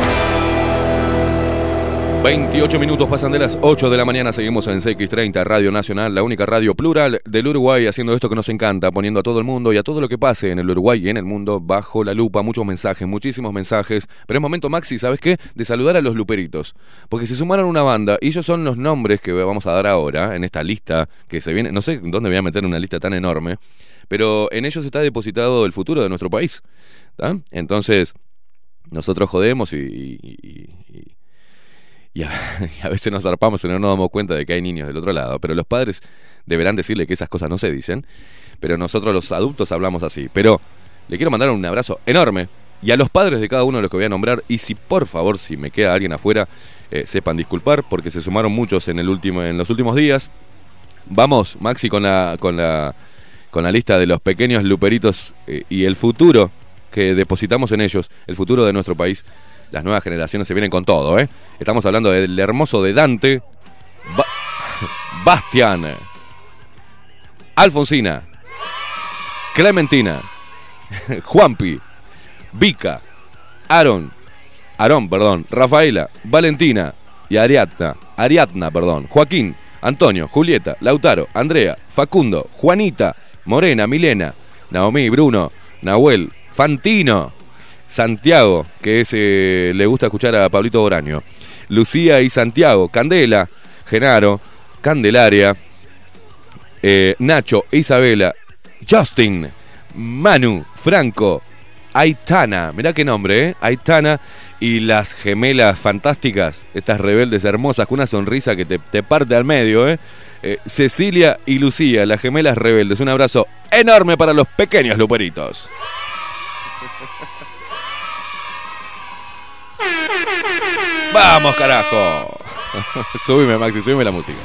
veintiocho minutos pasan de las ocho de la mañana, seguimos en C X treinta, Radio Nacional, la única radio plural del Uruguay, haciendo esto que nos encanta, poniendo a todo el mundo y a todo lo que pase en el Uruguay y en el mundo bajo la lupa. Muchos mensajes, muchísimos mensajes, pero es momento, Maxi, ¿sabes qué? De saludar a los luperitos, porque se sumaron una banda y ellos son los nombres que vamos a dar ahora en esta lista que se viene, no sé dónde voy a meter una lista tan enorme, pero en ellos está depositado el futuro de nuestro país, ¿tá? Entonces, nosotros jodemos y... y, y Y a, y a veces nos zarpamos y no nos damos cuenta de que hay niños del otro lado, pero los padres deberán decirle que esas cosas no se dicen, pero nosotros los adultos hablamos así. Pero le quiero mandar un abrazo enorme y a los padres de cada uno de los que voy a nombrar, y si por favor, si me queda alguien afuera, eh, sepan disculpar, porque se sumaron muchos en el último, en los últimos días. Vamos, Maxi, con la, con la, con la lista de los pequeños luperitos eh, y el futuro que depositamos en ellos, el futuro de nuestro país. Las nuevas generaciones se vienen con todo, ¿eh? Estamos hablando del hermoso de Dante, ba Bastián, Alfonsina, Clementina, Juanpi, Vika, Aaron, Aarón, perdón, Rafaela, Valentina y Ariadna, Ariadna, perdón, Joaquín, Antonio, Julieta, Lautaro, Andrea, Facundo, Juanita, Morena, Milena, Naomi, Bruno, Nahuel, Fantino, Santiago, que es, eh, le gusta escuchar a Pablito Boraño, Lucía y Santiago, Candela, Genaro, Candelaria, eh, Nacho, Isabela, Justin, Manu, Franco, Aitana, mirá qué nombre, ¿eh? Aitana y las gemelas fantásticas, estas rebeldes hermosas con una sonrisa que te, te parte al medio, ¿eh? Eh, Cecilia y Lucía, las gemelas rebeldes. Un abrazo enorme para los pequeños luperitos. ¡Vamos, carajo! Subime, Maxi, subime la música.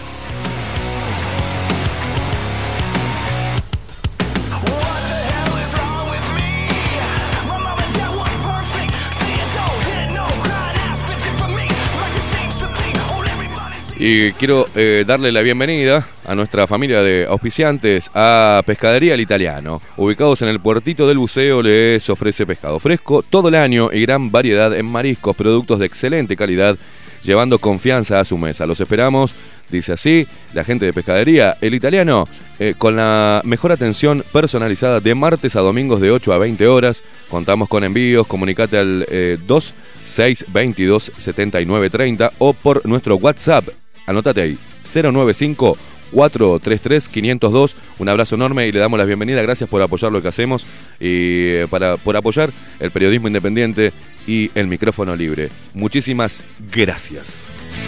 Y quiero eh, darle la bienvenida a nuestra familia de auspiciantes a Pescadería El Italiano. Ubicados en el puertito del buceo, les ofrece pescado fresco todo el año y gran variedad en mariscos, productos de excelente calidad, llevando confianza a su mesa. Los esperamos, dice así, la gente de Pescadería El Italiano, eh, con la mejor atención personalizada de martes a domingos de ocho a veinte horas. Contamos con envíos, comunicate al eh, dos seis veintidós setenta y nueve treinta o por nuestro WhatsApp. Anótate ahí, cero nueve cinco, cuatro tres tres, quinientos dos. Un abrazo enorme y le damos la bienvenida. Gracias por apoyar lo que hacemos y para, por apoyar el periodismo independiente y el micrófono libre. Muchísimas gracias.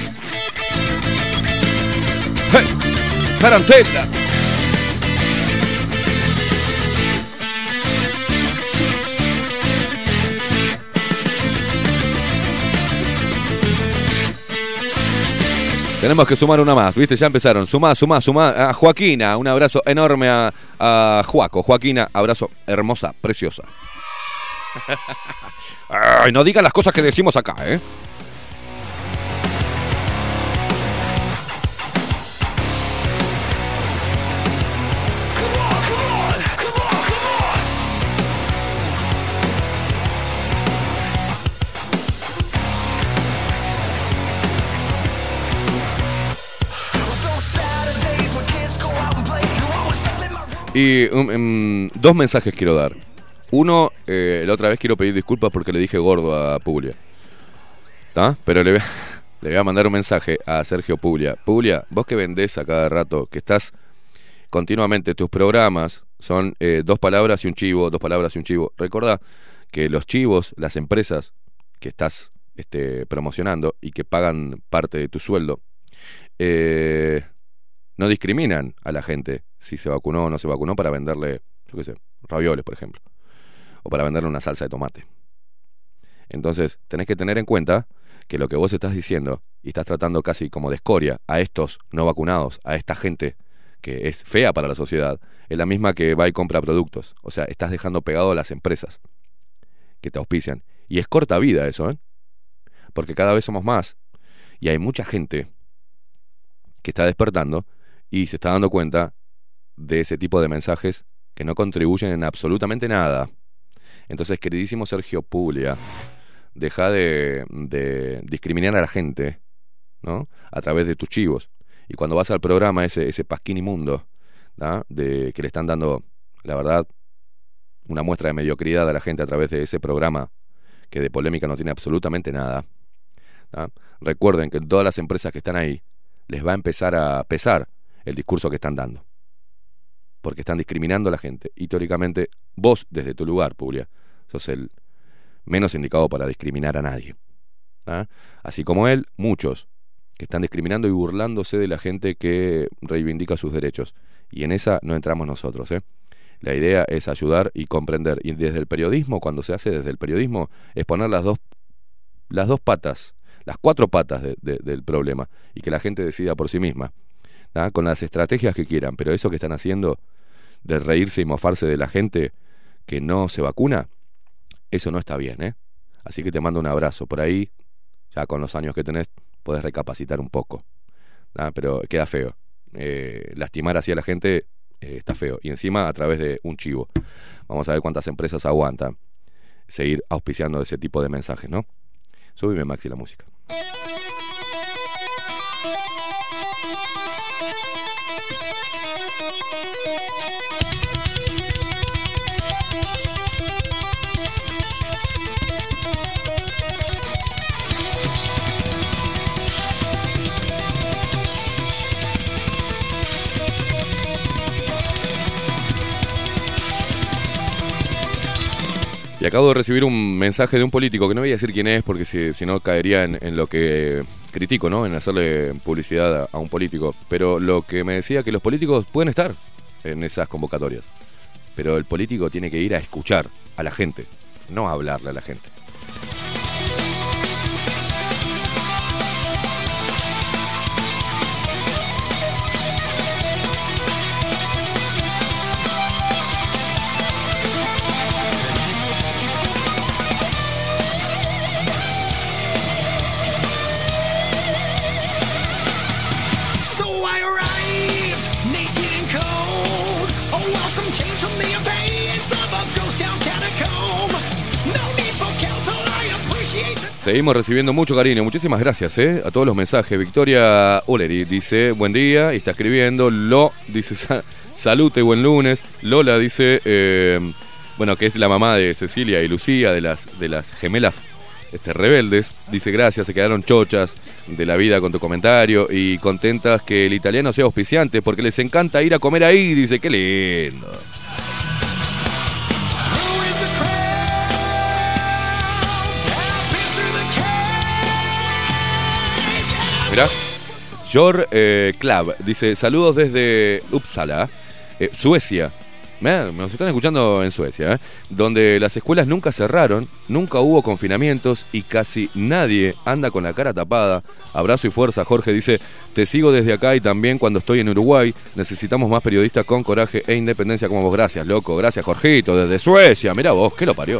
¡Hey! ¡Tarantela! Tenemos que sumar una más, ¿viste? Ya empezaron. Sumá, sumá, sumá. A Joaquina, un abrazo enorme a, a Juaco. Joaquina, abrazo hermosa, preciosa. Ay, no digan las cosas que decimos acá, ¿eh? Y um, um, dos mensajes quiero dar. Uno, eh, la otra vez quiero pedir disculpas porque le dije gordo a Puglia. ¿Está? Pero le voy, a, le voy a mandar un mensaje a Sergio Puglia. Puglia, vos que vendés a cada rato, que estás continuamente, tus programas son eh, dos palabras y un chivo, dos palabras y un chivo. Recordá que los chivos, las empresas que estás este, promocionando y que pagan parte de tu sueldo, eh, no discriminan a la gente si se vacunó o no se vacunó para venderle, yo qué sé, ravioles, por ejemplo, o para venderle una salsa de tomate. Entonces, tenés que tener en cuenta que lo que vos estás diciendo y estás tratando casi como de escoria a estos no vacunados, a esta gente que es fea para la sociedad, es la misma que va y compra productos. O sea, estás dejando pegado a las empresas que te auspician. Y es corta vida eso, ¿eh? Porque cada vez somos más. Y hay mucha gente que está despertando y se está dando cuenta de ese tipo de mensajes que no contribuyen en absolutamente nada. Entonces, queridísimo Sergio Puglia, deja de, de discriminar a la gente, ¿no? A través de tus chivos. Y cuando vas al programa, ese, ese pasquín inmundo, ¿no? De que le están dando, la verdad, una muestra de mediocridad a la gente a través de ese programa, que de polémica no tiene absolutamente nada, ¿no? Recuerden que todas las empresas que están ahí les va a empezar a pesar el discurso que están dando, porque están discriminando a la gente. Y teóricamente, vos, desde tu lugar, Puglia, sos el menos indicado para discriminar a nadie, ¿ah? Así como él, muchos que están discriminando y burlándose de la gente que reivindica sus derechos. Y en esa no entramos nosotros, ¿eh? La idea es ayudar y comprender. Y desde el periodismo, cuando se hace desde el periodismo, es poner las dos, las dos patas, las cuatro patas de, de, del problema, y que la gente decida por sí misma, ¿ah? Con las estrategias que quieran. Pero eso que están haciendo de reírse y mofarse de la gente que no se vacuna, eso no está bien, ¿eh? Así que te mando un abrazo. Por ahí, ya con los años que tenés, podés recapacitar un poco, ¿ah? Pero queda feo. Eh, lastimar así a la gente eh, está feo. Y encima a través de un chivo. Vamos a ver cuántas empresas aguantan seguir auspiciando ese tipo de mensajes, ¿no? Subime, Maxi, la música. Y acabo de recibir un mensaje de un político, que no voy a decir quién es, porque si, si no caería en, en lo que critico, ¿no? En hacerle publicidad a, a un político. Pero lo que me decía, que los políticos pueden estar en esas convocatorias, pero el político tiene que ir a escuchar a la gente, no a hablarle a la gente. Seguimos recibiendo mucho cariño, muchísimas gracias ¿eh? A todos los mensajes. Victoria Oleri dice, buen día, y está escribiendo. Lo dice, salute, buen lunes. Lola dice, eh, bueno, que es la mamá de Cecilia y Lucía, de las, de las gemelas este, rebeldes. Dice, gracias, se quedaron chochas de la vida con tu comentario y contentas que el italiano sea auspiciante porque les encanta ir a comer ahí. Dice, qué lindo. Mirá, Jor eh, Klav dice, saludos desde Uppsala, eh, Suecia. Mirá, nos están escuchando en Suecia, ¿eh? Donde las escuelas nunca cerraron, nunca hubo confinamientos y casi nadie anda con la cara tapada. Abrazo y fuerza, Jorge dice, te sigo desde acá y también cuando estoy en Uruguay. Necesitamos más periodistas con coraje e independencia como vos. Gracias, loco, gracias, Jorgito, desde Suecia. Mirá vos, ¿qué lo parió?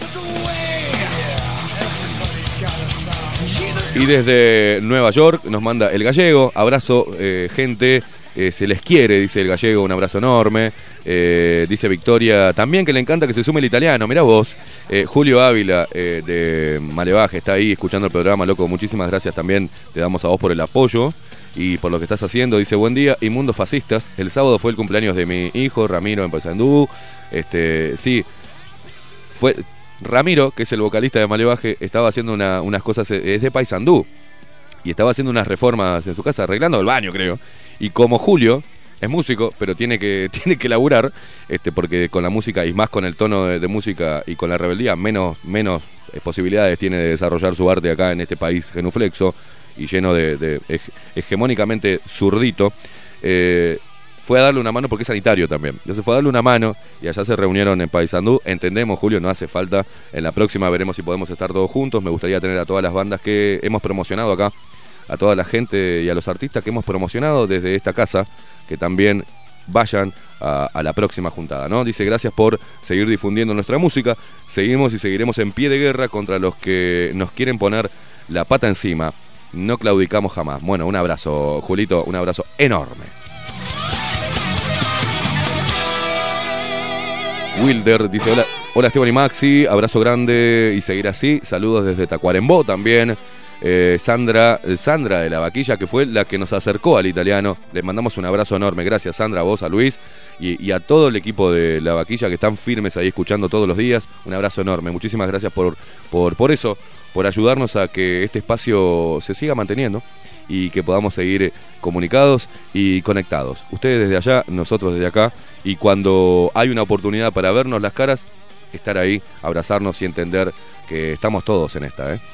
Y desde Nueva York nos manda el gallego. Abrazo, eh, gente. Eh, se les quiere, dice el gallego. Un abrazo enorme. Eh, dice Victoria también que le encanta que se sume el italiano. Mirá vos. Eh, Julio Ávila eh, de Malevaje está ahí escuchando el programa, loco. Muchísimas gracias también. Te damos a vos por el apoyo y por lo que estás haciendo. Dice, buen día, Inmundos Fascistas. El sábado fue el cumpleaños de mi hijo, Ramiro, en Paysandú. Este, sí, fue... Ramiro, que es el vocalista de Malevaje, estaba haciendo una, unas cosas, es de Paysandú, y estaba haciendo unas reformas en su casa, arreglando el baño, creo. Y como Julio es músico, pero tiene que, tiene que laburar, este, porque con la música, y más con el tono de, de música y con la rebeldía, menos, menos eh, posibilidades tiene de desarrollar su arte acá en este país genuflexo y lleno de, de hege, hegemónicamente zurdito. Eh, Fue a darle una mano porque es sanitario también. Entonces fue a darle una mano y allá se reunieron en Paysandú. Entendemos, Julio, no hace falta. En la próxima veremos si podemos estar todos juntos. Me gustaría tener a todas las bandas que hemos promocionado acá, a toda la gente y a los artistas que hemos promocionado desde esta casa, que también vayan a, a la próxima juntada, ¿no? Dice, gracias por seguir difundiendo nuestra música. Seguimos y seguiremos en pie de guerra contra los que nos quieren poner la pata encima. No claudicamos jamás. Bueno, un abrazo, Julito, un abrazo enorme. Wilder dice, hola, hola Esteban y Maxi, abrazo grande y seguir así. Saludos desde Tacuarembó también. Eh, Sandra, Sandra de la Vaquilla, que fue la que nos acercó al italiano. Les mandamos un abrazo enorme. Gracias, Sandra, a vos, a Luis y, y a todo el equipo de la Vaquilla que están firmes ahí escuchando todos los días. Un abrazo enorme. Muchísimas gracias por, por, por eso, por ayudarnos a que este espacio se siga manteniendo y que podamos seguir comunicados y conectados. Ustedes desde allá, nosotros desde acá. Y cuando hay una oportunidad para vernos las caras, estar ahí, abrazarnos y entender que estamos todos en esta, ¿eh?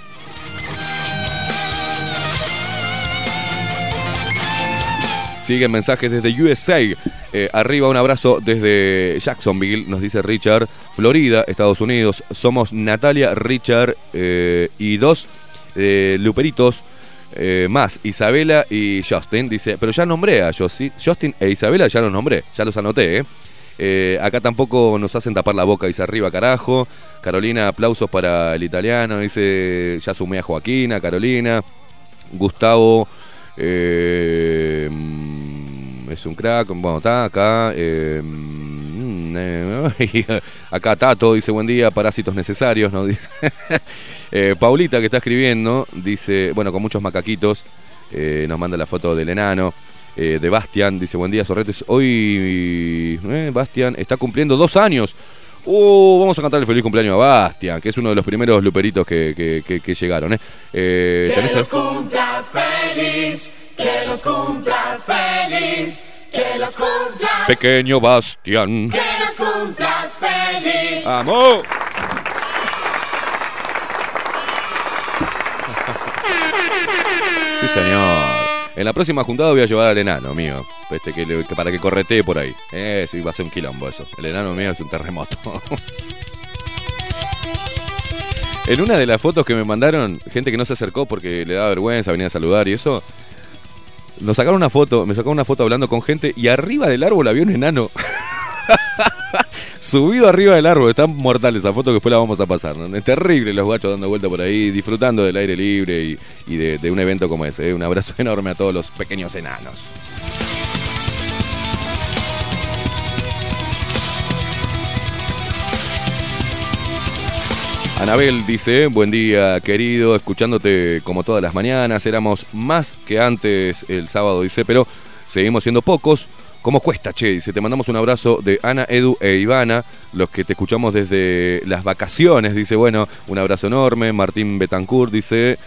Siguen mensajes desde U S A. Eh, arriba un abrazo desde Jacksonville, nos dice Richard. Florida, Estados Unidos. Somos Natalia, Richard eh, y dos eh, luperitos eh, más, Isabela y Justin. Dice, pero ya nombré a Justin, Justin e Isabela, ya los nombré, ya los anoté, ¿eh? Eh, acá tampoco nos hacen tapar la boca, dice arriba, carajo. Carolina, aplausos para el italiano. Dice, ya sumé a Joaquina, Carolina. Gustavo. Eh, es un crack, bueno, está acá. Eh, eh, acá Tato dice buen día, parásitos necesarios, ¿no? Dice eh, Paulita que está escribiendo, dice, bueno, con muchos macaquitos, eh, nos manda la foto del enano. Eh, de Bastian, dice buen día, Sorretes. Hoy eh, Bastian está cumpliendo dos años. Uh, vamos a cantar el feliz cumpleaños a Bastian, que es uno de los primeros luperitos que, que, que, que llegaron, ¿eh? eh que los cumplas feliz, que los cumplas feliz, que los cumplas. Pequeño Bastian. Que los cumplas feliz. ¡Vamos! Sí, señor. En la próxima juntada voy a llevar al enano mío, este, que, le, que para que corretee por ahí. Eh, sí, va a ser un quilombo eso. El enano mío es un terremoto. En una de las fotos que me mandaron, gente que no se acercó porque le daba vergüenza venir a saludar y eso, nos sacaron una foto, me sacaron una foto hablando con gente y arriba del árbol había un enano. Subido arriba del árbol, está mortal esa foto que después la vamos a pasar, ¿no? Es terrible los guachos dando vuelta por ahí, disfrutando del aire libre y, y de, de un evento como ese, ¿eh? Un abrazo enorme a todos los pequeños enanos. Anabel dice, buen día querido, escuchándote como todas las mañanas, éramos más que antes el sábado, dice, pero seguimos siendo pocos. ¿Cómo cuesta, che? Dice, te mandamos un abrazo de Ana, Edu e Ivana, los que te escuchamos desde las vacaciones. Dice, bueno, un abrazo enorme. Martín Betancourt dice,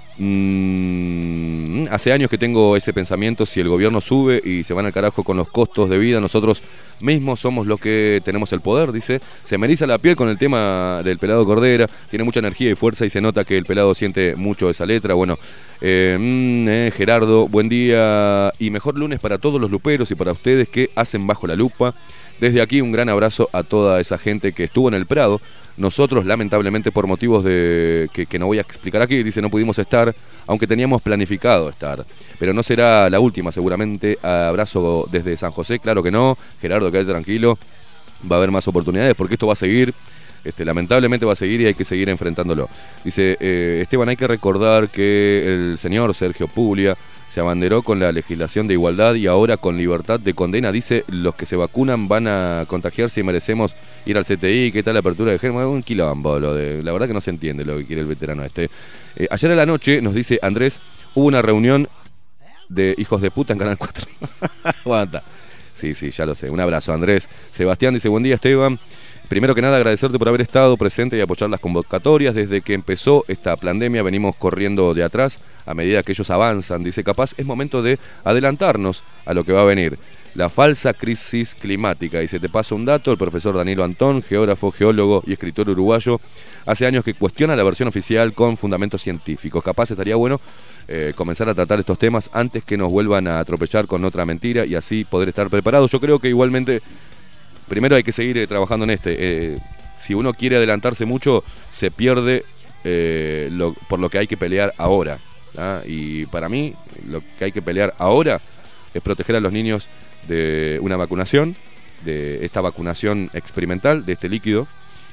mmm, hace años que tengo ese pensamiento, si el gobierno sube y se van al carajo con los costos de vida, nosotros mismos somos los que tenemos el poder, dice. Se me eriza la piel con el tema del pelado Cordera, tiene mucha energía y fuerza y se nota que el pelado siente mucho esa letra. Bueno, eh, mm, eh, Gerardo, buen día y mejor lunes para todos los luperos y para ustedes que hacen Bajo la Lupa. Desde aquí un gran abrazo a toda esa gente que estuvo en el Prado. Nosotros, lamentablemente, por motivos de que, que no voy a explicar aquí, dice, no pudimos estar, aunque teníamos planificado estar. Pero no será la última, seguramente. Abrazo desde San José, claro que no. Gerardo, quédate tranquilo. Va a haber más oportunidades porque esto va a seguir. Este, lamentablemente va a seguir y hay que seguir enfrentándolo. Dice, eh, Esteban, hay que recordar que el señor Sergio Puglia se abanderó con la legislación de igualdad y ahora con libertad de condena. Dice, los que se vacunan van a contagiarse y merecemos ir al C T I. ¿Qué tal la apertura de germen? Un quilombo, lo de, la verdad que no se entiende lo que quiere el veterano este. Eh, ayer a la noche, nos dice Andrés, hubo una reunión de hijos de puta en Canal cuatro. Aguanta. Sí, sí, ya lo sé. Un abrazo, Andrés. Sebastián dice, buen día, Esteban. Primero que nada, agradecerte por haber estado presente y apoyar las convocatorias. Desde que empezó esta pandemia venimos corriendo de atrás a medida que ellos avanzan. Dice, capaz es momento de adelantarnos a lo que va a venir. La falsa crisis climática. Dice, te paso un dato, el profesor Danilo Antón, geógrafo, geólogo y escritor uruguayo, hace años que cuestiona la versión oficial con fundamentos científicos. Capaz estaría bueno eh, comenzar a tratar estos temas antes que nos vuelvan a atropellar con otra mentira y así poder estar preparados. Yo creo que igualmente... Primero hay que seguir eh, trabajando en este. Eh, si uno quiere adelantarse mucho, se pierde eh, lo, por lo que hay que pelear ahora. ¿Ah? Y para mí, lo que hay que pelear ahora es proteger a los niños de una vacunación, de esta vacunación experimental, de este líquido,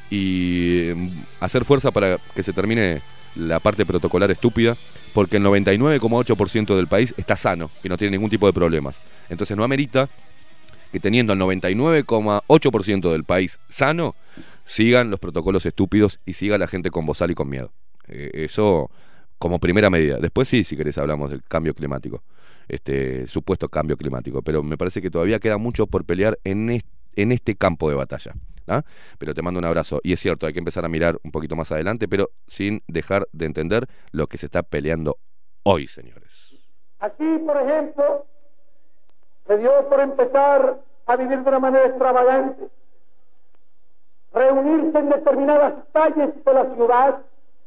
y eh, hacer fuerza para que se termine la parte protocolar estúpida, porque el noventa y nueve coma ocho por ciento del país está sano y no tiene ningún tipo de problemas. Entonces no amerita que teniendo el noventa y nueve coma ocho por ciento del país sano, sigan los protocolos estúpidos y siga la gente con bozal y con miedo. Eh, eso como primera medida. Después sí, si querés, hablamos del cambio climático, este supuesto cambio climático, pero me parece que todavía queda mucho por pelear en este, en este campo de batalla. ¿Ah? Pero te mando un abrazo. Y es cierto, hay que empezar a mirar un poquito más adelante, pero sin dejar de entender lo que se está peleando hoy, señores. Aquí, por ejemplo, se dio por empezar a vivir de una manera extravagante, reunirse en determinadas calles de la ciudad.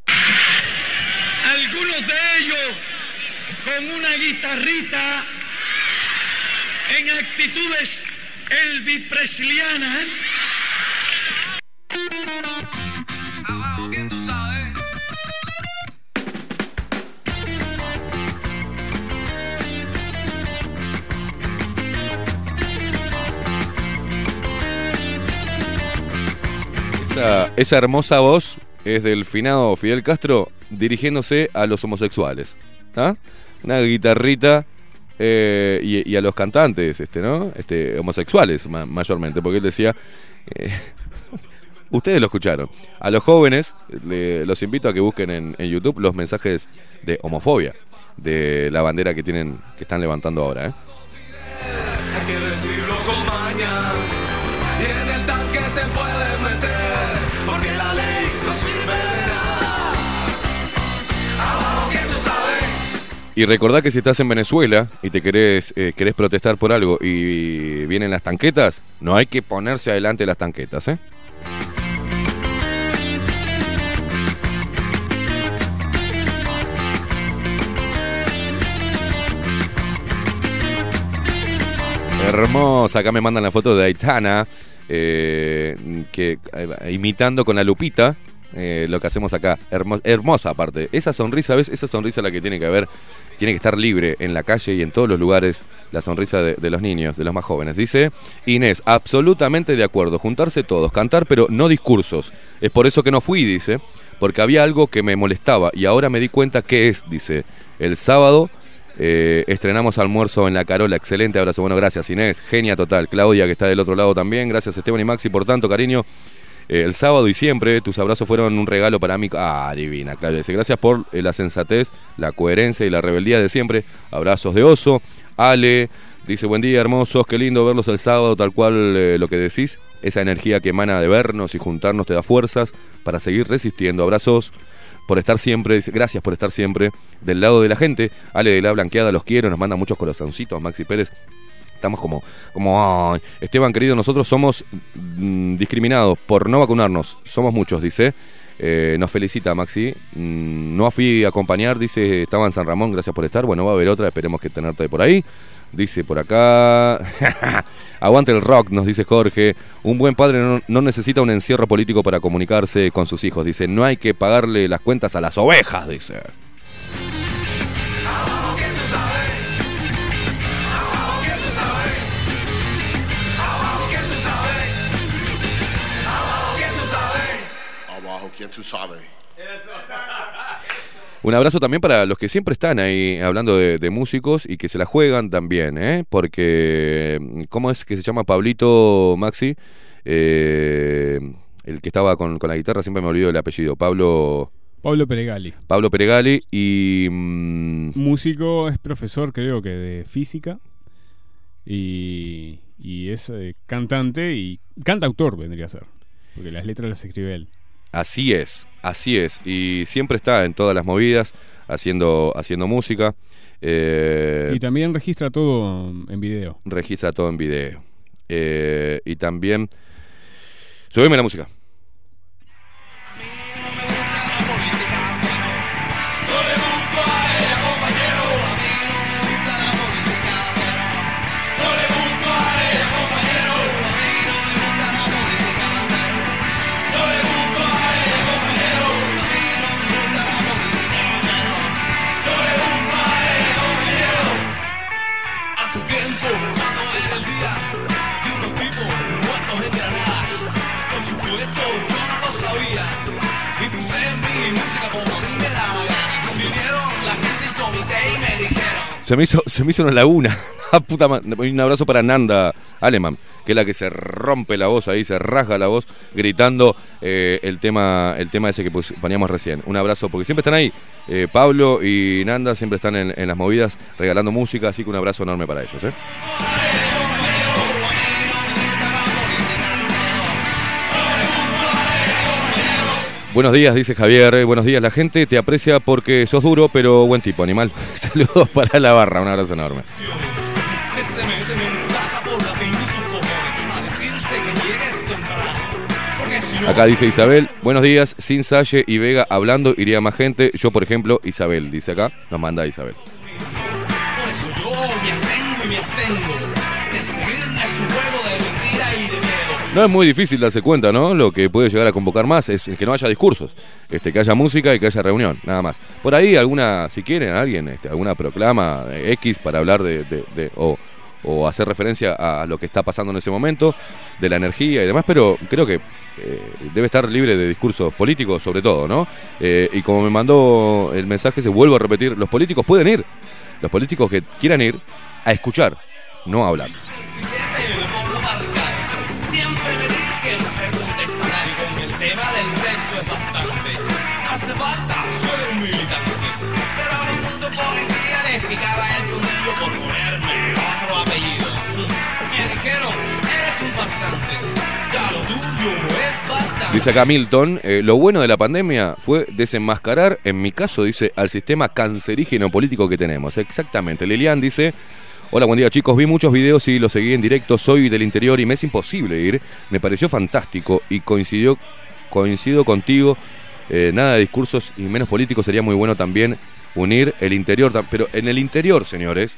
Algunos de ellos con una guitarrita en actitudes Elvis Presleyanas. Abajo, ¿quién tú sabes? Esa, esa hermosa voz es del finado Fidel Castro dirigiéndose a los homosexuales. ¿Ah? Una guitarrita eh, y, y a los cantantes, este, ¿no? Este, homosexuales ma- mayormente, porque él decía. Eh, Ustedes lo escucharon. A los jóvenes le, los invito a que busquen en, en YouTube los mensajes de homofobia de la bandera que tienen, que están levantando ahora, ¿eh? Hay que decirlo con maña. Y en el tanque te puedes meter, porque la ley no sirve de nada. Abajo, ¿quién tú sabes? Y recordá que si estás en Venezuela y te querés, eh, querés protestar por algo y vienen las tanquetas, no hay que ponerse adelante de las tanquetas, ¿eh? Hermosa, acá me mandan la foto de Aitana, eh, que eh, imitando con la lupita eh, lo que hacemos acá. Hermo, hermosa aparte. Esa sonrisa, ¿ves? Esa sonrisa la que tiene que haber, tiene que estar libre en la calle y en todos los lugares, la sonrisa de, de los niños, de los más jóvenes. Dice Inés, absolutamente de acuerdo, juntarse todos, cantar pero no discursos. Es por eso que no fui, dice, porque había algo que me molestaba y ahora me di cuenta qué es, dice. El sábado Eh, estrenamos almuerzo en La Carola, excelente abrazo, bueno, gracias Inés, genia total. Claudia, que está del otro lado también, gracias Esteban y Maxi por tanto cariño, eh, el sábado y siempre, tus abrazos fueron un regalo para mí. Ah, divina, Claudia, dice, gracias por eh, la sensatez, la coherencia y la rebeldía de siempre, abrazos de oso. Ale, dice, buen día hermosos, qué lindo verlos el sábado, tal cual eh, lo que decís, esa energía que emana de vernos y juntarnos te da fuerzas para seguir resistiendo, abrazos por estar siempre, dice, gracias por estar siempre del lado de la gente. Ale de la Blanqueada, los quiero, nos manda muchos corazoncitos. Maxi Pérez, estamos como, como ay. Esteban querido, nosotros somos mmm, discriminados por no vacunarnos, somos muchos, dice. Eh, nos felicita Maxi, mm, no fui a acompañar, dice, estaba en San Ramón, gracias por estar. Bueno, va a haber otra, esperemos que tenerte por ahí. Dice por acá, aguante el rock, nos dice Jorge. Un buen padre no, no necesita un encierro político para comunicarse con sus hijos. Dice, no hay que pagarle las cuentas a las ovejas, dice. Abajo, ¿quién tú sabes? Abajo, ¿quién tú sabes? Abajo, ¿quién tú sabes? Abajo, ¿quién tú sabes? Abajo, ¿quién tú sabes? Un abrazo también para los que siempre están ahí hablando de, de músicos y que se la juegan también, ¿eh? Porque, ¿cómo es que se llama Pablito, Maxi? Eh, el que estaba con, con la guitarra, siempre me olvido el apellido, Pablo... Pablo Peregali. Pablo Peregali y... Mmm... Músico, es profesor creo que de física y, y es eh, cantante y cantautor vendría a ser, porque las letras las escribe él. Así es, así es. Y siempre está en todas las movidas, haciendo, haciendo música. Eh, y también registra todo en video. Registra todo en video. Eh, y también... Subime la música. Se me hizo, se me hizo una laguna. Puta madre. Un abrazo para Nanda Aleman, que es la que se rompe la voz ahí, se rasga la voz gritando eh, el tema el tema ese que poníamos recién. Un abrazo, porque siempre están ahí. Eh, Pablo y Nanda siempre están en, en las movidas regalando música, así que un abrazo enorme para ellos, ¿eh? Buenos días, dice Javier. Eh, buenos días, la gente te aprecia porque sos duro, pero buen tipo, animal. Saludos para la barra, un abrazo enorme. Acá dice Isabel, buenos días, sin Salle y Vega hablando iría más gente. Yo, por ejemplo, Isabel, dice acá, nos manda Isabel. Por eso yo me abstengo y me abstengo de seguirme su juego de mentira y de miedo. No es muy difícil darse cuenta, ¿no? Lo que puede llegar a convocar más es que no haya discursos, este, que haya música y que haya reunión, nada más. Por ahí alguna, si quieren, alguien, este, alguna proclama X para hablar de, de, de o, o hacer referencia a lo que está pasando en ese momento, de la energía y demás, pero creo que eh, debe estar libre de discursos políticos sobre todo, ¿no? Eh, y como me mandó el mensaje, se vuelvo a repetir, los políticos pueden ir, los políticos que quieran ir a escuchar, no a hablar. Siempre me dije no ser contestatario con el tema del sexo es bastante. Hace falta, soy un militante. Pero a un punto policía les picaba el fundillo por ponerme otro apellido. Me dijeron, eres un farsante. Ya lo tuyo es bastante. Dice acá Milton, eh, lo bueno de la pandemia fue desenmascarar, en mi caso, dice, al sistema cancerígeno político que tenemos. Exactamente. Lilian dice... Hola, buen día chicos, vi muchos videos y los seguí en directo, soy del interior y me es imposible ir, me pareció fantástico y coincidió, coincido contigo, eh, nada de discursos y menos políticos, sería muy bueno también unir el interior, pero en el interior, señores,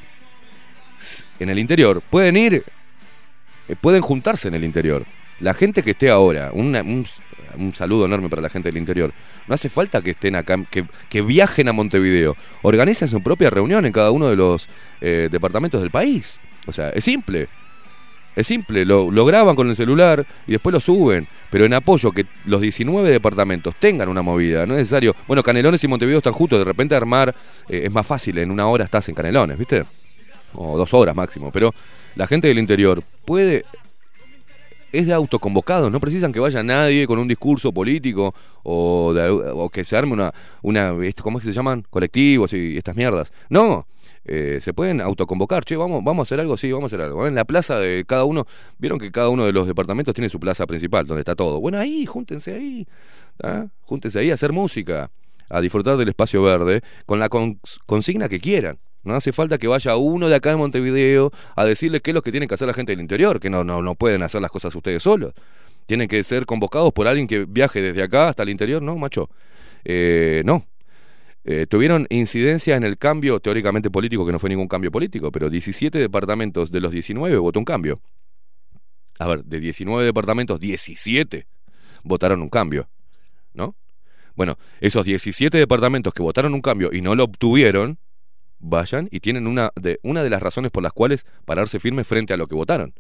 en el interior, pueden ir, eh, pueden juntarse en el interior, la gente que esté ahora, una, un, un saludo enorme para la gente del interior, no hace falta que estén acá, que, que viajen a Montevideo, organicen su propia reunión en cada uno de los eh, departamentos del país, o sea, es simple, es simple, lo, lo graban con el celular y después lo suben, pero en apoyo que los diecinueve departamentos tengan una movida, no es necesario, bueno, Canelones y Montevideo están juntos, de repente armar eh, es más fácil, en una hora estás en Canelones, ¿viste? O dos horas máximo, pero la gente del interior puede... Es de autoconvocados, no precisan que vaya nadie con un discurso político o, de, o que se arme una, una, ¿cómo es que se llaman? Colectivos y estas mierdas. No, eh, se pueden autoconvocar, che, vamos, vamos a hacer algo, sí, vamos a hacer algo. En la plaza de cada uno, vieron que cada uno de los departamentos tiene su plaza principal, donde está todo. Bueno, ahí, júntense ahí, ¿ah? Júntense ahí a hacer música, a disfrutar del espacio verde, con la con, consigna que quieran. No hace falta que vaya uno de acá de Montevideo a decirle qué es lo que tienen que hacer la gente del interior, que no, no, no pueden hacer las cosas ustedes solos. Tienen que ser convocados por alguien que viaje desde acá hasta el interior, ¿no, macho? Eh, no. Eh, tuvieron incidencia en el cambio teóricamente político, que no fue ningún cambio político, pero diecisiete departamentos de los diecinueve votó un cambio. A ver, de diecinueve departamentos, diecisiete votaron un cambio, ¿no? Bueno, esos diecisiete departamentos que votaron un cambio y no lo obtuvieron, vayan y tienen una de, una de las razones por las cuales pararse firme frente a lo que votaron.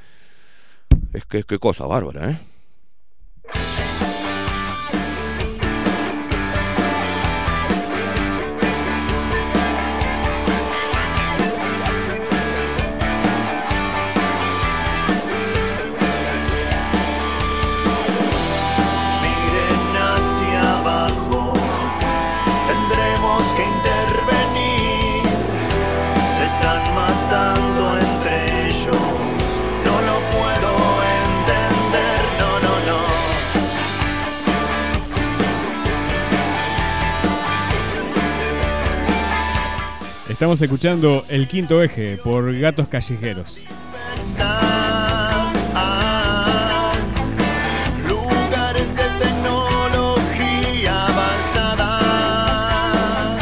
Es que qué cosa bárbara, ¿eh? Estamos escuchando El Quinto Eje por Gatos Callejeros. Lugares de tecnología avanzada.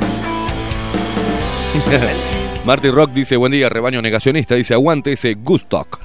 Marty Rock dice, buen día, rebaño negacionista, dice, aguante ese Gustock.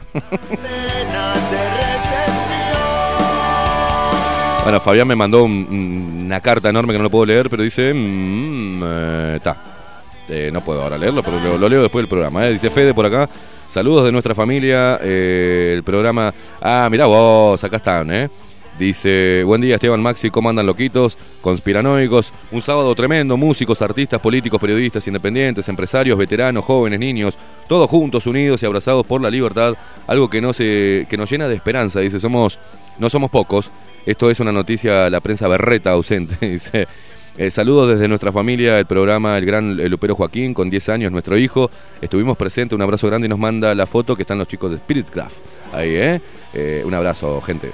Bueno, Fabián me mandó un, una carta enorme que no lo puedo leer, pero dice, está. Mm, eh, eh, no puedo ahora leerlo, pero lo, lo leo después del programa. ¿eh? Dice Fede por acá, saludos de nuestra familia, eh, el programa... Ah, mirá vos, acá están, ¿eh? Dice, buen día Esteban, Maxi, ¿cómo andan loquitos? Conspiranoicos. Un sábado tremendo, músicos, artistas, políticos, periodistas, independientes, empresarios, veteranos, jóvenes, niños, todos juntos, unidos y abrazados por la libertad. Algo que, no se, que nos llena de esperanza. Dice, somos, no somos pocos. Esto es una noticia, la prensa berreta ausente. Dice, eh, saludos desde nuestra familia, el programa El Gran Lupero Joaquín, con diez años, nuestro hijo. Estuvimos presentes, un abrazo grande y nos manda la foto que están los chicos de Spiritcraft. Ahí, ¿eh? eh un abrazo, gente.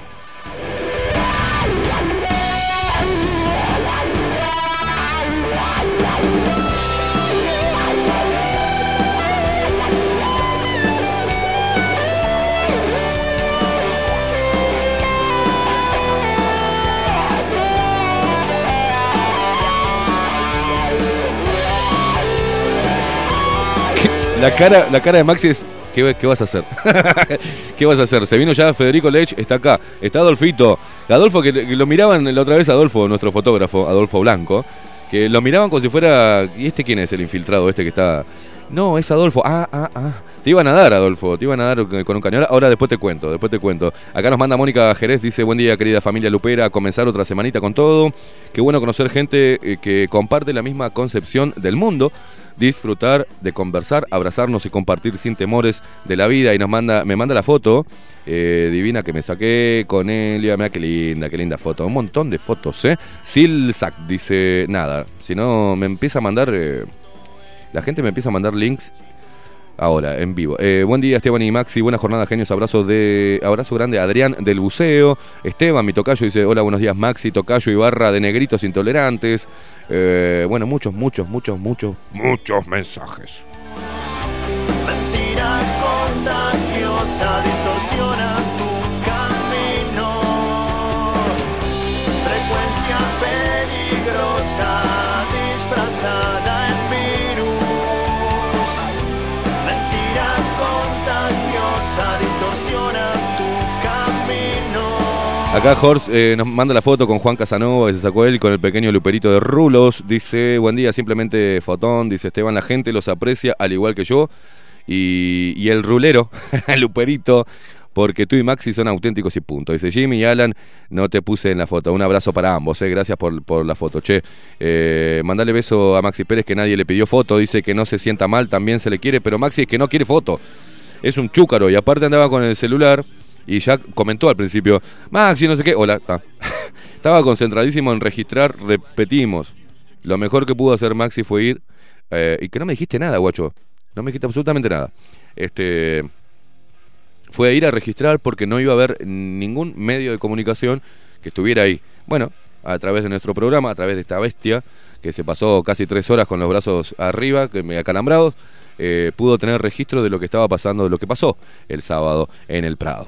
La cara, la cara de Maxi es, ¿qué, qué vas a hacer? ¿Qué vas a hacer? Se vino ya Federico Lech, está acá, está Adolfito. Adolfo, que, que lo miraban la otra vez, Adolfo, nuestro fotógrafo, Adolfo Blanco, que lo miraban como si fuera, ¿y este quién es el infiltrado este que está? No, es Adolfo. Ah, ah, ah. Te iban a dar, Adolfo, te iban a dar con un cañón. Ahora después te cuento, después te cuento. Acá nos manda Mónica Jerez, dice, buen día querida familia lupera, a comenzar otra semanita con todo. Qué bueno conocer gente eh, que comparte la misma concepción del mundo. Disfrutar de conversar, abrazarnos y compartir sin temores de la vida. Y nos manda, me manda la foto eh, divina que me saqué con Elia. Mira qué linda, qué linda foto. Un montón de fotos, ¿eh? Silsac dice, nada, si no me empieza a mandar, eh, la gente me empieza a mandar links ahora, en vivo. Eh, buen día Esteban y Maxi, buena jornada, genios, abrazo de abrazo grande a Adrián del Buceo. Esteban, mi tocayo, dice, hola, buenos días Maxi, tocayo y barra de negritos intolerantes. Eh, bueno, muchos, muchos, muchos, muchos, muchos mensajes. Mentira contagiosa distorsiona tu camino. Frecuencia peligrosa disfrazada en virus. Mentira contagiosa distorsiona tu camino. Acá Horst eh, nos manda la foto con Juan Casanova, que se sacó él con el pequeño luperito de rulos. Dice, buen día, simplemente fotón. Dice Esteban, la gente los aprecia al igual que yo. Y, y el rulero, el luperito, porque tú y Maxi son auténticos y punto. Dice Jimmy y Alan, no te puse en la foto. Un abrazo para ambos, eh. Gracias por, por la foto. Che, eh, mandale beso a Maxi Pérez, que nadie le pidió foto. Dice que no se sienta mal, también se le quiere, pero Maxi es que no quiere foto. Es un chúcaro y aparte andaba con el celular. Y ya comentó al principio, Maxi, no sé qué, hola, ah. Estaba concentradísimo en registrar, repetimos. Lo mejor que pudo hacer Maxi fue ir, eh, y que no me dijiste nada, guacho, no me dijiste absolutamente nada. Este, fue a ir a registrar porque no iba a haber ningún medio de comunicación que estuviera ahí. Bueno, a través de nuestro programa, a través de esta bestia, que se pasó casi tres horas con los brazos arriba, que me acalambrados, eh, pudo tener registro de lo que estaba pasando, de lo que pasó el sábado en el Prado.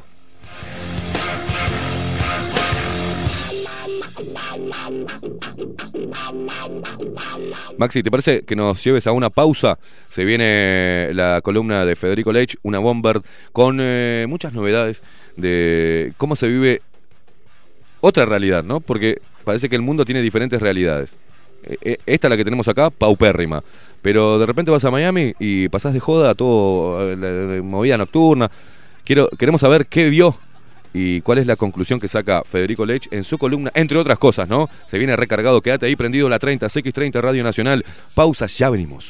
Maxi, ¿te parece que nos lleves a una pausa? Se viene la columna de Federico Lech, una bomber, con eh, muchas novedades de cómo se vive otra realidad, ¿no? Porque parece que el mundo tiene diferentes realidades. Eh, esta, la que tenemos acá, paupérrima. Pero de repente vas a Miami y pasás de joda a todo, la, la movida nocturna. Quiero, queremos saber qué vio y cuál es la conclusión que saca Federico Lech en su columna, entre otras cosas, ¿no? Se viene recargado, quédate ahí prendido, la treinta, C X treinta Radio Nacional. Pausas, ya venimos.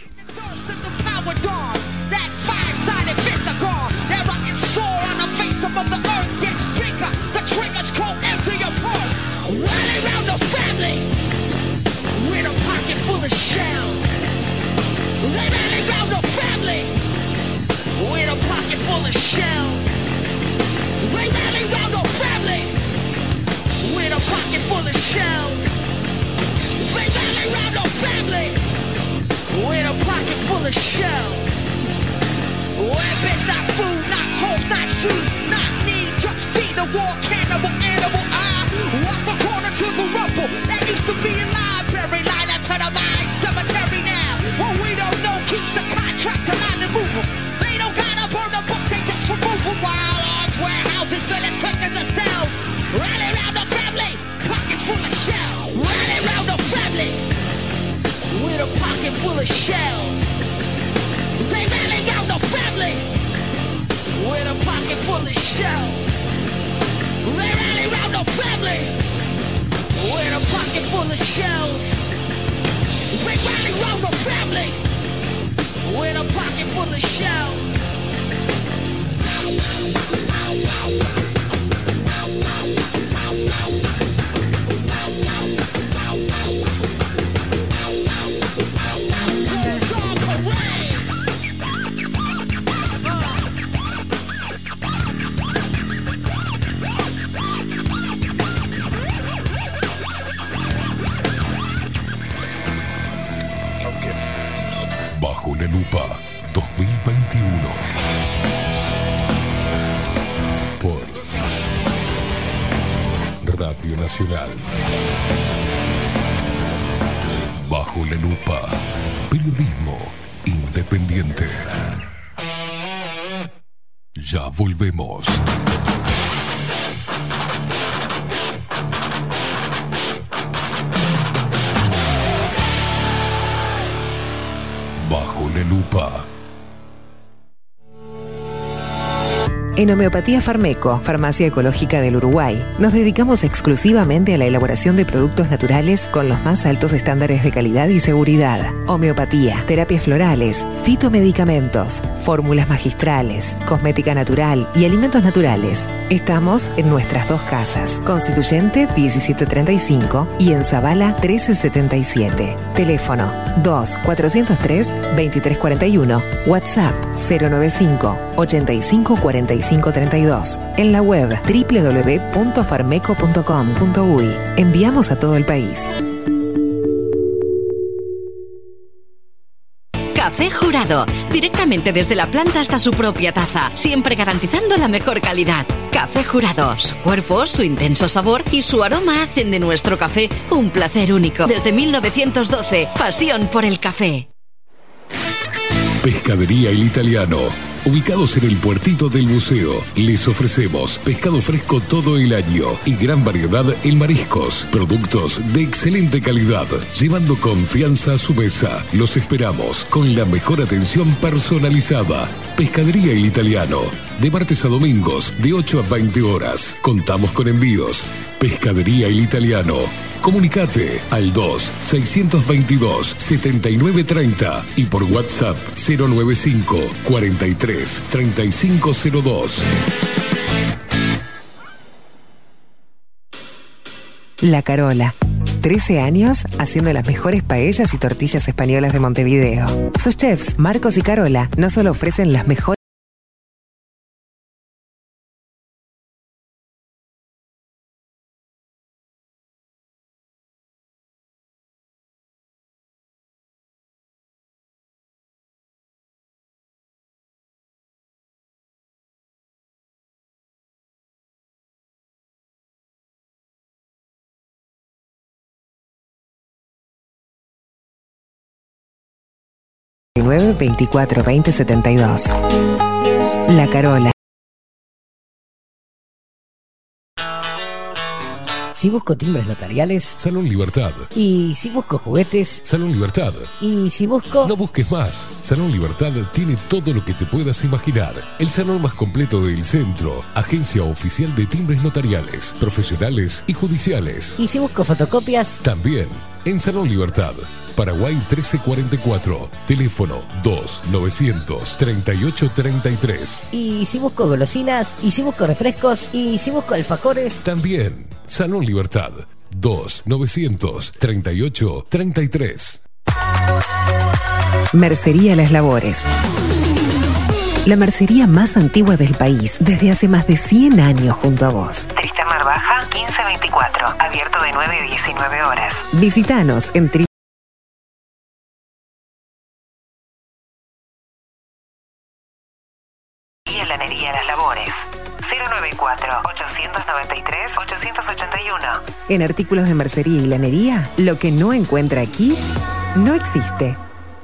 Pocket full of shells. They rally round no family with a pocket full of shells. Weapons, not food, not hope, not shoes, not need, just feed the war cannibal animal. I walk the corner to the rubble that used to be a library, line up to the mine cemetery now. What we don't know keeps the contract alive and moving. They don't gotta burn the book, they just remove them. While arms warehouses fill as quick as a cell. Rally round the family, pockets full of shells. Rally round the family with a pocket full of shells. They rally round the family with a pocket full of shells. They rally round the family with a pocket full of shells. We're riding around the family with a pocket full of shells. Bajo la lupa dos mil veintiuno. Por Radio Nacional. Bajo la lupa. Periodismo independiente. Ya volvemos. Bajo la lupa. En Homeopatía Farmeco, Farmacia Ecológica del Uruguay, nos dedicamos exclusivamente a la elaboración de productos naturales con los más altos estándares de calidad y seguridad. Homeopatía, terapias florales, fitomedicamentos, fórmulas magistrales, cosmética natural y alimentos naturales. Estamos en nuestras dos casas, Constituyente diecisiete treinta y cinco y en Zabala trece setenta y siete. Teléfono dos cuatrocientos tres veintitrés cuarenta y uno, WhatsApp cero noventa y cinco ochenta y cinco cuarenta y cinco treinta y dos. En la web doble u doble u doble u punto farmeco punto com punto uy. Enviamos a todo el país. Café Jurado, directamente desde la planta hasta su propia taza, siempre garantizando la mejor calidad. Café Jurado, su cuerpo, su intenso sabor y su aroma hacen de nuestro café un placer único. Desde mil novecientos doce, pasión por el café. Pescadería El Italiano. Ubicados en el puertito del buceo, les ofrecemos pescado fresco todo el año y gran variedad en mariscos, productos de excelente calidad, llevando confianza a su mesa. Los esperamos con la mejor atención personalizada. Pescadería El Italiano, de martes a domingos, de ocho a veinte horas. Contamos con envíos. Pescadería El Italiano. Comunicate al dos seiscientos veintidós setenta y nueve treinta y por WhatsApp cero noventa y cinco cuarenta y tres treinta y cinco cero dos. La Carola. trece años haciendo las mejores paellas y tortillas españolas de Montevideo. Sus chefs, Marcos y Carola, no solo ofrecen las mejores nueve veinticuatro veinte setenta y dos. La Carola. Si busco timbres notariales, Salón Libertad. Y si busco juguetes, Salón Libertad. Y si busco... No busques más. Salón Libertad tiene todo lo que te puedas imaginar. El salón más completo del centro. Agencia oficial de timbres notariales, profesionales y judiciales. Y si busco fotocopias, también en Salón Libertad. Paraguay trece cuarenta y cuatro. Teléfono dos novecientos treinta y ocho treinta y tres. Y si busco golosinas, y si busco refrescos, y si busco alfajores, también Salón Libertad. dos novecientos treinta y ocho treinta y tres. Mercería Las Labores. La mercería más antigua del país, desde hace más de cien años junto a vos. Tristán Baja, quince veinticuatro. Abierto de nueve a diecinueve horas. Visítanos en tri Lanería Las Labores. cero noventa y cuatro ochocientos noventa y tres ochocientos ochenta y uno. En artículos de mercería y lanería, lo que no encuentra aquí, no existe.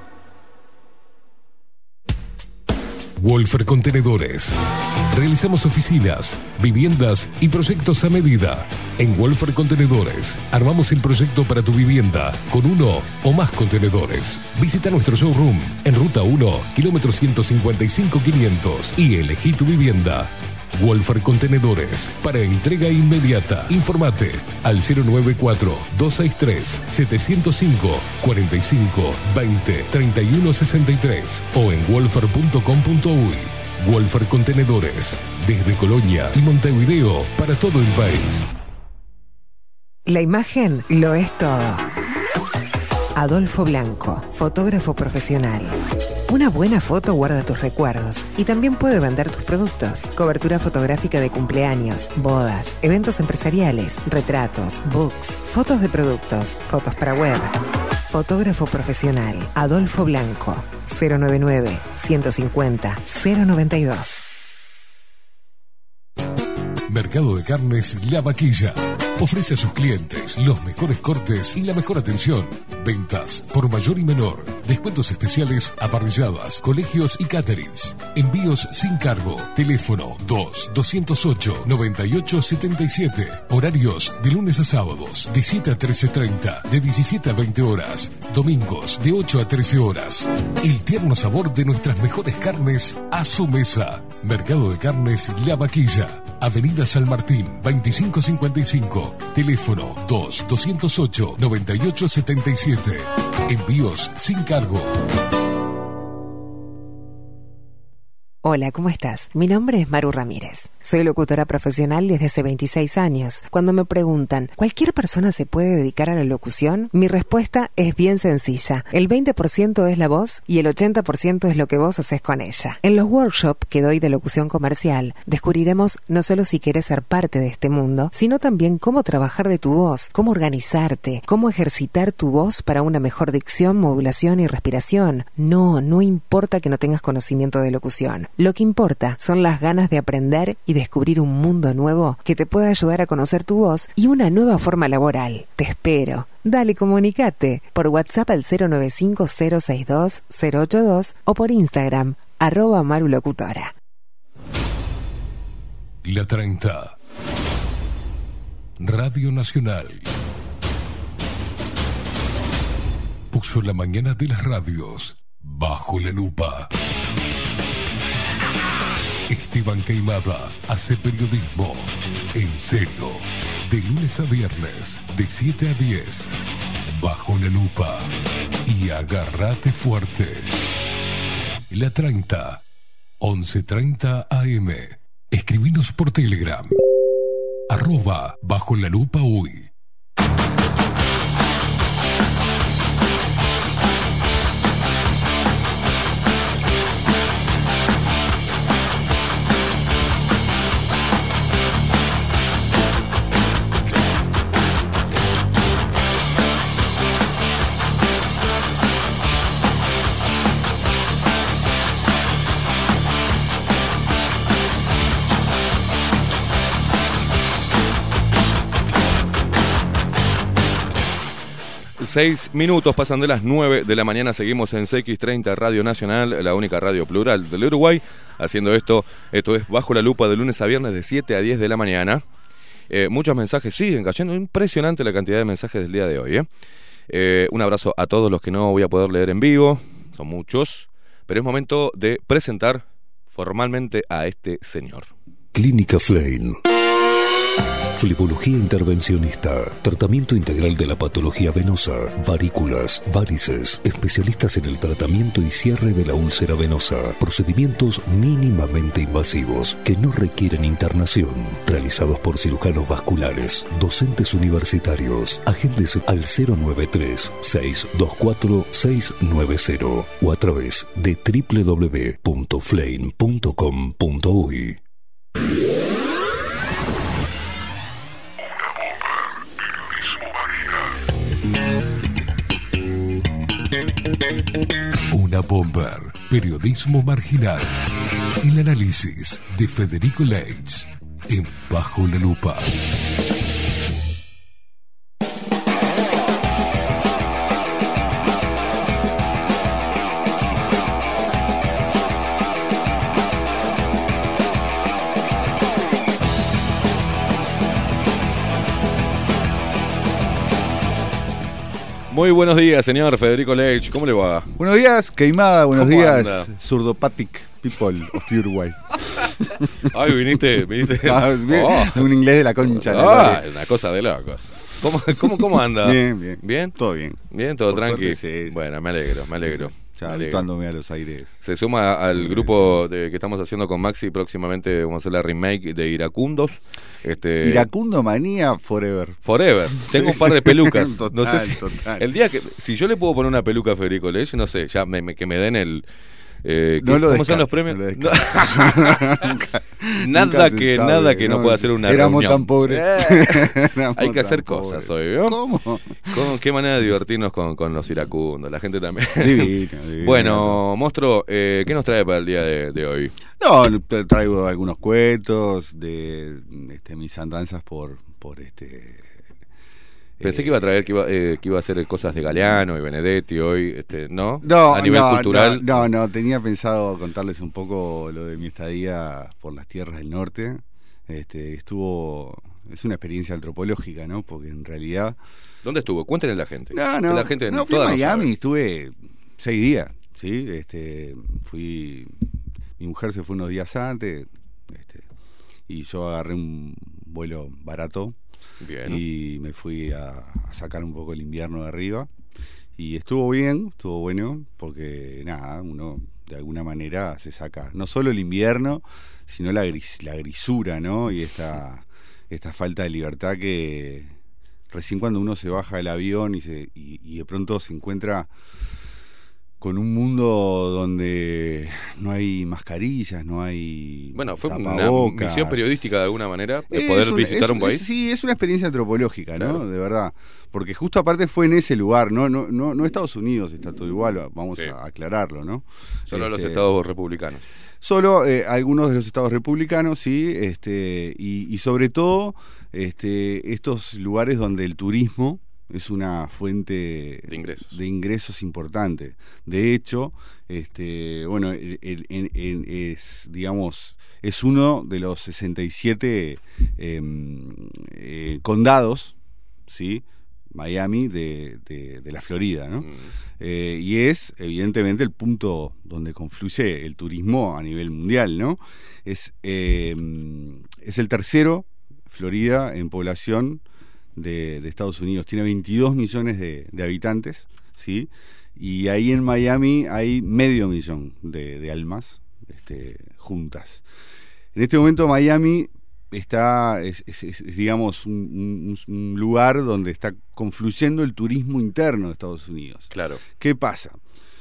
Wolfer Contenedores. Realizamos oficinas, viviendas y proyectos a medida. En Wolfer Contenedores armamos el proyecto para tu vivienda con uno o más contenedores. Visita nuestro showroom en Ruta uno, kilómetro ciento cincuenta y cinco quinientos y elegí tu vivienda. Wolfer Contenedores, para entrega inmediata. Informate al cero nueve cuatro, dos seis tres, siete cero cinco, cuatro cinco, veinte, treinta y uno sesenta y tres o en wolfer punto com punto uy. Wolfer Contenedores, desde Colonia y Montevideo para todo el país. La imagen lo es todo. Adolfo Blanco, fotógrafo profesional. Una buena foto guarda tus recuerdos y también puede vender tus productos. Cobertura fotográfica de cumpleaños, bodas, eventos empresariales, retratos, books, fotos de productos, fotos para web. Fotógrafo profesional, Adolfo Blanco, cero noventa y nueve, ciento cincuenta, cero noventa y dos. Mercado de Carnes La Vaquilla. Ofrece a sus clientes los mejores cortes y la mejor atención. Ventas por mayor y menor. Descuentos especiales a parrilladas, colegios y caterings. Envíos sin cargo. Teléfono dos, doscientos ocho, noventa y ocho setenta y siete. Horarios de lunes a sábados de siete a trece treinta, de diecisiete a veinte horas. Domingos de ocho a trece horas. El tierno sabor de nuestras mejores carnes a su mesa. Mercado de Carnes La Vaquilla. Avenida San Martín, veinticinco cincuenta y cinco. Teléfono dos, doscientos ocho, noventa y ocho setenta y siete. Envíos sin cargo. Hola, ¿cómo estás? Mi nombre es Maru Ramírez. Soy locutora profesional desde hace veintiséis años. Cuando me preguntan, ¿cualquier persona se puede dedicar a la locución? Mi respuesta es bien sencilla. El veinte por ciento es la voz y el ochenta por ciento es lo que vos haces con ella. En los workshops que doy de locución comercial, descubriremos no solo si querés ser parte de este mundo, sino también cómo trabajar de tu voz, cómo organizarte, cómo ejercitar tu voz para una mejor dicción, modulación y respiración. No, no importa que no tengas conocimiento de locución. Lo que importa son las ganas de aprender y descubrir un mundo nuevo que te pueda ayudar a conocer tu voz y una nueva forma laboral. Te espero. Dale, comunicate por WhatsApp al cero nueve cinco, cero seis dos, cero ocho dos o por Instagram, arroba marulocutora. La treinta. Radio Nacional. Puso la mañana de las radios bajo la lupa. Esteban Queimada hace periodismo en serio, de lunes a viernes, de siete a diez, bajo la lupa, y agárrate fuerte. La treinta, once treinta A M. Escribinos por Telegram, arroba bajo la lupa uy. Seis minutos pasan de las nueve de la mañana. Seguimos en C X treinta Radio Nacional, la única radio plural del Uruguay, haciendo esto. Esto es Bajo la Lupa, de lunes a viernes de siete a diez de la mañana. Eh, muchos mensajes siguen cayendo. Impresionante la cantidad de mensajes del día de hoy. ¿eh? Eh, un abrazo a todos los que no voy a poder leer en vivo. Son muchos. Pero es momento de presentar formalmente a este señor. Clínica Flein. Flebología intervencionista, tratamiento integral de la patología venosa, varículas, varices, especialistas en el tratamiento y cierre de la úlcera venosa, procedimientos mínimamente invasivos que no requieren internación, realizados por cirujanos vasculares, docentes universitarios, agentes al cero nueve tres, seis dos cuatro, seis nueve cero o a través de doble u doble u doble u punto flein punto com punto uy. Una Bomber, periodismo marginal. El análisis de Federico Leitch en Bajo la Lupa. Muy buenos días, señor Federico Lech. ¿Cómo le va? Buenos días, Queimada. Buenos ¿Cómo días, anda? Surdopathic people of Uruguay. Ay, viniste, viniste. Ah, bien, Oh. un inglés de la concha. Ah, la una cosa de locos. ¿Cómo, cómo, cómo anda? Bien, bien. ¿Bien? Todo bien. Bien, todo Por tranqui. suerte, sí, sí. Bueno, me alegro, me alegro. Ya me alegro. habituándome a los aires. Se suma al grupo de, que estamos haciendo con Maxi. Próximamente vamos a hacer la remake de Iracundos. Este, Iracundo Manía Forever. Forever. Tengo Sí, un par de sí. pelucas. Total, no sé si total. el día que si yo le puedo poner una peluca a Federico Lech, no sé, ya me, me- que me den el eh, No ¿qué- lo ¿cómo son los descartes, premios? no lo No. descartes. Nunca- nada nunca se que sabe, nada que no, no, pueda hacer una éramos reunión. tan pobres. Eh, Éramos hay que tan hacer pobres. cosas hoy, ¿vio? ¿Cómo? ¿Cómo? Qué manera de divertirnos con, con los iracundos, la gente también. Divino, divino. Bueno, monstruo, eh, ¿qué nos trae para el día de, de hoy? No, te traigo algunos cuentos de este, mis andanzas por, por este. Pensé que iba a traer que iba, eh, que iba a hacer cosas de Galeano y Benedetti hoy, este, ¿no? No, a nivel no, cultural. No, no, no, tenía pensado contarles un poco lo de mi estadía por las tierras del norte. Este, estuvo, es una experiencia antropológica, ¿no? Porque en realidad. ¿Dónde estuvo? Cuéntenle a la gente. No, Que no, la gente no, fui a toda no Miami, sabe. estuve seis días, ¿sí? Este, fui, mi mujer se fue unos días antes, este, y yo agarré un vuelo barato. Bien. Y me fui a, a sacar un poco el invierno de arriba. Y estuvo bien, estuvo bueno, porque nada, uno de alguna manera se saca no solo el invierno, sino la, gris, la grisura, ¿no? Y esta, esta falta de libertad que recién cuando uno se baja del avión y, se, y, y de pronto se encuentra con un mundo donde no hay mascarillas, no hay Bueno, fue una tapabocas. misión periodística de alguna manera, de Es poder un- visitar es- un país. es- sí, es una experiencia antropológica, ¿no? Claro. De verdad. Porque justo aparte fue en ese lugar, no, no, no, no Estados Unidos, está todo igual, vamos Sí. a aclararlo, ¿no? Solo los Este, estados republicanos. Solo eh, algunos de los estados republicanos, sí, este, y, y sobre todo este, estos lugares donde el turismo es una fuente De ingresos. de ingresos importante. De hecho, este, bueno, el- el- en- en- es, digamos, es uno de los sesenta y siete em, eh, condados, ¿sí? Miami de, de, de la Florida, ¿no? Mm. Eh, y es evidentemente el punto donde confluye el turismo a nivel mundial, ¿no? Es, eh, es el tercero, Florida, en población de, de Estados Unidos. Tiene veintidós millones de, de habitantes, ¿sí? Y ahí en Miami hay medio millón de, de almas este, juntas. En este momento Miami está, es, es- es, digamos, un, un- un lugar donde está confluyendo el turismo interno de Estados Unidos. Claro. ¿Qué pasa?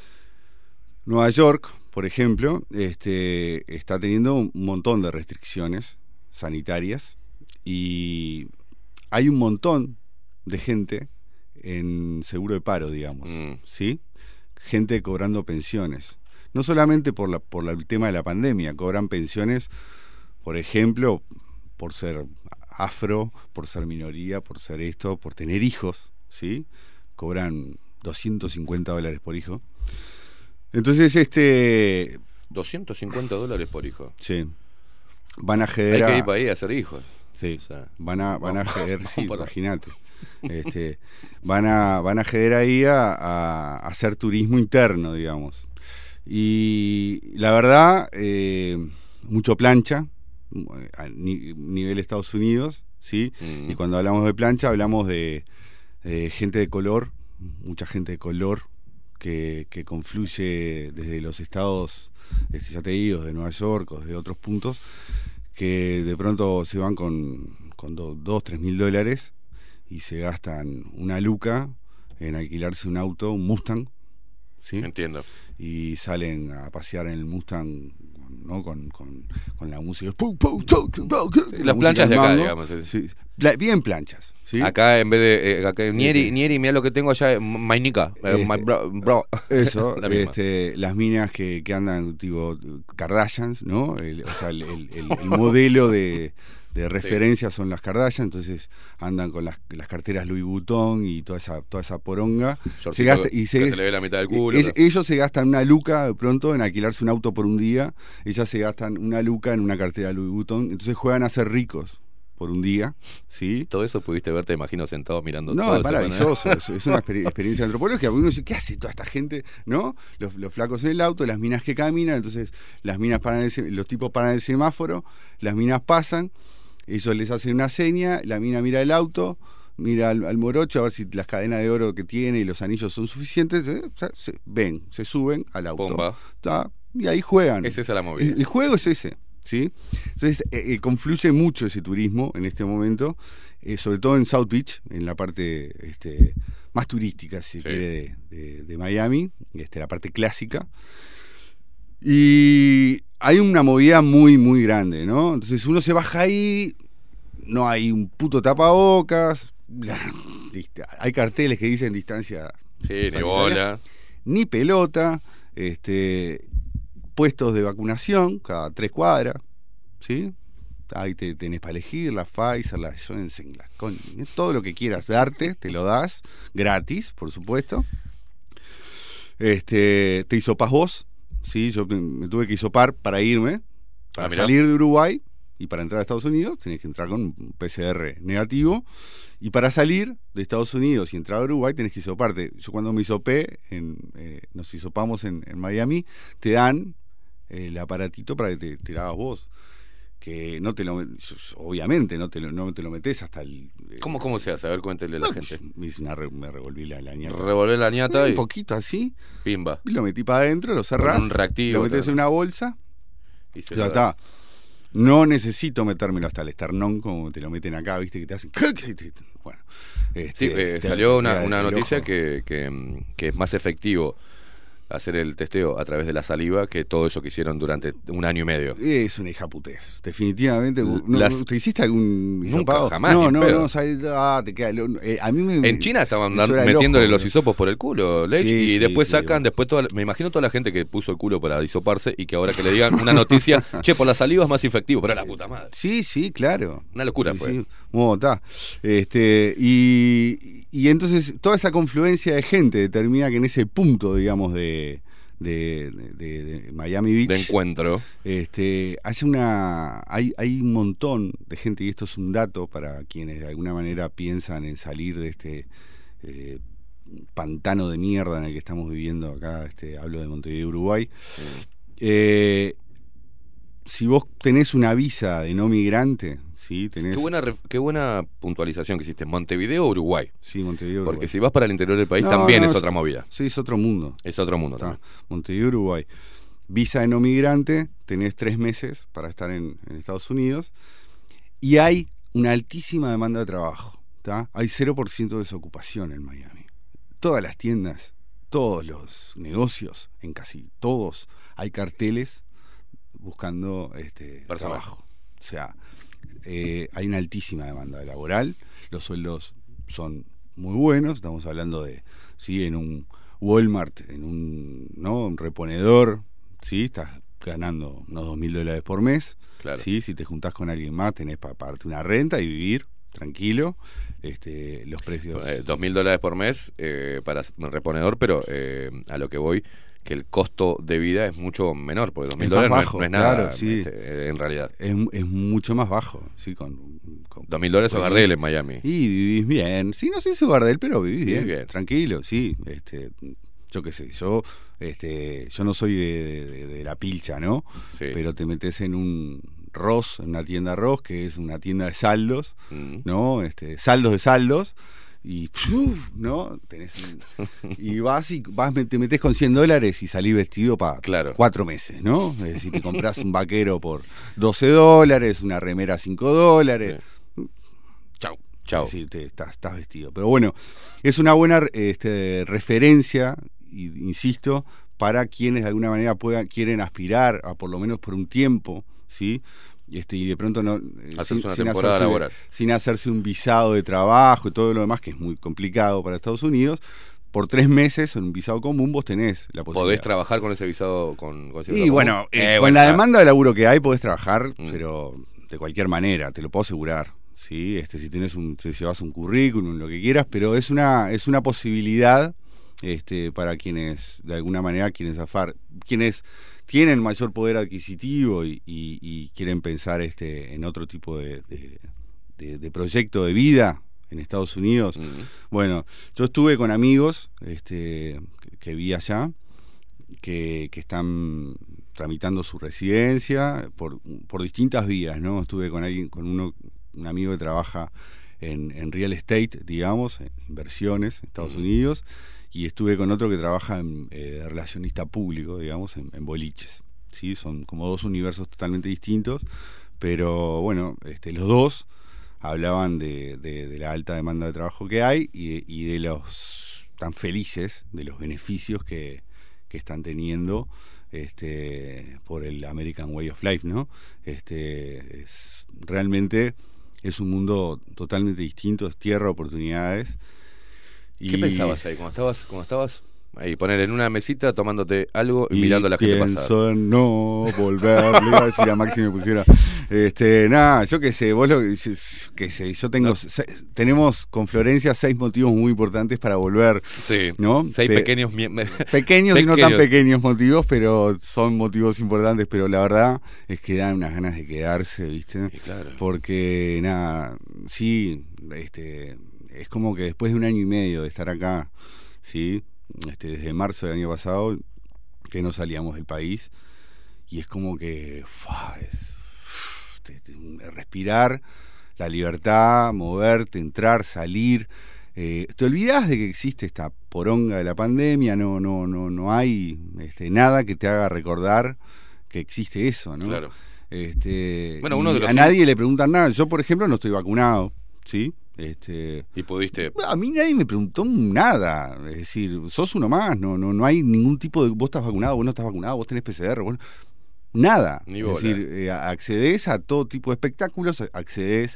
Nueva York, por ejemplo, este, está teniendo un montón de restricciones sanitarias y hay un montón de gente en seguro de paro, digamos, Mm. ¿sí? Gente cobrando pensiones. No solamente por, la, por la- el tema de la pandemia, cobran pensiones, por ejemplo, por ser afro, por ser minoría, por ser esto, por tener hijos, ¿sí? Cobran doscientos cincuenta dólares por hijo. Entonces, este... doscientos cincuenta dólares por hijo. Sí. Van a Hay acceder que a... ir para ahí a hacer hijos. Sí, O sea, van a, van a vamos- acceder, vamos sí, para- imagínate. Este, van a, van a acceder ahí a, a- a hacer turismo interno, digamos. Y la verdad, eh, mucho plancha, a ni- nivel Estados Unidos, ¿sí? Mm. Y cuando hablamos de plancha, hablamos de, de gente de color, mucha gente de color que, que confluye desde los estados, este, ya te digo, de Nueva York o de otros puntos, que de pronto se van con, con do- dos, tres mil dólares y se gastan una luca en alquilarse un auto, un Mustang, ¿sí? Entiendo. Y salen a pasear en el Mustang, ¿no? Con, con, con la música. pu, pu, tu, tu, pu, Sí, las la planchas música de al acá, mango. digamos, sí. Sí, pla- bien planchas, ¿sí? Acá en vez de eh, acá, Nieri, Este- Nieri, mira lo que tengo allá, Mainika, eh, Este, my bro, bro. Eso, La misma. este, las minas que, que andan tipo Kardashians, ¿no? El- o sea, el, el- el- el modelo de, de referencia son las Kardashians, entonces andan con las, las carteras Louis Vuitton y toda esa, toda esa poronga. Shortcito Se gasta, y que se, se le ve la mitad del culo, es- ¿no? ellos se gastan una luca de pronto en alquilarse un auto por un día, ellas se gastan una luca en una cartera Louis Vuitton, entonces juegan a ser ricos. por un día, ¿sí? Todo eso pudiste verte, imagino, sentado mirando No, todo es eso, maravilloso, es, es una exper- experiencia antropológica. Uno dice, ¿qué hace toda esta gente? ¿No? Los, los flacos en el auto, las minas que caminan, entonces las minas paran el, se- los tipos paran el semáforo, las minas pasan, ellos les hacen una seña, la mina mira el auto, mira al, al morocho a ver si las cadenas de oro que tiene y los anillos son suficientes, ¿eh? O sea, se, ven, se suben al auto. Bomba. ¿Tá? Y ahí juegan. Es esa la movida. El, el juego es ese, ¿sí? Entonces eh, eh, confluye mucho ese turismo en este momento, eh, sobre todo en South Beach, en la parte este, más turística, si se Sí. quiere, de, de- de Miami, este, la parte clásica. Y hay una movida muy, muy grande, ¿no? Entonces uno se baja ahí, no hay un puto tapabocas, hay carteles que dicen distancia Sí, ni sanitaria, bola. ni pelota, este, puestos de vacunación cada tres cuadras, ¿sí? Ahí te tenés para elegir la Pfizer, la Johnson, la con, todo lo que quieras darte, te lo das, gratis, por supuesto. Este, te hisopas vos, ¿sí? Yo me, me tuve que hisopar para irme, para Ah, mirá. salir de Uruguay y para entrar a Estados Unidos tenés que entrar con un P C R negativo. Y para salir de Estados Unidos y entrar a Uruguay tenés que hisoparte. Yo cuando me hisopé, en, eh, nos hisopamos en, en Miami, te dan eh, el aparatito para que te, te lo hagas vos. Que no te lo, obviamente no te lo, no te lo metes hasta el... eh, ¿Cómo, ¿Cómo se hace? A ver, cuéntele a la no, gente. Me, hice una re- me revolví la, la ñata. Revolver la ñata Un y poquito así, pimba. y lo metí para adentro, lo cerrás, Con un reactivo, lo metes todo. en una bolsa, Y se ya lo está. da. No necesito metérmelo hasta el esternón como te lo meten acá, viste, que te hacen... Bueno, este, Sí, eh, te- salió te una, da una el noticia ojo. que, que, mm, que es más efectivo hacer el testeo a través de la saliva que todo eso que hicieron durante un año y medio. Es una hijaputez, definitivamente. No, Las- ¿Te hiciste algún Nunca, hisopado? jamás, No, ni no, pedo. no, ¿sabes? Ah, te queda, lo- eh, a mí me, En China estaban me dan- suena el metiéndole ojo, los boludo. hisopos por el culo, Lech, Sí, y sí, después sí, sacan, bueno. después toda, me imagino toda la gente que puso el culo para hisoparse y que ahora que le digan una noticia, che, por la saliva es más efectivo, pero la puta madre. Sí, sí, claro. Una locura Sí, fue. sí. Bueno, está. Este, y, y entonces toda esa confluencia de gente determina que en ese punto, digamos, de, de, de- de Miami Beach, De encuentro. este, hace una, hay, hay un montón de gente, y esto es un dato para quienes de alguna manera piensan en salir de este eh, pantano de mierda en el que estamos viviendo acá, este, hablo de Montevideo, Uruguay. Eh, si vos tenés una visa de no migrante, ¿sí? Tenés, Qué buena, re- qué buena puntualización que hiciste. ¿Montevideo o Uruguay? Sí, Montevideo, Porque Uruguay. si vas para el interior del país No, también no, es es- otra movida. Sí, es otro mundo. Es otro mundo Está. también. Montevideo, Uruguay. Visa de no migrante, tenés tres meses para estar en, en Estados Unidos y hay una altísima demanda de trabajo. ¿Tá? Hay cero por ciento de desocupación en Miami. Todas las tiendas, todos los negocios, en casi todos, hay carteles buscando este, Personal. trabajo. O sea, eh, hay una altísima demanda laboral, los sueldos son muy buenos, estamos hablando de, sí, en un Walmart, en un, ¿no? un reponedor, sí, estás ganando unos dos mil dólares por mes, Claro. sí, si te juntás con alguien más tenés para pagarte una renta y vivir tranquilo, este, los precios... Eh, dos mil dólares por mes eh, para un reponedor, pero eh, a lo que voy, que el costo de vida es mucho menor, porque dos mil Es más dólares no es- bajo, no es nada claro, sí. este, en realidad. Es, es mucho más bajo, sí, con... con dos mil dólares o vivís- Gardel en Miami. Y vivís bien. Sí, no sé si Gardel, pero vivís Vivís bien, bien. tranquilo, sí. Este, yo qué sé, yo este, yo no soy de, de- de- de la pilcha, ¿no? Sí. Pero te metes en un Ross, en una tienda Ross, que es una tienda de saldos, Mm. ¿no? Este, saldos de saldos. Y, ¡uf! ¿no? Tenés un- y vas y vas, te metes con cien dólares y salís vestido para Claro. cuatro meses, ¿no? Es decir, te compras un vaquero por doce dólares, una remera cinco dólares. Chau. Chau. Es decir, te- estás, estás vestido. Pero bueno, es una buena este, referencia, y, insisto, para quienes de alguna manera puedan, quieren aspirar a por lo menos por un tiempo, ¿sí? Este, y de pronto no eh, Hacerse una temporada hacerse, laboral. sin hacerse un visado de trabajo y todo lo demás, que es muy complicado para Estados Unidos. Por tres meses, en un visado común, vos tenés la posibilidad. ¿Podés trabajar con ese visado? Con, con ese Y visado bueno, común? eh, Eh, con bueno, la está. demanda de laburo que hay podés trabajar, Mm. pero de cualquier manera, te lo puedo asegurar. ¿Sí? Este, si tenés un, si llevas un currículum, lo que quieras, pero es una, es una posibilidad este, para quienes de alguna manera quieren zafar, quienes tienen mayor poder adquisitivo y, y- y quieren pensar este, en otro tipo de, de- de, de proyecto de vida en Estados Unidos. Uh-huh. Bueno, yo estuve con amigos este, que, que vi allá, que, que están tramitando su residencia por, por distintas vías, ¿no? Estuve con alguien, con uno, un amigo que trabaja en, en real estate, digamos, en inversiones en Estados uh-huh. Unidos, y estuve con otro que trabaja en eh, relacionista público, digamos, en, en boliches. ¿Sí? Son como dos universos totalmente distintos, pero bueno, este, los dos hablaban de, de, de la alta demanda de trabajo que hay y, y de los tan felices, de los beneficios que, que están teniendo este, por el American Way of Life, ¿no? Este, es, realmente es un mundo totalmente distinto, es tierra de oportunidades. ¿Qué y... pensabas ahí cuando estabas, cuando estabas ahí, poner en una mesita tomándote algo y, y mirando a la gente pasar? Pienso en no volver, le iba a decir a Maxi me pusiera. Este, nada, yo qué sé, vos lo que sé, yo tengo, no. se, tenemos con Florencia seis motivos muy importantes para volver. Sí, ¿no? Seis Pe- pequeños, pequeños, pequeños y no tan pequeños motivos, pero son motivos importantes, pero la verdad es que dan unas ganas de quedarse, ¿viste? Sí, claro. Porque, nada, sí, este, es como que después de un año y medio de estar acá, ¿sí? Este, desde marzo del año pasado que no salíamos del país y es como que ¡fua! Es, te, te, respirar la libertad, moverte, entrar, salir, eh, te olvidás de que existe esta poronga de la pandemia, no no no no hay este, nada que te haga recordar que existe eso, ¿no? Claro. Este, bueno, uno de los a nadie le preguntan nada. Yo, por ejemplo, no estoy vacunado, ¿sí? Este, y pudiste. A mí nadie me preguntó nada. Es decir, sos uno más, no, no, no hay ningún tipo de. Vos estás vacunado, vos no estás vacunado, vos tenés P C R, vos, nada. Ni es bola. decir, eh, accedes a todo tipo de espectáculos, accedes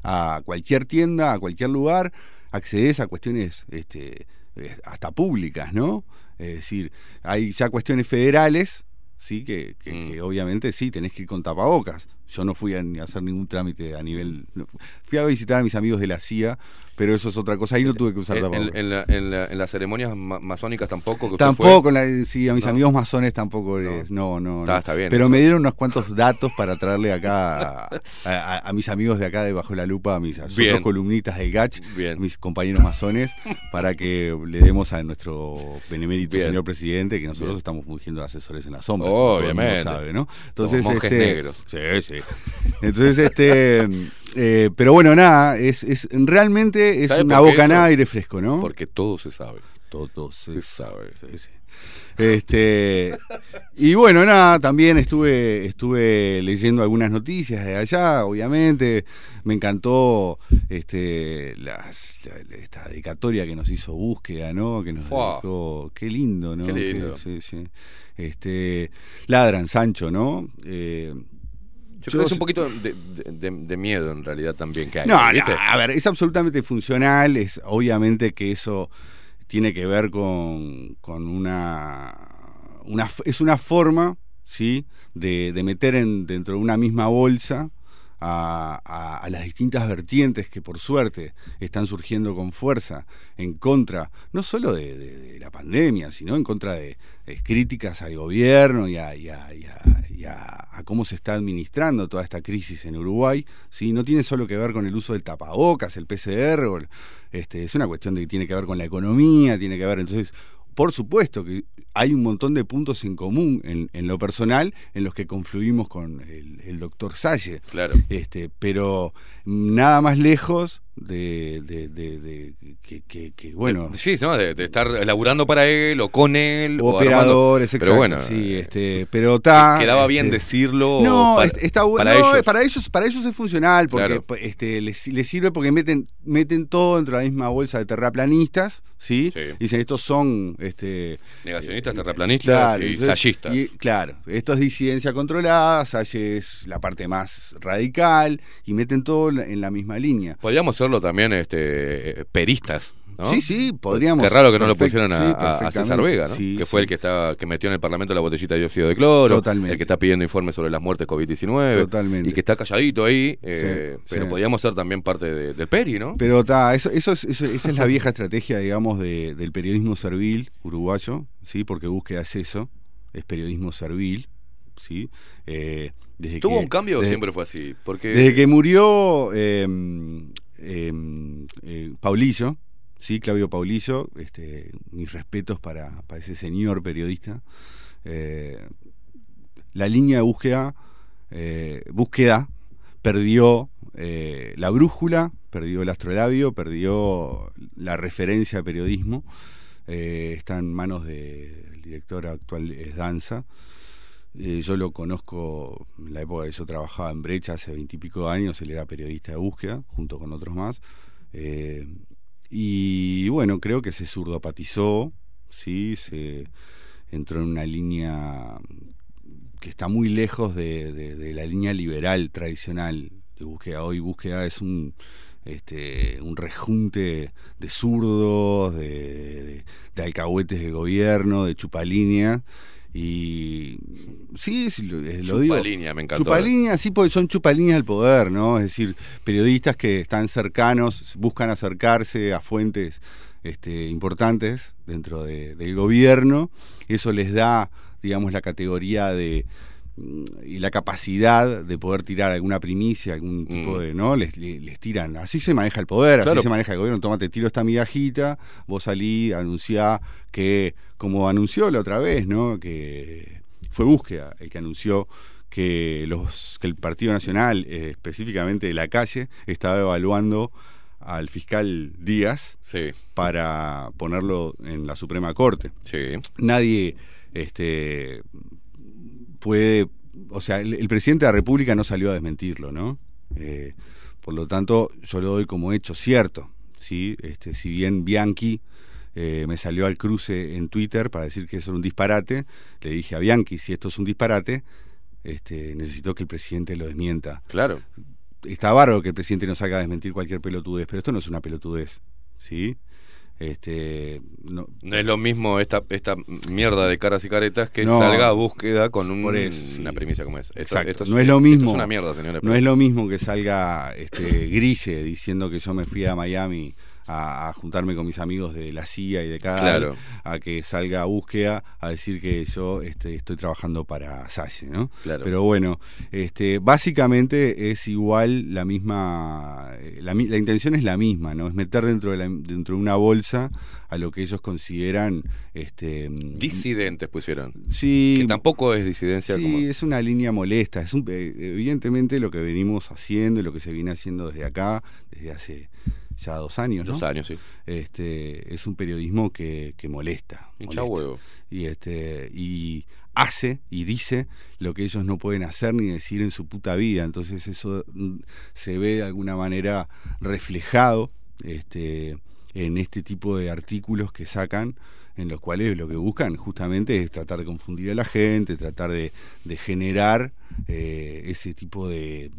a cualquier tienda, a cualquier lugar, accedes a cuestiones este, hasta públicas, ¿no? Es decir, hay ya cuestiones federales, sí, que, que, mm. que obviamente sí, tenés que ir con tapabocas. Yo no fui a, a hacer ningún trámite a nivel... No, fui a visitar a mis amigos de la C I A, pero eso es otra cosa. Ahí no tuve que usar en, tapabocas. En, en, la, en, la, en las ceremonias ma- masónicas tampoco. Que tampoco, la, sí, a mis no. amigos masones tampoco. No, es, no, no. Está, no. está bien. Pero eso. me dieron unos cuantos datos para traerle acá a, a, a, a mis amigos de acá de Bajo la Lupa, a mis a sus otros columnistas del Gach, bien. mis compañeros masones, para que le demos a nuestro benemérito bien. señor presidente que nosotros bien. estamos fungiendo de asesores en la sombra. Obviamente. Todo el mundo sabe, ¿no? Entonces, Somos monjes este, negros. Sí, sí. Entonces, este, eh, pero bueno, nada, es, es realmente es una bocanada de aire fresco, ¿no? Porque todo se sabe. Todo se, se sabe. Sí, sí. Este, y bueno, nada, también estuve, estuve leyendo algunas noticias de allá, obviamente. Me encantó este, las, la, esta dedicatoria que nos hizo Búsqueda, ¿no? Que nos wow. dedicó. Qué lindo, ¿no? Qué lindo. Que, sí, sí. Este, ladran Sancho, ¿no? Eh, Yo creo que es un poquito de, de, de, de miedo en realidad también que hay. No, ¿viste? no, a ver, es absolutamente funcional, es obviamente que eso tiene que ver con, con una, una es una forma, ¿sí? de, de meter en, dentro de una misma bolsa a, a, a las distintas vertientes que por suerte están surgiendo con fuerza en contra, no solo de, de, de la pandemia, sino en contra de, de críticas al gobierno y, a, y, a, y, a, y a, a cómo se está administrando toda esta crisis en Uruguay, ¿sí? No tiene solo que ver con el uso del tapabocas, el P C R, o el, este, es una cuestión de que tiene que ver con la economía, tiene que ver, entonces, por supuesto que hay un montón de puntos en común en, en lo personal en los que confluimos con el, el doctor Salle. Claro. Este, pero nada más lejos de, de, de, de que, que, que, bueno. Sí, ¿no? De, de estar laburando para él o con él. O operadores, exacto. Pero bueno. Sí, este, pero está. Quedaba bien este, decirlo. No, para, está bueno. Para, no, ellos. para ellos. Para ellos es funcional, porque claro. este, les, les sirve porque meten, meten todo dentro de la misma bolsa de terraplanistas, ¿sí? sí. Dicen, estos son. Este, Negacionistas, terraplanistas claro, y entonces, sayistas. Y, claro, esto es disidencia controlada, Salle es la parte más radical, y meten todo en la misma línea. Podríamos hacerlo también este, peristas, ¿no? Sí, sí, podríamos. Qué raro que no Perfect, lo pusieron a, sí, a, a César Vega, ¿no? Sí, que sí. fue el que estaba, que metió en el Parlamento la botellita de dióxido de cloro. Totalmente. El que está pidiendo informes sobre las muertes COVID diecinueve. Totalmente. Y que está calladito ahí. Eh, sí, pero sí. podríamos ser también parte de, del Peri, ¿no? Pero está, eso, eso, es, eso esa es la vieja estrategia, digamos, de, del periodismo servil uruguayo, ¿sí? Porque Búsqueda es eso, es periodismo servil, ¿sí? Eh, desde ¿Tuvo que, un cambio o desde, siempre fue así? Porque... Desde que murió eh, eh, eh, Paulillo, ¿sí? Claudio Paulillo, este, mis respetos para, para ese señor periodista. Eh, la línea de búsqueda, eh, búsqueda perdió eh, la brújula, perdió el astrolabio, perdió la referencia de periodismo. Eh, está en manos del director actual, es Danza. Eh, yo lo conozco en la época que yo trabajaba en Brecha, hace veintipico de años. Él era periodista de búsqueda, junto con otros más. Eh, y bueno, creo que se zurdopatizó, ¿sí? Se entró en una línea que está muy lejos de, de, de la línea liberal tradicional de búsqueda. Hoy búsqueda es un este un rejunte de zurdos, de, de, de alcahuetes de gobierno, de chupalíneas. Y sí, sí lo, lo digo. Chupalínea, me encantó. Chupalínea, sí, porque son chupalíneas del poder, ¿no? Es decir, periodistas que están cercanos, buscan acercarse a fuentes este, importantes dentro de, del gobierno. Eso les da, digamos, la categoría de y la capacidad de poder tirar alguna primicia, algún tipo mm. de, ¿no? Les, les, les tiran. Así se maneja el poder, claro. Así se maneja el gobierno. Toma, te tiro esta migajita, vos salí, anunciá que, como anunció la otra vez, ¿no? Que fue Búsqueda el que anunció que los que el Partido Nacional, eh, específicamente de la calle, estaba evaluando al fiscal Díaz sí. para ponerlo en la Suprema Corte. Sí. Nadie este puede, o sea, el, el presidente de la República no salió a desmentirlo, ¿no? Eh, por lo tanto, yo lo doy como hecho cierto, ¿sí? Este, si bien Bianchi eh, me salió al cruce en Twitter para decir que eso era un disparate, le dije a Bianchi, si esto es un disparate, este, necesito que el presidente lo desmienta. Claro. Está bárbaro que el presidente no salga a desmentir cualquier pelotudez, pero esto no es una pelotudez, ¿sí? Este, no, no es lo mismo esta esta mierda de caras y caretas que no, salga a Búsqueda con un, eso, sí. una primicia como esa. Esto, Exacto. Esto es, no es lo mismo. Esto es una mierda, señores. No es lo mismo que salga este, Grille diciendo que yo me fui a Miami a, a juntarme con mis amigos de la C I A y de cada claro. a que salga a Búsqueda a decir que yo este, estoy trabajando para Salle, ¿no? Claro. Pero bueno, este, básicamente es igual la misma, la, la intención es la misma, ¿no? Es meter dentro de la, dentro de una bolsa a lo que ellos consideran este disidentes pusieron. Sí. Que tampoco es disidencia. Sí, como... es una línea molesta. Es un, evidentemente lo que venimos haciendo, lo que se viene haciendo desde acá, desde hace ya dos años, ¿no? Dos años, sí. Este, es un periodismo que, que molesta. Hincha molesta. huevo. Y este, y hace y dice lo que ellos no pueden hacer ni decir en su puta vida. Entonces eso se ve de alguna manera reflejado, este, en este tipo de artículos que sacan, en los cuales lo que buscan justamente es tratar de confundir a la gente, tratar de, de generar eh, ese tipo de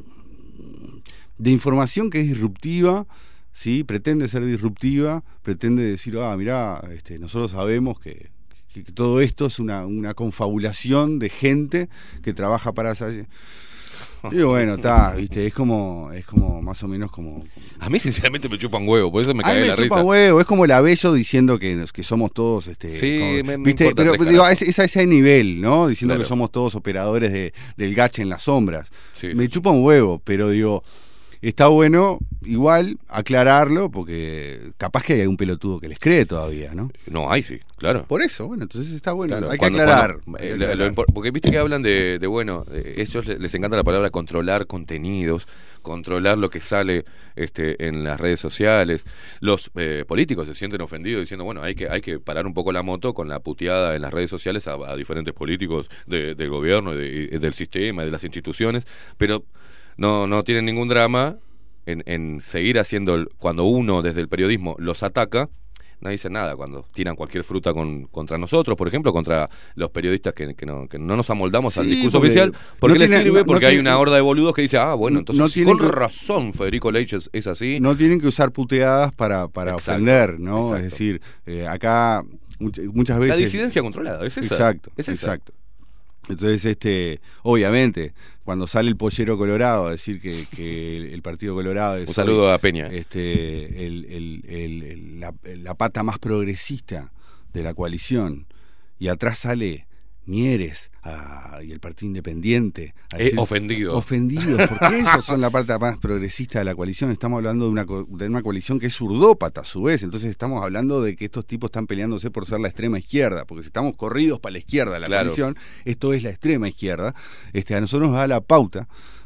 de información que es disruptiva, ¿sí? Pretende ser disruptiva, pretende decir, ah, mirá, este, nosotros sabemos que, que, que todo esto es una, una confabulación de gente que trabaja para esa... Y bueno, está, viste, es como, es como más o menos como... A mí sinceramente me chupan huevo, por eso me cae la risa. A mí me chupan huevo, es como el Abello diciendo que, que somos todos, este, sí, como, me, me viste, pero digo, es, es a ese nivel, ¿no? Diciendo claro. que somos todos operadores de, del gache en las sombras. Sí, me sí. chupa un huevo, pero digo, está bueno igual aclararlo, porque capaz que hay algún pelotudo que les cree todavía, ¿no? No, hay sí, claro. Por eso, bueno, entonces está bueno, claro, hay, cuando, que aclarar, cuando, hay que eh, aclarar. Lo, porque viste que hablan de, de bueno, eh, ellos les encanta la palabra controlar contenidos, controlar lo que sale este, en las redes sociales. Los eh, políticos se sienten ofendidos diciendo, bueno, hay que hay que parar un poco la moto con la puteada en las redes sociales a, a diferentes políticos de, del gobierno, de, de, del sistema, de las instituciones, pero no, no tienen ningún drama en, en seguir haciendo, cuando uno desde el periodismo los ataca, no dicen nada cuando tiran cualquier fruta con, contra nosotros, por ejemplo, contra los periodistas que, que, no, que no nos amoldamos sí, al discurso porque oficial, porque no les tiene, sirve, no, porque no hay tiene, una horda de boludos que dice, ah, bueno, entonces no con que, razón Federico Leitch es, es así. No tienen que usar puteadas para, para exacto, ofender, ¿no? Exacto. Es decir, eh, acá muchas veces... La disidencia controlada, es esa. Exacto, es esa. exacto. Entonces, este, obviamente, cuando sale el pollero colorado a decir que, que el, el Partido Colorado es un saludo hoy, a Peña, este, el, el, el, el, la, la pata más progresista de la coalición, y atrás sale Mieres a, y el Partido Independiente. A Eh, ofendido. Ofendidos, porque ellos son la parte más progresista de la coalición. Estamos hablando de una, co- de una coalición que es zurdópata a su vez. Entonces estamos hablando de que estos tipos están peleándose por ser la extrema izquierda, porque si estamos corridos para la izquierda de la Claro. coalición, esto es la extrema izquierda. Este, a nosotros nos da la pauta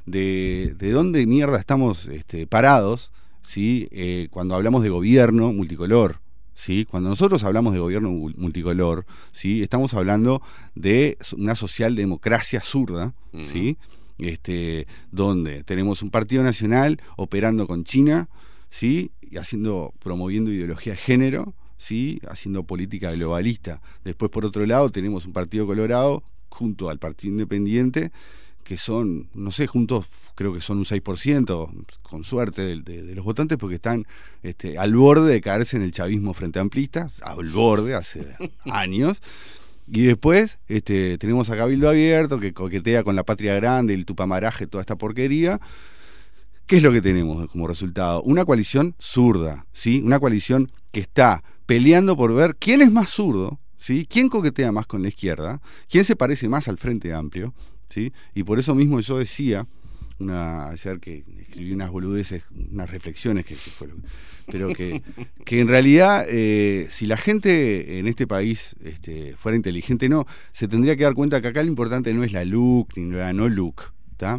de, de dónde mierda estamos este, parados, ¿sí? Eh, cuando hablamos de gobierno multicolor. ¿Sí? Cuando nosotros hablamos de gobierno multicolor, ¿sí? Estamos hablando de una socialdemocracia zurda, Ujú. ¿sí? Este, donde tenemos un partido nacional operando con China, ¿sí? Y haciendo, promoviendo ideología de género, ¿sí? Haciendo política globalista. Después, por otro lado, tenemos un partido colorado junto al Partido Independiente, que son, no sé, juntos creo que son un seis por ciento, con suerte, de, de, de los votantes, porque están este, al borde de caerse en el chavismo frente amplista, al borde, hace años. Y después este, tenemos a Cabildo Abierto, que coquetea con la Patria Grande, el Tupamaraje, toda esta porquería. ¿Qué es lo que tenemos como resultado? Una coalición zurda, ¿sí? Una coalición que está peleando por ver quién es más zurdo, ¿sí? ¿Quién coquetea más con la izquierda? ¿Quién se parece más al Frente Amplio? ¿Sí? Y por eso mismo yo decía, una, ayer que escribí unas boludeces, unas reflexiones, que, que fue lo, pero que, que en realidad, eh, si la gente en este país este, fuera inteligente, no, se tendría que dar cuenta que acá lo importante no es la look, ni la no look, ¿está?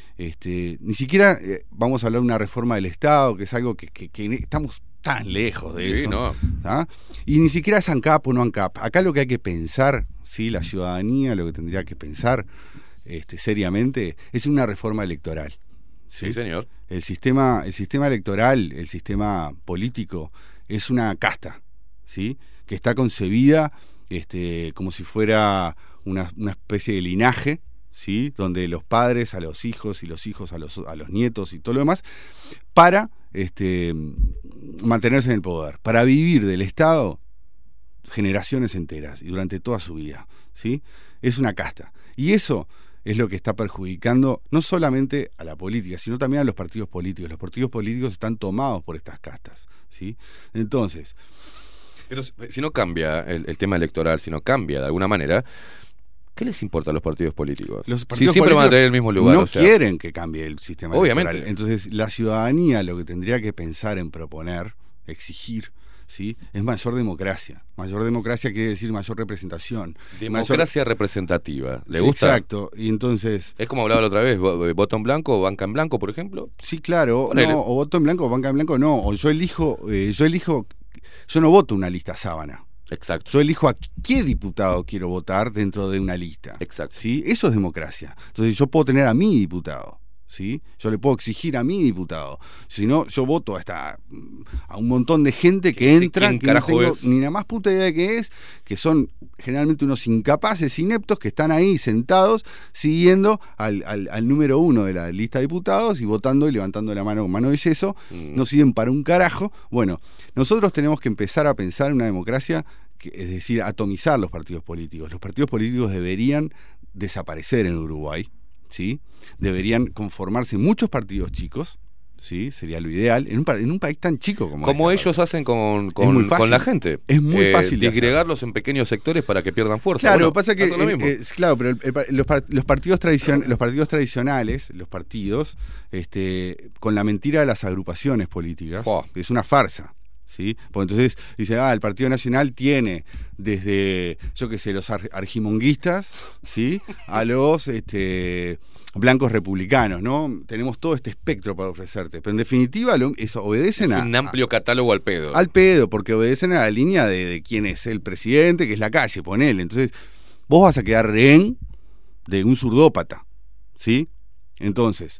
Este, ni siquiera eh, vamos a hablar de una reforma del Estado, que es algo que, que, que estamos tan lejos de Sí, eso. no. ¿Tá? Y ni siquiera es ANCAP o no ANCAP. Acá lo que hay que pensar, ¿sí? La ciudadanía lo que tendría que pensar este, seriamente es una reforma electoral. ¿sí? Sí, señor. El sistema, el sistema electoral, el sistema político, es una casta, ¿sí? Que está concebida este, como si fuera una, una especie de linaje, ¿sí? Donde los padres a los hijos y los hijos a los, a los nietos y todo lo demás, para este, mantenerse en el poder, para vivir del Estado generaciones enteras y durante toda su vida, ¿sí? Es una casta. Y eso es lo que está perjudicando no solamente a la política, sino también a los partidos políticos. Los partidos políticos están tomados por estas castas, ¿sí? Entonces... Pero si no cambia el, el tema electoral, si no cambia de alguna manera, ¿qué les importa a los partidos políticos? Los si partidos siempre van a políticos tener el mismo lugar. no o sea, quieren que cambie el sistema Obviamente. electoral. Entonces, la ciudadanía lo que tendría que pensar en proponer, exigir, ¿sí? Es mayor democracia. Mayor democracia quiere decir mayor representación. Democracia representativa. ¿Le Sí, gusta? exacto. Y entonces... Es como hablaba la otra vez, vo- voto en blanco o banca en blanco, por ejemplo. Sí, claro. Ponele. No, o voto en blanco o banca en blanco, no. O yo elijo, eh, yo elijo, yo no voto una lista sábana. Exacto. Yo elijo a qué diputado quiero votar dentro de una lista. Exacto. ¿Sí? Eso es democracia. Entonces yo puedo tener a mi diputado. ¿Sí? Yo le puedo exigir a mi diputado. Si no, yo voto hasta a un montón de gente que sé entra, quién que no carajo tengo es. ni la más puta idea de qué es, que son generalmente unos incapaces, ineptos, que están ahí sentados siguiendo al, al, al número uno de la lista de diputados y votando y levantando la mano con mano de yeso. Mm. No sirven para un carajo. Bueno, nosotros tenemos que empezar a pensar en una democracia, que, es decir, atomizar los partidos políticos. Los partidos políticos deberían desaparecer en Uruguay. ¿Sí? Deberían conformarse muchos partidos chicos, ¿sí? Sería lo ideal, en un, pa- en un país tan chico como Como este, ellos hacen con, Es con, muy fácil. con la gente. Es muy Eh, fácil de disgregarlos en pequeños sectores para que pierdan fuerza. Claro, Bueno, lo que pasa es que hacen lo eh, mismo. eh, claro, pero el- el- los, par- los partidos tradicion- los partidos tradicionales, los partidos, este, con la mentira de las agrupaciones políticas, Oh. es una farsa. ¿Sí? Porque entonces dice, ah, el Partido Nacional tiene desde, yo qué sé, los ar- argimonguistas, ¿sí? A los este, blancos republicanos, ¿no? Tenemos todo este espectro para ofrecerte, pero en definitiva lo, eso obedecen es a, un amplio catálogo al pedo. al pedo, porque obedecen a la línea de, de quién es el presidente, que es la calle, ponele. Entonces, vos vas a quedar rehén de un zurdópata, ¿sí? Entonces...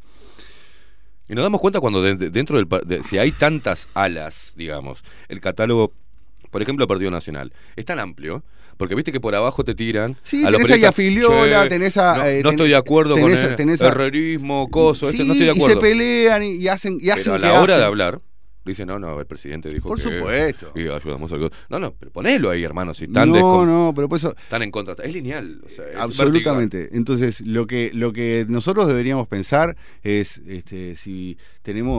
Y nos damos cuenta cuando de- de- dentro del... pa- de- si hay tantas alas, digamos, el catálogo, por ejemplo, el Partido Nacional, es tan amplio, porque viste que por abajo te tiran... Sí, a los tenés ahí periodistas, a Filiola, "Che, tenés a... No, eh, no ten- estoy de acuerdo tenés con a- el tenés a- herrerismo, coso, Sí, este, no estoy de y se acuerdo. pelean y, y hacen, y hacen Pero a que la hora hacen. de hablar, dicen, no, no, el presidente dijo Por que... supuesto. Y ayudamos al... No, no, pero ponelo ahí, hermano, si están, No, descom- no, pero por eso... están en contra. Es lineal. O sea, es Absolutamente. Entonces, lo que, lo que nosotros deberíamos pensar es, este, si tenemos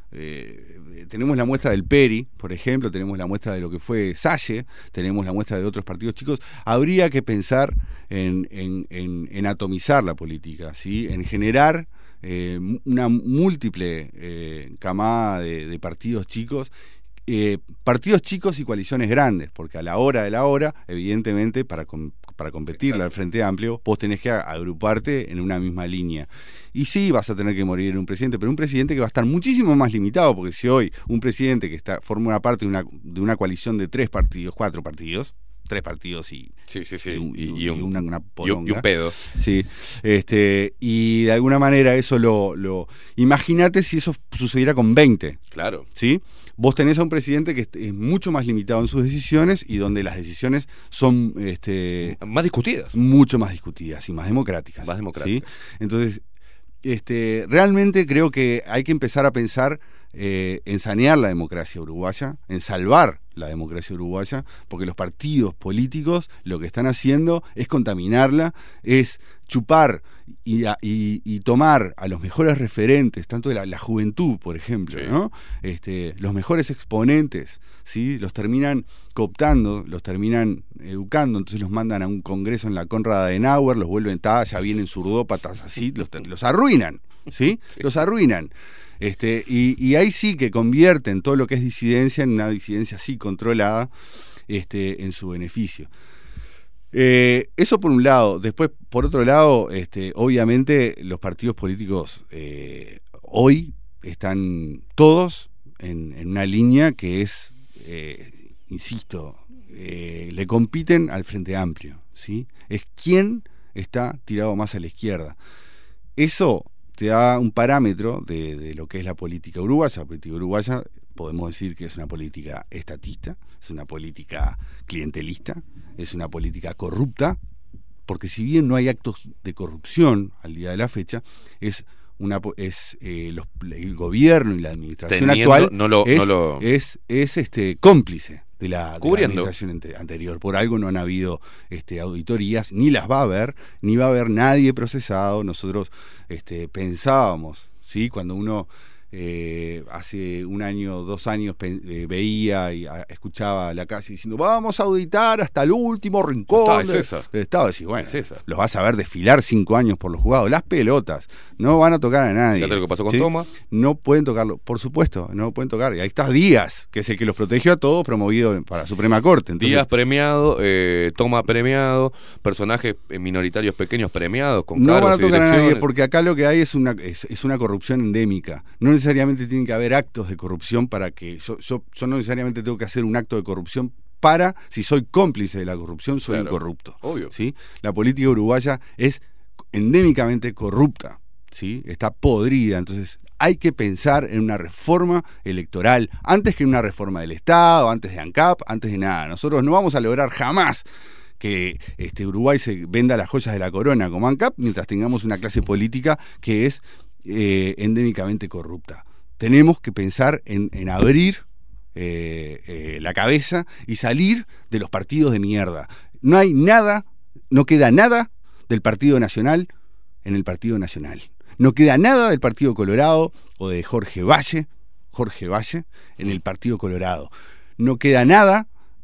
Eh, tenemos la muestra del Peri, por ejemplo, tenemos la muestra de lo que fue Salle, tenemos la muestra de otros partidos chicos. Habría que pensar en, en, en, en atomizar la política, ¿sí? En generar eh, una múltiple eh, camada de, de partidos chicos. Eh, partidos chicos y coaliciones grandes, porque a la hora de la hora, evidentemente, para, com para competirle al Frente Amplio, vos tenés que agruparte en una misma línea. Y sí, vas a tener que morir un presidente, pero un presidente que va a estar muchísimo más limitado, porque si hoy un presidente que está forma una parte de una, de una coalición de tres partidos, cuatro partidos, tres partidos y, sí, sí, sí. y, un, y, y, un, y una, una poronga, y un pedo. Sí, este, y de alguna manera eso lo... lo imagínate si eso sucediera con veinte. Claro. ¿Sí? Vos tenés a un presidente que es mucho más limitado en sus decisiones y donde las decisiones son... Este, más discutidas. Mucho más discutidas y más democráticas. Más democráticas. ¿Sí? Entonces, este, realmente creo que hay que empezar a pensar eh, en sanear la democracia uruguaya, en salvar la democracia uruguaya, porque los partidos políticos lo que están haciendo es contaminarla, es chupar y, a, y, y tomar a los mejores referentes, tanto de la, la juventud, por ejemplo, sí. ¿no? Este, los mejores exponentes, ¿sí? Los terminan cooptando, los terminan educando, entonces los mandan a un congreso en la Konrad Adenauer, los vuelven, ta, ya vienen zurdópatas así, los, los arruinan, ¿sí? sí. Los arruinan. Este, y, y ahí sí que convierten todo lo que es disidencia en una disidencia así controlada, este, en su beneficio. Eh, eso por un lado. Después, por otro lado, este, obviamente los partidos políticos eh, hoy están todos en, en una línea que es, eh, insisto, eh, le compiten al Frente Amplio, ¿sí? Es quién está tirado más a la izquierda. Eso te da un parámetro de, de lo que es la política uruguaya. La política uruguaya podemos decir que es una política estatista, es una política clientelista, es una política corrupta, porque si bien no hay actos de corrupción al día de la fecha, es una es eh, los, el gobierno y la administración Teniendo, actual no lo, es, no lo... es, es este cómplice de la, de la Cubriendo. administración anterior. Por algo no han habido este, auditorías, ni las va a haber, ni va a haber nadie procesado. Nosotros este, pensábamos, ¿sí? Cuando uno eh, hace un año, dos años eh, veía y a, escuchaba a la calle diciendo vamos a auditar hasta el último rincón del Estado, del Estado, decís, bueno, los vas a ver desfilar cinco años por los juzgados, las pelotas, no van a tocar a nadie. Fíjate lo que pasó con ¿sí? Toma. No pueden tocarlo, por supuesto, no pueden tocar. Y ahí está Díaz, que es el que los protegió a todos, promovido para la Suprema Corte. Entonces, Díaz premiado, eh, Toma premiado, personajes minoritarios pequeños premiados con no cargos van a y tocar a nadie, direcciones. porque acá lo que hay es una es, es una corrupción endémica. No necesariamente tienen que haber actos de corrupción para que yo, yo, yo no necesariamente tengo que hacer un acto de corrupción para, si soy cómplice de la corrupción, soy Claro, un corrupto. obvio. ¿Sí? La política uruguaya es endémicamente corrupta, ¿sí? Está podrida, entonces hay que pensar en una reforma electoral antes que en una reforma del Estado, antes de ANCAP, antes de nada. Nosotros no vamos a lograr jamás que este, Uruguay se venda las joyas de la corona como ANCAP mientras tengamos una clase política que es eh, endémicamente corrupta. Tenemos que pensar en, en abrir eh, eh, la cabeza y salir de los partidos de mierda. No hay nada, no queda nada del Partido Nacional en el Partido Nacional. No queda nada del Partido Colorado o de Jorge Valle, Jorge Valle, en el Partido Colorado. No queda nada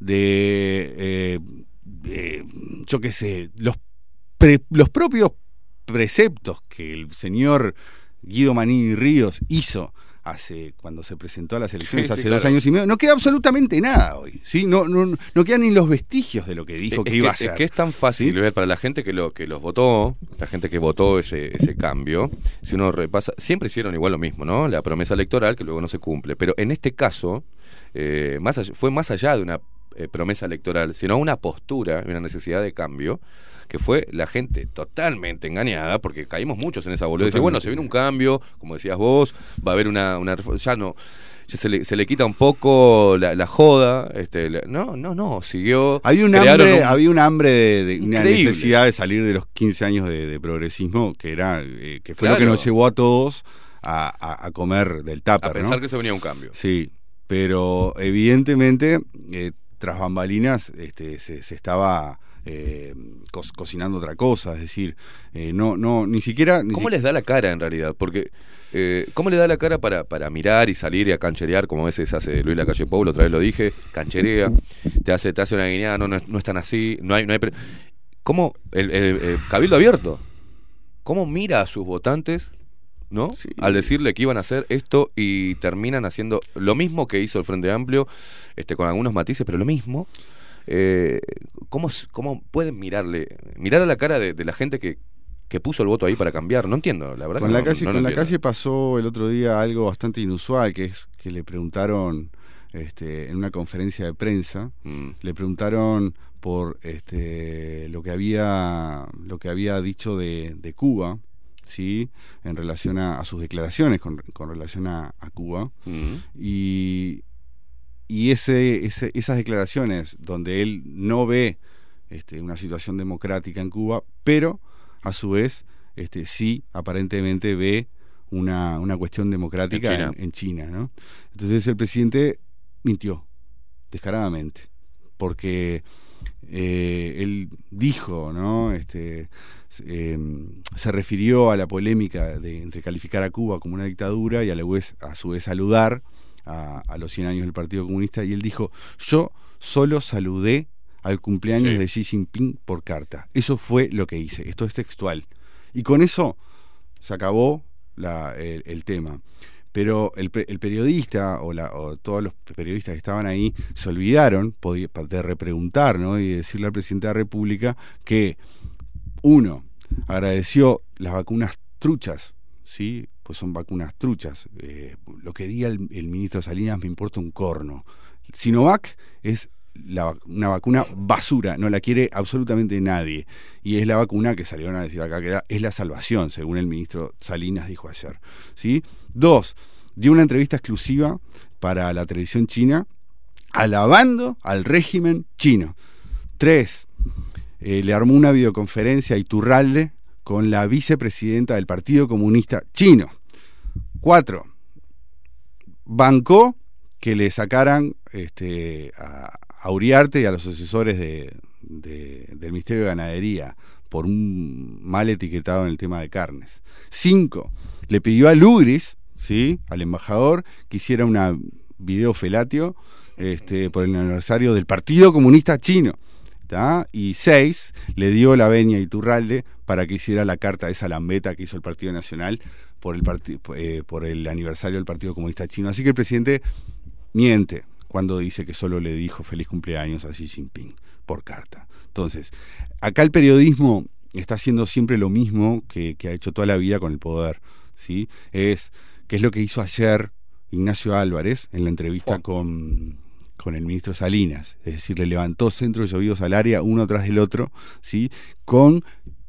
de, eh, de yo qué sé, los, pre, los propios preceptos que el señor Guido Manini Ríos hizo hace cuando se presentó a las elecciones Sí, sí, hace claro. dos años y medio. No queda absolutamente nada hoy, ¿sí? No, no, no quedan ni los vestigios de lo que dijo es que, que, iba a hacer. Es que es tan fácil ¿sí? ver para la gente que lo que los votó, la gente que votó ese, ese cambio, si uno repasa, siempre hicieron igual lo mismo, ¿no? La promesa electoral que luego no se cumple. Pero en este caso, eh, más allá, fue más allá de una eh, promesa electoral, sino una postura, una necesidad de cambio, que fue la gente totalmente engañada, porque caímos muchos en esa boludez. Dice, bueno, se viene un cambio, como decías vos, va a haber una, una ya no, ya se le, se le quita un poco la, la joda, este, la, no, no, no, siguió. Había un hambre, un, había un hambre de, de una increíble. necesidad de salir de los quince años de, de progresismo, que era, eh, que fue Claro. lo que nos llevó a todos a, a, a comer del tupper, a pensar ¿no? que se venía un cambio. Sí, pero evidentemente, eh, tras bambalinas, este, se, se estaba eh, co cocinando otra cosa, es decir, eh, no, no, ni siquiera... Ni ¿Cómo si les da la cara en realidad? Porque, eh, ¿cómo le da la cara para, para mirar y salir y a cancherear, como a veces hace Luis Lacalle Pou, otra vez lo dije, cancherea, te hace, te hace una guiñada, no, no, es, no es tan así, no hay... No hay pre ¿Cómo? El, el, el Cabildo Abierto, ¿cómo mira a sus votantes, ¿no? Sí. Al decirle que iban a hacer esto y terminan haciendo lo mismo que hizo el Frente Amplio, este, con algunos matices, pero lo mismo. Eh, ¿cómo, ¿Cómo pueden mirarle, mirar a la cara de, de la gente que, que puso el voto ahí para cambiar? No entiendo, la verdad. Con que la no, calle, no con la entiendo. calle pasó el otro día algo bastante inusual, que es que le preguntaron este, en una conferencia de prensa, mm. le preguntaron por este, lo que había lo que había dicho de, de Cuba, ¿sí? En relación a, a sus declaraciones con, con relación a, a Cuba, mm. y Y ese, ese, esas declaraciones donde él no ve este, una situación democrática en Cuba, pero a su vez este, sí aparentemente ve una, una cuestión democrática en China, en, en China, ¿no? Entonces el presidente mintió descaradamente, porque eh, él dijo, ¿no? Este, eh, se refirió a la polémica de entre calificar a Cuba como una dictadura y a, la vez, a su vez saludar A, a los cien años del Partido Comunista, y él dijo: yo solo saludé al cumpleaños sí. de Xi Jinping por carta. Eso fue lo que hice, esto es textual. Y con eso se acabó la, el, el tema. Pero el, el periodista o, la, o todos los periodistas que estaban ahí se olvidaron de repreguntar, ¿no? Y de decirle al presidente de la República que, uno, agradeció las vacunas truchas, ¿sí? Pues son vacunas truchas. Eh, lo que diga el, el ministro Salinas me importa un corno. Sinovac es la, una vacuna basura, no la quiere absolutamente nadie. Y es la vacuna que salieron a decir acá que era, es la salvación, según el ministro Salinas dijo ayer, ¿sí? Dos, dio una entrevista exclusiva para la televisión china alabando al régimen chino. Tres, eh, le armó una videoconferencia a Iturralde con la vicepresidenta del Partido Comunista Chino. Cuatro, bancó que le sacaran este, a, a Uriarte y a los asesores de, de, del Ministerio de Ganadería por un mal etiquetado en el tema de carnes. Cinco, le pidió a Lugris, ¿sí?, al embajador, que hiciera una video felatio este, por el aniversario del Partido Comunista Chino. ¿tá? Y seis, le dio la venia a Iturralde para que hiciera la carta esa lambeta que hizo el Partido Nacional por el, parti eh, por el aniversario del Partido Comunista Chino. Así que el presidente miente cuando dice que solo le dijo feliz cumpleaños a Xi Jinping por carta. Entonces, acá el periodismo está haciendo siempre lo mismo que, que ha hecho toda la vida con el poder, ¿sí? Es, que es lo que hizo ayer Ignacio Álvarez en la entrevista oh. con... con el ministro Salinas, es decir, le levantó centros llovidos al área uno tras del otro, ¿sí? Con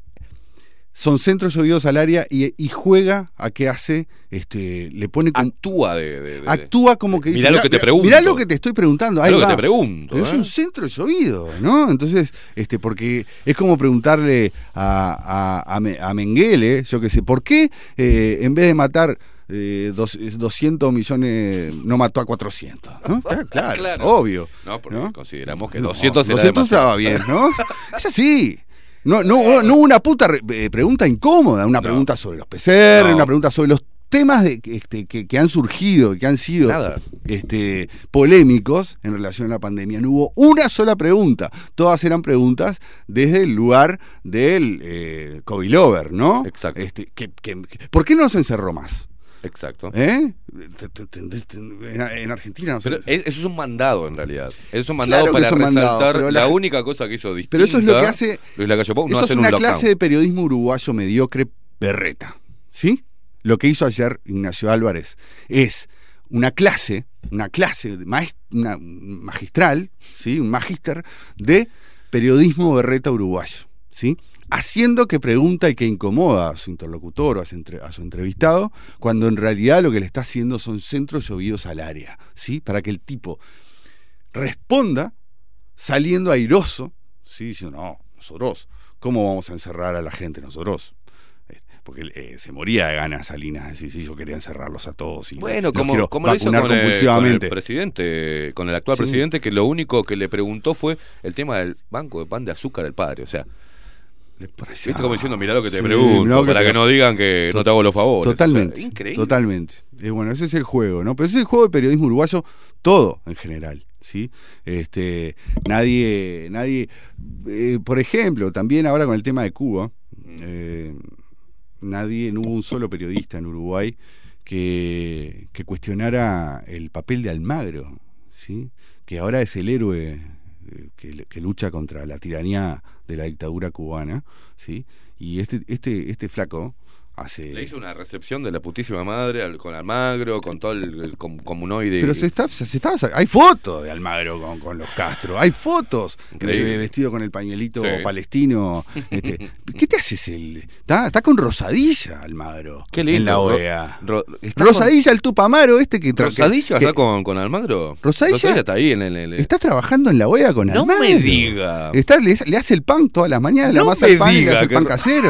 son centros llovidos al área y, y juega a qué hace, este, le pone con, actúa de, de, de actúa como que dice, mirá lo que te pregunto, mirá lo que te estoy preguntando, ahí mirá va. lo que te pregunto, pero ¿eh? Es un centro llovido, ¿no? Entonces, este, porque es como preguntarle a, a, a, a Mengele, yo qué sé, ¿por qué eh, en vez de matar Eh, dos, doscientos millones no mató a cuatrocientos, ¿no? Ah, claro, claro, obvio. No, porque ¿no? consideramos que no, doscientos era doscientos estaba bien, ¿no? Es así. No, no, no una puta re, eh, pregunta incómoda, una no. pregunta sobre los P C R, no. una pregunta sobre los temas de, este, que, que han surgido, que han sido este, polémicos en relación a la pandemia. No hubo una sola pregunta. Todas eran preguntas desde el lugar del eh, COVID lover, ¿no? Exacto. Este, que, que, ¿por qué no se encerró más? Exacto. ¿Eh? En Argentina no sé. Pero eso es un mandado en realidad. Es un mandado claro para un resaltar mandado, la, la única cosa que hizo distinta. Pero eso es lo que hace. Luis Lacalle Pou, no eso hacer es una un clase lockdown. de periodismo uruguayo mediocre berreta. ¿Sí? Lo que hizo ayer Ignacio Álvarez es una clase, una clase una magistral, ¿sí? Un magíster de periodismo berreta uruguayo, ¿sí? Haciendo que pregunta y que incomoda a su interlocutor o a su, entre, a su entrevistado, cuando en realidad lo que le está haciendo son centros llovidos al área, ¿sí? Para que el tipo responda saliendo airoso, ¿sí? Diciendo, no, nosotros, ¿cómo vamos a encerrar a la gente nosotros? Porque eh, se moría de ganas Salinas, así, si yo quería encerrarlos a todos. Y bueno, los como, quiero como lo hizo vacunar con el, con el compulsivamente. presidente, con el actual Sí. presidente, que lo único que le preguntó fue el tema del banco de pan de azúcar del padre. O sea, viste como diciendo, mirá lo que te Sí, pregunto, mirá lo que para te- que no digan que no te hago los favores. Totalmente. O sea, increíble. Totalmente. Eh, bueno, ese es el juego, ¿no? Pero ese es el juego del periodismo uruguayo, todo en general. ¿Sí? Este, nadie, nadie, eh, por ejemplo, también ahora con el tema de Cuba, eh, nadie, no hubo un solo periodista en Uruguay que, que cuestionara el papel de Almagro, ¿sí? Que ahora es el héroe eh, que, que lucha contra la tiranía de la dictadura cubana, ¿sí? Y este, este, este flaco hace... Le hizo una recepción de la putísima madre al- con Almagro, con todo el, el com- comunoide. Pero se está, se está, hay fotos de Almagro con, con los Castro, hay fotos Increíble. de vestido con el pañuelito Sí. palestino. Este, ¿qué te haces el? Está, está con Rosadilla Almagro. Qué lindo. En la Ro- O E A. Ro- está Rosadilla el Tupamaro este que tra- ¿Rosadilla que- está con, con Almagro? Rosadilla- está ahí en el... en el- Está trabajando en la O E A con No Almagro. me diga. Está, le, le hace el pan todas las mañanas, la No masa me del pan y le diga hace el que pan Ro- casero.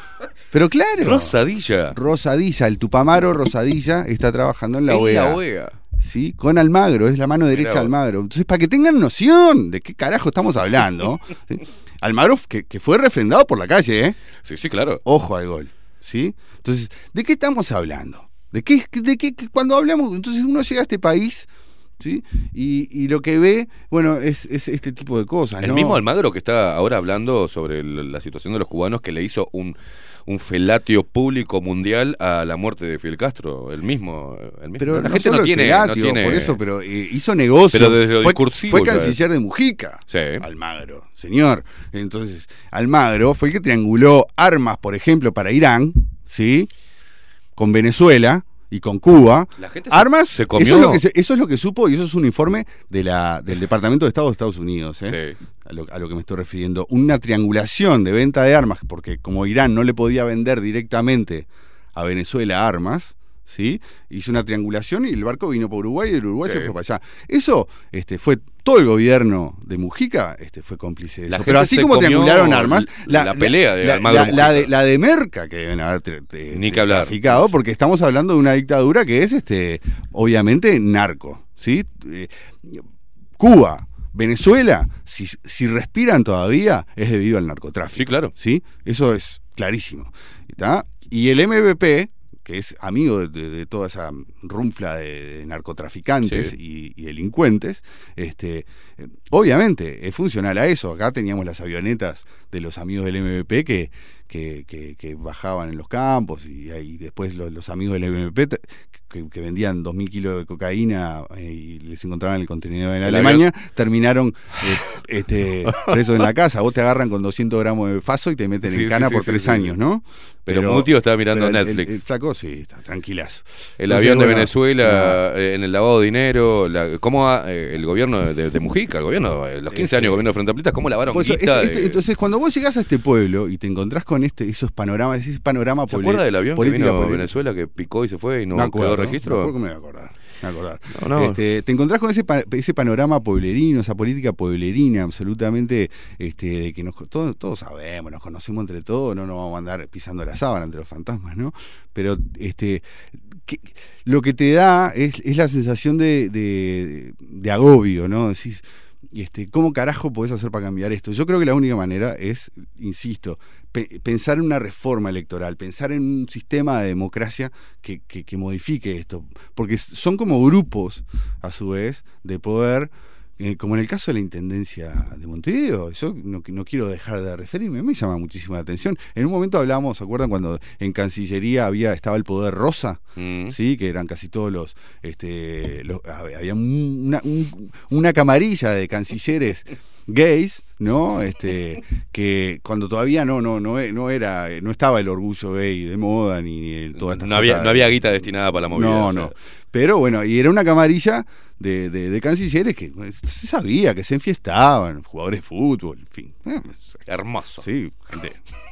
Pero claro. Rosadilla. Rosadilla, el Tupamaro Rosadilla está trabajando en la En O E A. la O E A. ¿Sí? Con Almagro, es la mano derecha de vos. Almagro. Entonces, para que tengan noción de qué carajo estamos hablando, ¿sí? Almagro que, que fue refrendado por la calle, ¿eh? Sí, sí, claro. Ojo al gol, ¿sí? Entonces, ¿de qué estamos hablando? ¿De qué, de qué cuando hablamos? Entonces uno llega a este país, ¿sí? Y, y lo que ve, bueno, es, es este tipo de cosas, El ¿no? mismo Almagro que está ahora hablando sobre el- la situación de los cubanos, que le hizo un, un felatio público mundial a la muerte de Fidel Castro. El mismo. El mismo. Pero la no gente solo no el tiene, felatio, no tiene. por eso, pero eh, hizo negocios. Pero desde lo fue, discursivo fue ya canciller de Mujica, Sí. Almagro, señor. Entonces, Almagro fue el que trianguló armas, por ejemplo, para Irán, ¿sí? Con Venezuela y con Cuba. La gente se- Armas, se comió- Eso, es lo que se- eso es lo que supo y eso es un informe de la, del Departamento de Estado de Estados Unidos, ¿eh? Sí. a, lo, a lo que me estoy refiriendo. Una triangulación de venta de armas, porque como Irán no le podía vender directamente a Venezuela armas, ¿sí? Hizo una triangulación y el barco vino por Uruguay y el Uruguay Sí. se fue para allá. Eso este, fue todo el gobierno de Mujica, este, fue cómplice de La eso. gente Pero así se como comió triangularon armas, la pelea de la, Almagro la, Mujica. la de, la de Merca, que deben haber tra- te- Ni te- que hablar. traficado, porque estamos hablando de una dictadura que es, este, obviamente, narco, ¿sí? Eh, Cuba, Venezuela, si, si respiran todavía, es debido al narcotráfico. Sí, claro. ¿Sí? Eso es clarísimo. ¿Está? Y el M V P, que es amigo de, de- de toda esa runfla de, de narcotraficantes Sí. y, y delincuentes, este, eh, obviamente es funcional a eso. Acá teníamos las avionetas de los amigos del M V P que, que, que- que bajaban en los campos y, y después los, los amigos del M V P te- que, que vendían dos mil kilos de cocaína eh, y les encontraban en el contenedor en El Alemania, terminaron eh, este, presos en la casa. Vos te agarran con doscientos gramos de faso y te meten Sí, en cana sí, por sí, tres sí, años, sí. ¿no? Pero Mutio estaba mirando pero el- Netflix. El, el flaco sí, está tranquilazo. El Entonces, avión de bueno, Venezuela, eh, en el lavado de dinero, la, cómo ha, eh, el gobierno de, de- de Mujica, el gobierno, eh, los quince Este, años gobierno de Frente Amplista, cómo lavaron Pues, guita este- este- de- entonces, cuando vos llegás a este pueblo y te encontrás con este, esos panoramas, ese panorama ¿Se poli- acuerda del avión que política vino a poli- Venezuela que picó y se fue y no Me acuerdo, quedó registro? me acuerdo que me voy a acordar. me voy a acordar. No, no. Este, te encontrás con ese, pa- ese panorama pueblerino, esa política pueblerina, absolutamente, este, de que nos, todos, todos sabemos, nos conocemos entre todos, no nos vamos a andar pisando la sábana entre los fantasmas, ¿no? Pero este, que- lo que te da es, es la sensación de, de, de agobio, ¿no? Decís, este, ¿cómo carajo podés hacer para cambiar esto? Yo creo que la única manera es, insisto, pe- pensar en una reforma electoral, pensar en un sistema de democracia que, que, que modifique esto, porque son como grupos, a su vez, de poder, eh, como en el caso de la Intendencia de Montevideo. Yo no, no quiero dejar de referirme, me llama muchísimo la atención. En un momento hablábamos, ¿se acuerdan cuando en Cancillería había estaba el poder rosa? Mm. Sí, que eran casi todos los, este, los había una, un- una camarilla de cancilleres gays, ¿no? Este, que cuando todavía no no no no era no estaba el orgullo gay de moda ni el, toda esta No había, no había guita destinada para la movida. no, o sea. no. Pero bueno, y era una camarilla de, de, de cancilleres que pues, se sabía que se enfiestaban, jugadores de fútbol, en fin. Eh, Hermoso. Sí, gente.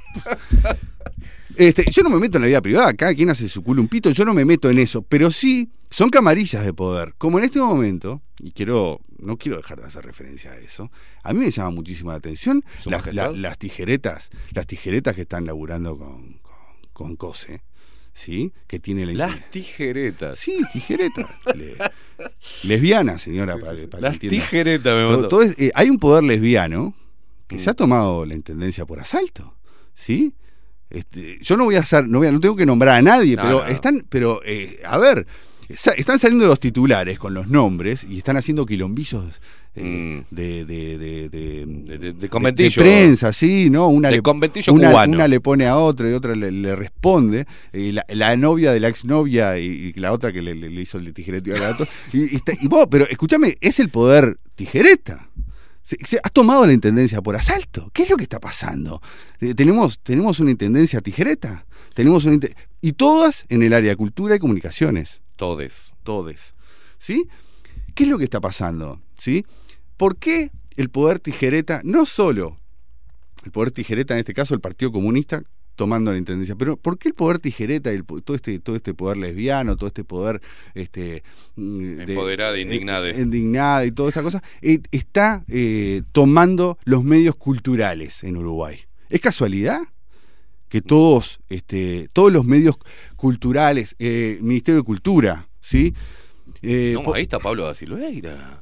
Este, yo no me meto en la vida privada, cada quien hace su culo un pito, yo no me meto en eso, pero sí son camarillas de poder. Como en este momento, y quiero no quiero dejar de hacer referencia a eso, a mí me llama muchísimo la atención Su las, majestad. la- las tijeretas, las tijeretas que están laburando con, con, con cose, ¿sí? Que tiene la Las tijeretas. Sí, tijeretas. Le, lesbiana, señora, Sí, sí, para, sí. para Las que entienda. tijeretas me Todo- mató. todo es- eh, hay un poder lesbiano que Mm. se ha tomado la intendencia por asalto, ¿sí? Este, yo no voy a hacer, no, voy a- no tengo que nombrar a nadie, No, pero no. están, pero eh, a ver, sa- están saliendo los titulares con los nombres y están haciendo quilombillos eh, de, de, de, de, De, de- de de- conventillo. de prensa, sí, ¿no? Una De le, conventillo una, cubano. una le pone a otra y otra le, le responde. Eh, la, la novia de la exnovia y, y la otra que le, le- le hizo el tijereteo al gato. Y, y, está- y vos, pero escúchame, es el poder tijereta. Se, se- has tomado la intendencia por asalto. ¿Qué es lo que está pasando? Eh, tenemos, tenemos una intendencia tijereta. Tenemos una inte- y todas en el área de cultura y comunicaciones. Todes. Todes. ¿Sí? ¿Qué es lo que está pasando? ¿Sí? ¿Por qué el poder tijereta, no solo el poder tijereta, en este caso el Partido Comunista, tomando la intendencia, pero ¿por qué el poder tijereta y el po- todo este todo este poder lesbiano, todo este poder este mm, de- Empoderada, indignada. eh, indignada y toda esta cosa, eh, está eh, tomando los medios culturales en Uruguay? ¿Es casualidad que todos este todos los medios culturales, eh, Ministerio de Cultura, ¿sí? Eh, No, po- ahí está Pablo da Silveira.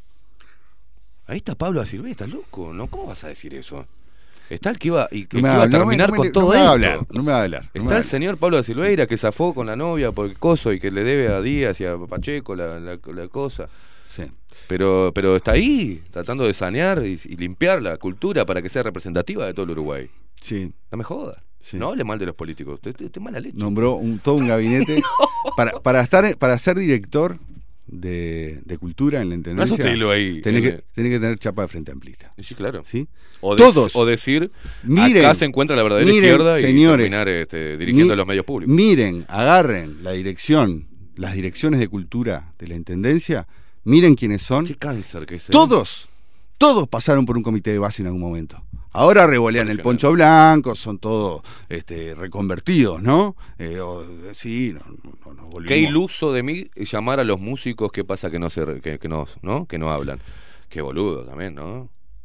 Ahí está Pablo da Silveira, estás loco, ¿no? ¿Cómo vas a decir eso? Está el que iba, y, que No me iba haga- a no me- terminar no me- con no todo me haga esto. hablar, no me haga hablar, no me Está haga el señor Pablo da Silveira que zafó con la novia por el coso y que le debe a Díaz y a Pacheco la, la, la cosa. Sí. Pero, pero está ahí, tratando de sanear y, y limpiar la cultura para que sea representativa de todo el Uruguay. Sí. No me joda. Sí. No hable mal de los políticos. Usted, usted- usted es mala leche. Nombró un, todo un gabinete para, para estar para ser director de, de cultura en la intendencia. No asustelo ahí. Tenés Eh, que, tenés que tener chapa de frente amplita. Sí, claro. ¿Sí? O, de- Todos. o decir, Miren, acá se encuentra la verdadera miren, izquierda y señores, terminar este, dirigiendo mi- los medios públicos. Miren, agarren la dirección, las direcciones de cultura de la intendencia, miren quiénes son. Qué cáncer que es. ¿eh? Todos, todos pasaron por un comité de base en algún momento. Ahora revolean el poncho blanco, son todos este, reconvertidos, ¿no? Eh, o- sí, no, no, nos volvimos- Qué iluso de mí llamar a los músicos, qué pasa que no se re- que, que no, ¿no? que no hablan. Qué boludo también, ¿no?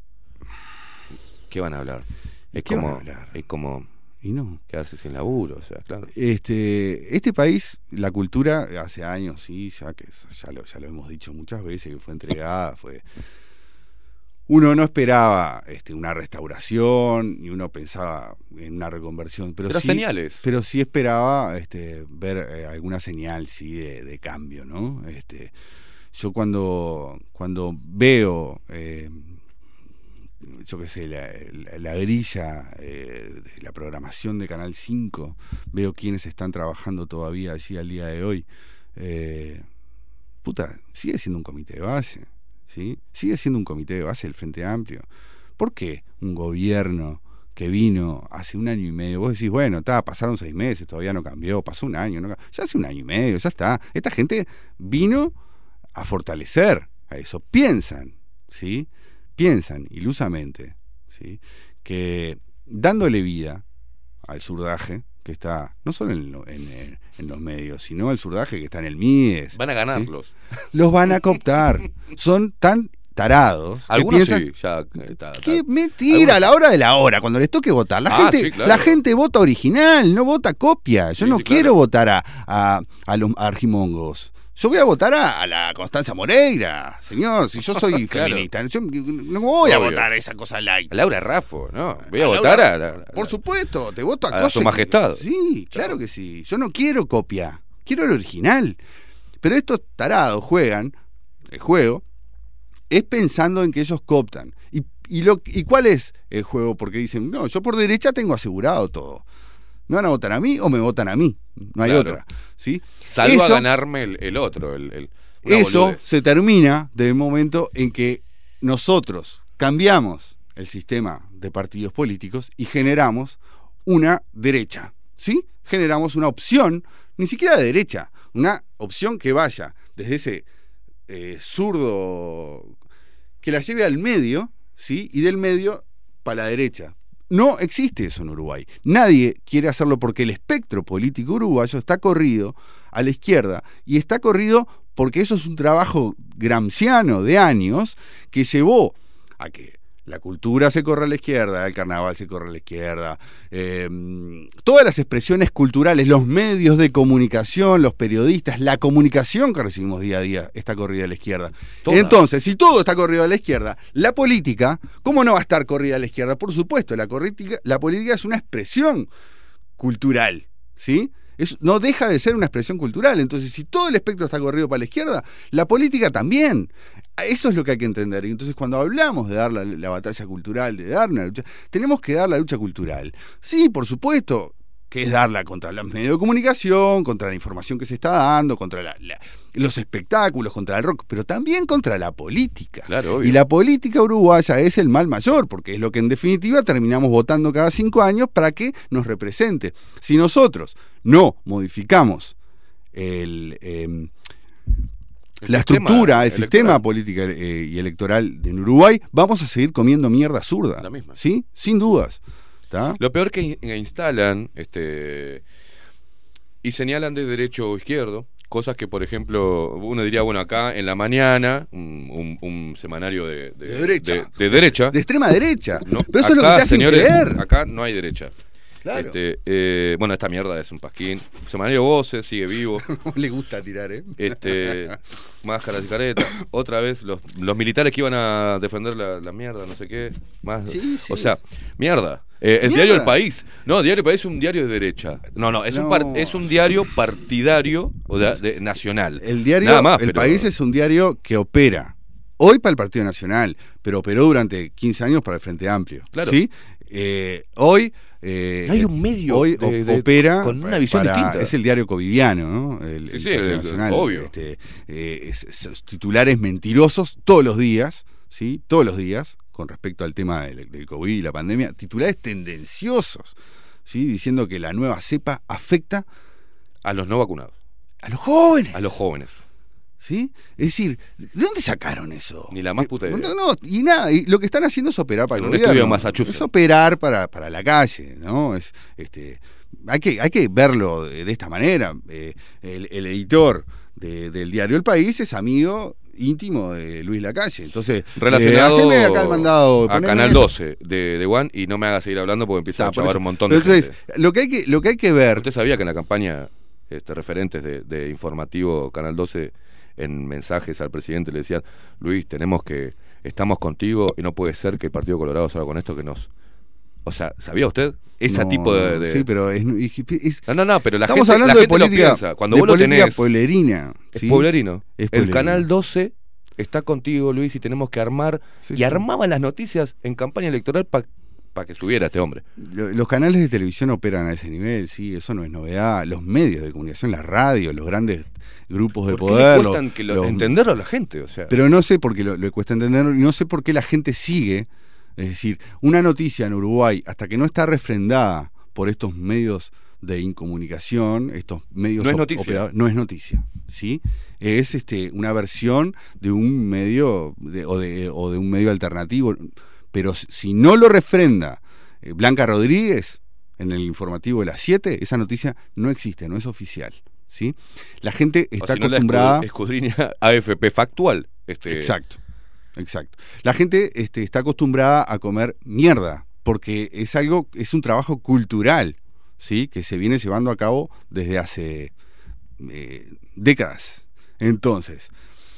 ¿Qué van a hablar? Es ¿Qué van como, a hablar? es como Y no. quedarse sin laburo, o sea, claro. Este, este país, la cultura, hace años, sí, ya que ya lo, ya lo hemos dicho muchas veces, que fue entregada, fue. Uno no esperaba este, una restauración, y uno pensaba en una reconversión, pero, Pero sí, señales. pero sí esperaba este, ver eh, alguna señal, sí, de, de cambio, ¿no? Este, yo cuando, cuando veo, eh, yo qué sé, la, la, la grilla eh, de la programación de Canal cinco, veo quiénes están trabajando todavía allí al día de hoy. Eh, puta, sigue siendo un comité de base, ¿sí? Sigue siendo un comité de base del Frente Amplio. ¿Por qué un gobierno que vino hace un año y medio, vos decís, bueno, está, pasaron seis meses, todavía no cambió, pasó un año, no cambió. Ya hace un año y medio, ya está. Esta gente vino a fortalecer a eso. Piensan, ¿sí? Piensan ilusamente, ¿sí? Que dándole vida al surdaje, que está no solo en, lo- en, en- en los medios, sino al surdaje que está en el M I E S. Van a ¿sí? ganarlos. Los van a cooptar. Son tan tarados que Algunos piensan sí, ya eh, está. está. ¡qué mentira! A la hora de la hora, cuando les toque votar. La, Ah, gente, sí, claro. la gente vota original, no vota copia. Yo Sí, no sí, quiero claro. votar a, a, a los argimongos. Yo voy a votar a, a la Constanza Moreira, señor. Si yo soy Claro. feminista, yo no voy a Obvio. votar a esa cosa light. A Laura Raffo, ¿no? Voy a, A votar Laura- a, la- a Por la- supuesto, te voto a, a cosas su que- majestad. Sí, claro que sí. Yo no quiero copia, quiero el original. Pero estos tarados juegan el juego es pensando en que ellos cooptan. ¿Y, y, lo, ¿Y cuál es el juego? Porque dicen, no, yo por derecha tengo asegurado todo. ¿Me van a votar a mí o me votan a mí? No hay Claro. otra. ¿Sí? Salvo a Eso- ganarme el, el otro. El, el- una Eso boludez. se termina desde el momento en que nosotros cambiamos el sistema de partidos políticos y generamos una derecha, ¿sí? Generamos una opción, ni siquiera de derecha, una opción que vaya desde ese eh, zurdo, que la lleve al medio, ¿sí? Y del medio para la derecha. No existe eso en Uruguay. Nadie quiere hacerlo porque el espectro político uruguayo está corrido a la izquierda y está corrido porque eso es un trabajo gramsciano de años que llevó a que La cultura se corre a la izquierda, el carnaval se corre a la izquierda, eh, todas las expresiones culturales, los medios de comunicación, los periodistas, la comunicación que recibimos día a día está corrida a la izquierda. Toda. Entonces, si todo está corrido a la izquierda, la política, ¿cómo no va a estar corrida a la izquierda? Por supuesto, la, política, la política es una expresión cultural, ¿sí? Es, no deja de ser una expresión cultural. Entonces, si todo el espectro está corrido para la izquierda, la política también. Eso es lo que hay que entender. Y entonces, cuando hablamos de dar la, la batalla cultural, de dar una lucha, tenemos que dar la lucha cultural. Sí, por supuesto, que es darla contra los medios de comunicación, contra la información que se está dando, contra la, la, los espectáculos, contra el rock, pero también contra la política. Claro, obvio. Y la política uruguaya es el mal mayor, porque es lo que en definitiva terminamos votando cada cinco años para que nos represente. Si nosotros no modificamos el... Eh, El la sistema estructura, el electoral. sistema político eh, y electoral de Uruguay, vamos a seguir comiendo mierda zurda. La misma. ¿Sí? Sin dudas. ¿Tá? Lo peor que in- instalan este y señalan de derecho o izquierdo, cosas que, por ejemplo, uno diría, bueno, acá en la mañana, un, un, un semanario de, de, De derecha. De, de derecha. De extrema derecha. No, Pero eso es lo que acá, te hacen señores, creer. acá no hay derecha. Claro. Este, eh, bueno, esta mierda es un pasquín. Semanario Voces sigue vivo. Le gusta tirar, ¿eh? Este, máscaras y caretas. Otra vez, los, los militares que iban a defender la, la mierda, no sé qué. Más, Sí, sí. O sea, mierda. Eh, el Mierda. diario El País. No, Diario El País es un diario de derecha. No, no, es, No. Un, par- es un diario partidario o de, de- nacional. El diario Nada más, El pero- País es un diario que opera hoy para el Partido Nacional, pero operó durante quince años para el Frente Amplio. Claro. ¿Sí? Eh, hoy... eh, No hay un medio hoy de- op- de- opera con una visión para- distinta. Es el diario covidiano, ¿no? El, Sí, el sí, Partido el- Nacional. obvio. Este, eh, es- es- titulares mentirosos todos los días, ¿sí? Todos los días, con respecto al tema del, del COVID y la pandemia, titulares tendenciosos, ¿sí? Diciendo que la nueva cepa afecta A los no vacunados. a los jóvenes. A los jóvenes. ¿Sí? Es decir, ¿de dónde sacaron eso? Ni la más puta idea. No, no, y nada, y lo que están haciendo es operar para En el un gobierno. estudio en Massachusetts. Es operar para, para la calle, ¿no? Es, este, hay que, hay que verlo de, de esta manera. Eh, el, el editor de- del diario El País es amigo íntimo de Luis Lacalle. Entonces, Relacionado eh, haceme acá el mandado. a poneme Canal esto. doce de, de One y no me haga seguir hablando porque empieza Está, a por chavar eso. un montón de Entonces, gente. lo que hay que, lo que hay que ver. ¿Usted sabía que en la campaña este, referentes de, de informativo Canal doce en mensajes al presidente le decían, Luis, tenemos que, estamos contigo y no puede ser que el Partido Colorado salga con esto que nos... O sea, ¿sabía usted? Ese No, tipo de, de- Sí, pero es, es- No, no, no, pero la estamos gente, hablando la de gente lo política, piensa. Cuando de vos lo política tenés... pueblerina. Es ¿sí? pueblerino. Es El pueblerino. Canal doce está contigo, Luis, y tenemos que armar... Sí, y sí. armaban las noticias en campaña electoral para pa que subiera este hombre. Lo- Los canales de televisión operan a ese nivel, sí, eso no es novedad. Los medios de comunicación, la radio, los grandes grupos de ¿Por qué poder. le cuestan los- que lo- los- entenderlo a la gente? O sea, Pero no sé por qué lo, le cuesta entenderlo y no sé por qué la gente sigue. Es decir, una noticia en Uruguay, hasta que no está refrendada por estos medios de incomunicación, estos medios No es op- noticia. operadores, no es noticia, ¿sí? Es este una versión de un medio de- o, de, o de un medio alternativo, pero si no lo refrenda eh, Blanca Rodríguez en el informativo de las siete, esa noticia no existe, no es oficial, ¿sí? La gente o está si no la acostumbrada... escud- escudriña A F P factual. Este, Exacto, exacto. La gente este, está acostumbrada a comer mierda, porque es algo, es un trabajo cultural, ¿sí? Que se viene llevando a cabo desde hace eh, décadas. Entonces,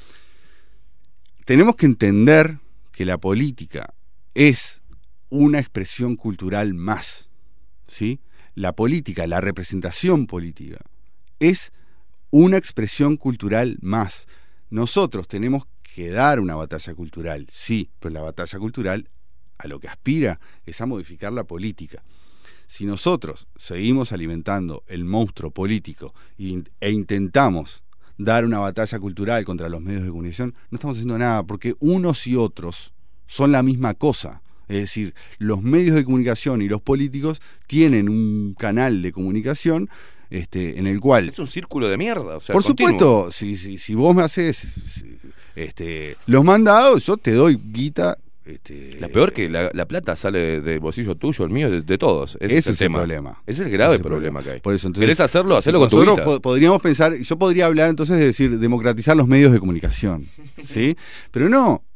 tenemos que entender que la política es una expresión cultural más, ¿sí? La política, la representación política, es una expresión cultural más. Nosotros tenemos que dar una batalla cultural, sí, pero la batalla cultural a lo que aspira es a modificar la política. Si nosotros seguimos alimentando el monstruo político e intentamos dar una batalla cultural contra los medios de comunicación, no estamos haciendo nada, porque unos y otros son la misma cosa. Es decir, los medios de comunicación y los políticos tienen un canal de comunicación este, en el cual... Es un círculo de mierda. O sea, Por continuo. supuesto, si, si, si vos me haces si, este, los mandados, yo te doy guita. Este, La peor que la, la plata sale del bolsillo tuyo, el mío, de, de todos. Ese, Ese es el es el tema. problema. Ese es el grave Ese es el problema, problema. que hay. Por eso, entonces, ¿Querés hacerlo? Hacelo con tu nosotros guita. po- podríamos pensar, yo podría hablar entonces de decir democratizar los medios de comunicación, ¿sí? Pero no,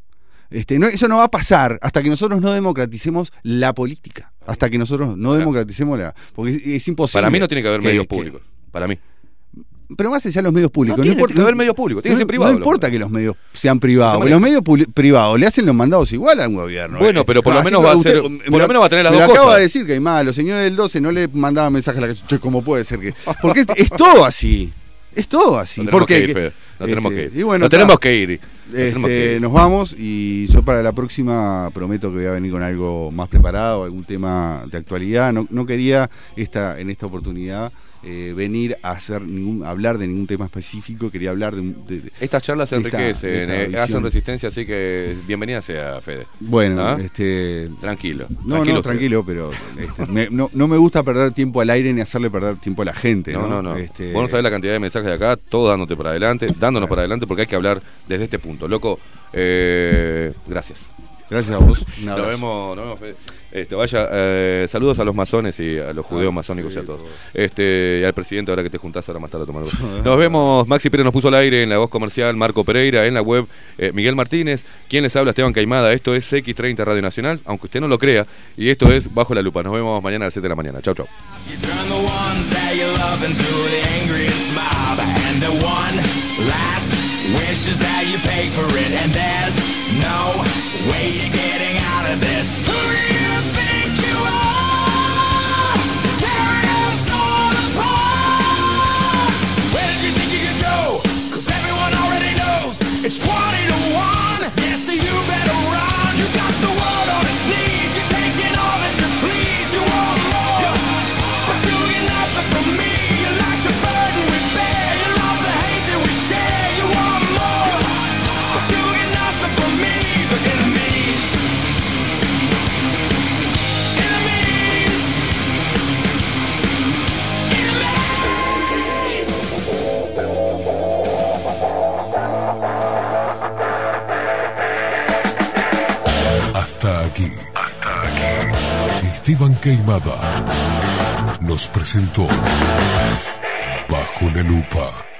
Este, no, eso no va a pasar hasta que nosotros no democraticemos la política. Hasta que nosotros no democraticemos la... Porque es, es imposible. Para mí no tiene que haber que, medios que, públicos. Para mí. Pero más allá de los medios públicos. No, No, tiene importa que haber medios públicos, tiene que ser privado. No importa que los medios sean privados. Porque los medios pu- privados le hacen los mandados igual a un gobierno. Bueno, eh. pero por lo Así menos que va a usted- ser, me por lo menos va a tener las me dos lo acaba cosas. de decir que más, los señores del doce no le mandaban mensajes a la calle. Che, ¿cómo puede ser que...? Porque es, es todo así. Es todo así. No tenemos Porque que ir, Fede. No tenemos que ir. y bueno, No está. tenemos que ir. No Este, tenemos que ir. nos vamos y yo para la próxima prometo que voy a venir con algo más preparado, algún tema de actualidad. No, no quería esta, en esta oportunidad eh, venir a hacer ningún, a hablar de ningún tema específico, quería hablar de... de- de- Estas charlas se de esta- enriquecen, de esta eh, visión. hacen resistencia, así que bienvenida sea, Fede. Bueno, ¿Ah? este... Tranquilo. No, tranquilo, no, tranquilo, pero este, me- no, no me gusta perder tiempo al aire ni hacerle perder tiempo a la gente. No, No, no, no. Este, Vos no sabés la cantidad de mensajes de acá, todos dándote para adelante, dándonos para adelante, porque hay que hablar desde este punto. Loco, eh, gracias. Gracias a vos. Un Nos abrazo. vemos, nos vemos, Fede. Este, vaya, eh, saludos a los masones y a los judeos Ah, masónicos sí, y a todos. todo. Este, y al presidente, ahora que te juntás ahora más tarde a tomar algo. Nos vemos, Maxi Pérez nos puso al aire en la voz comercial, Marco Pereira en la web, eh, Miguel Martínez, quien les habla, Esteban Caimada. Esto es X treinta Radio Nacional, aunque usted no lo crea, y esto es Bajo la Lupa. Nos vemos mañana a las siete de la mañana. Chau, chau. You turn the ones that you love into the angriest mob, and the one last wish is that you pay for it, and there's no way you're getting out of this. Who do you think you are? Tearing us all apart. Where did you think you could go? 'Cause everyone already knows it's twenty to one. Yes, so you better run. You got the world on its knees. You're taking all that you please. You want more, but you get nothing from me. You like the burden we bear. You love the hate that we share. You want more, but you get nothing from me. But enemies, enemies, Hasta aquí. Hasta aquí. Esteban Caimada nos presentó Bajo la Lupa.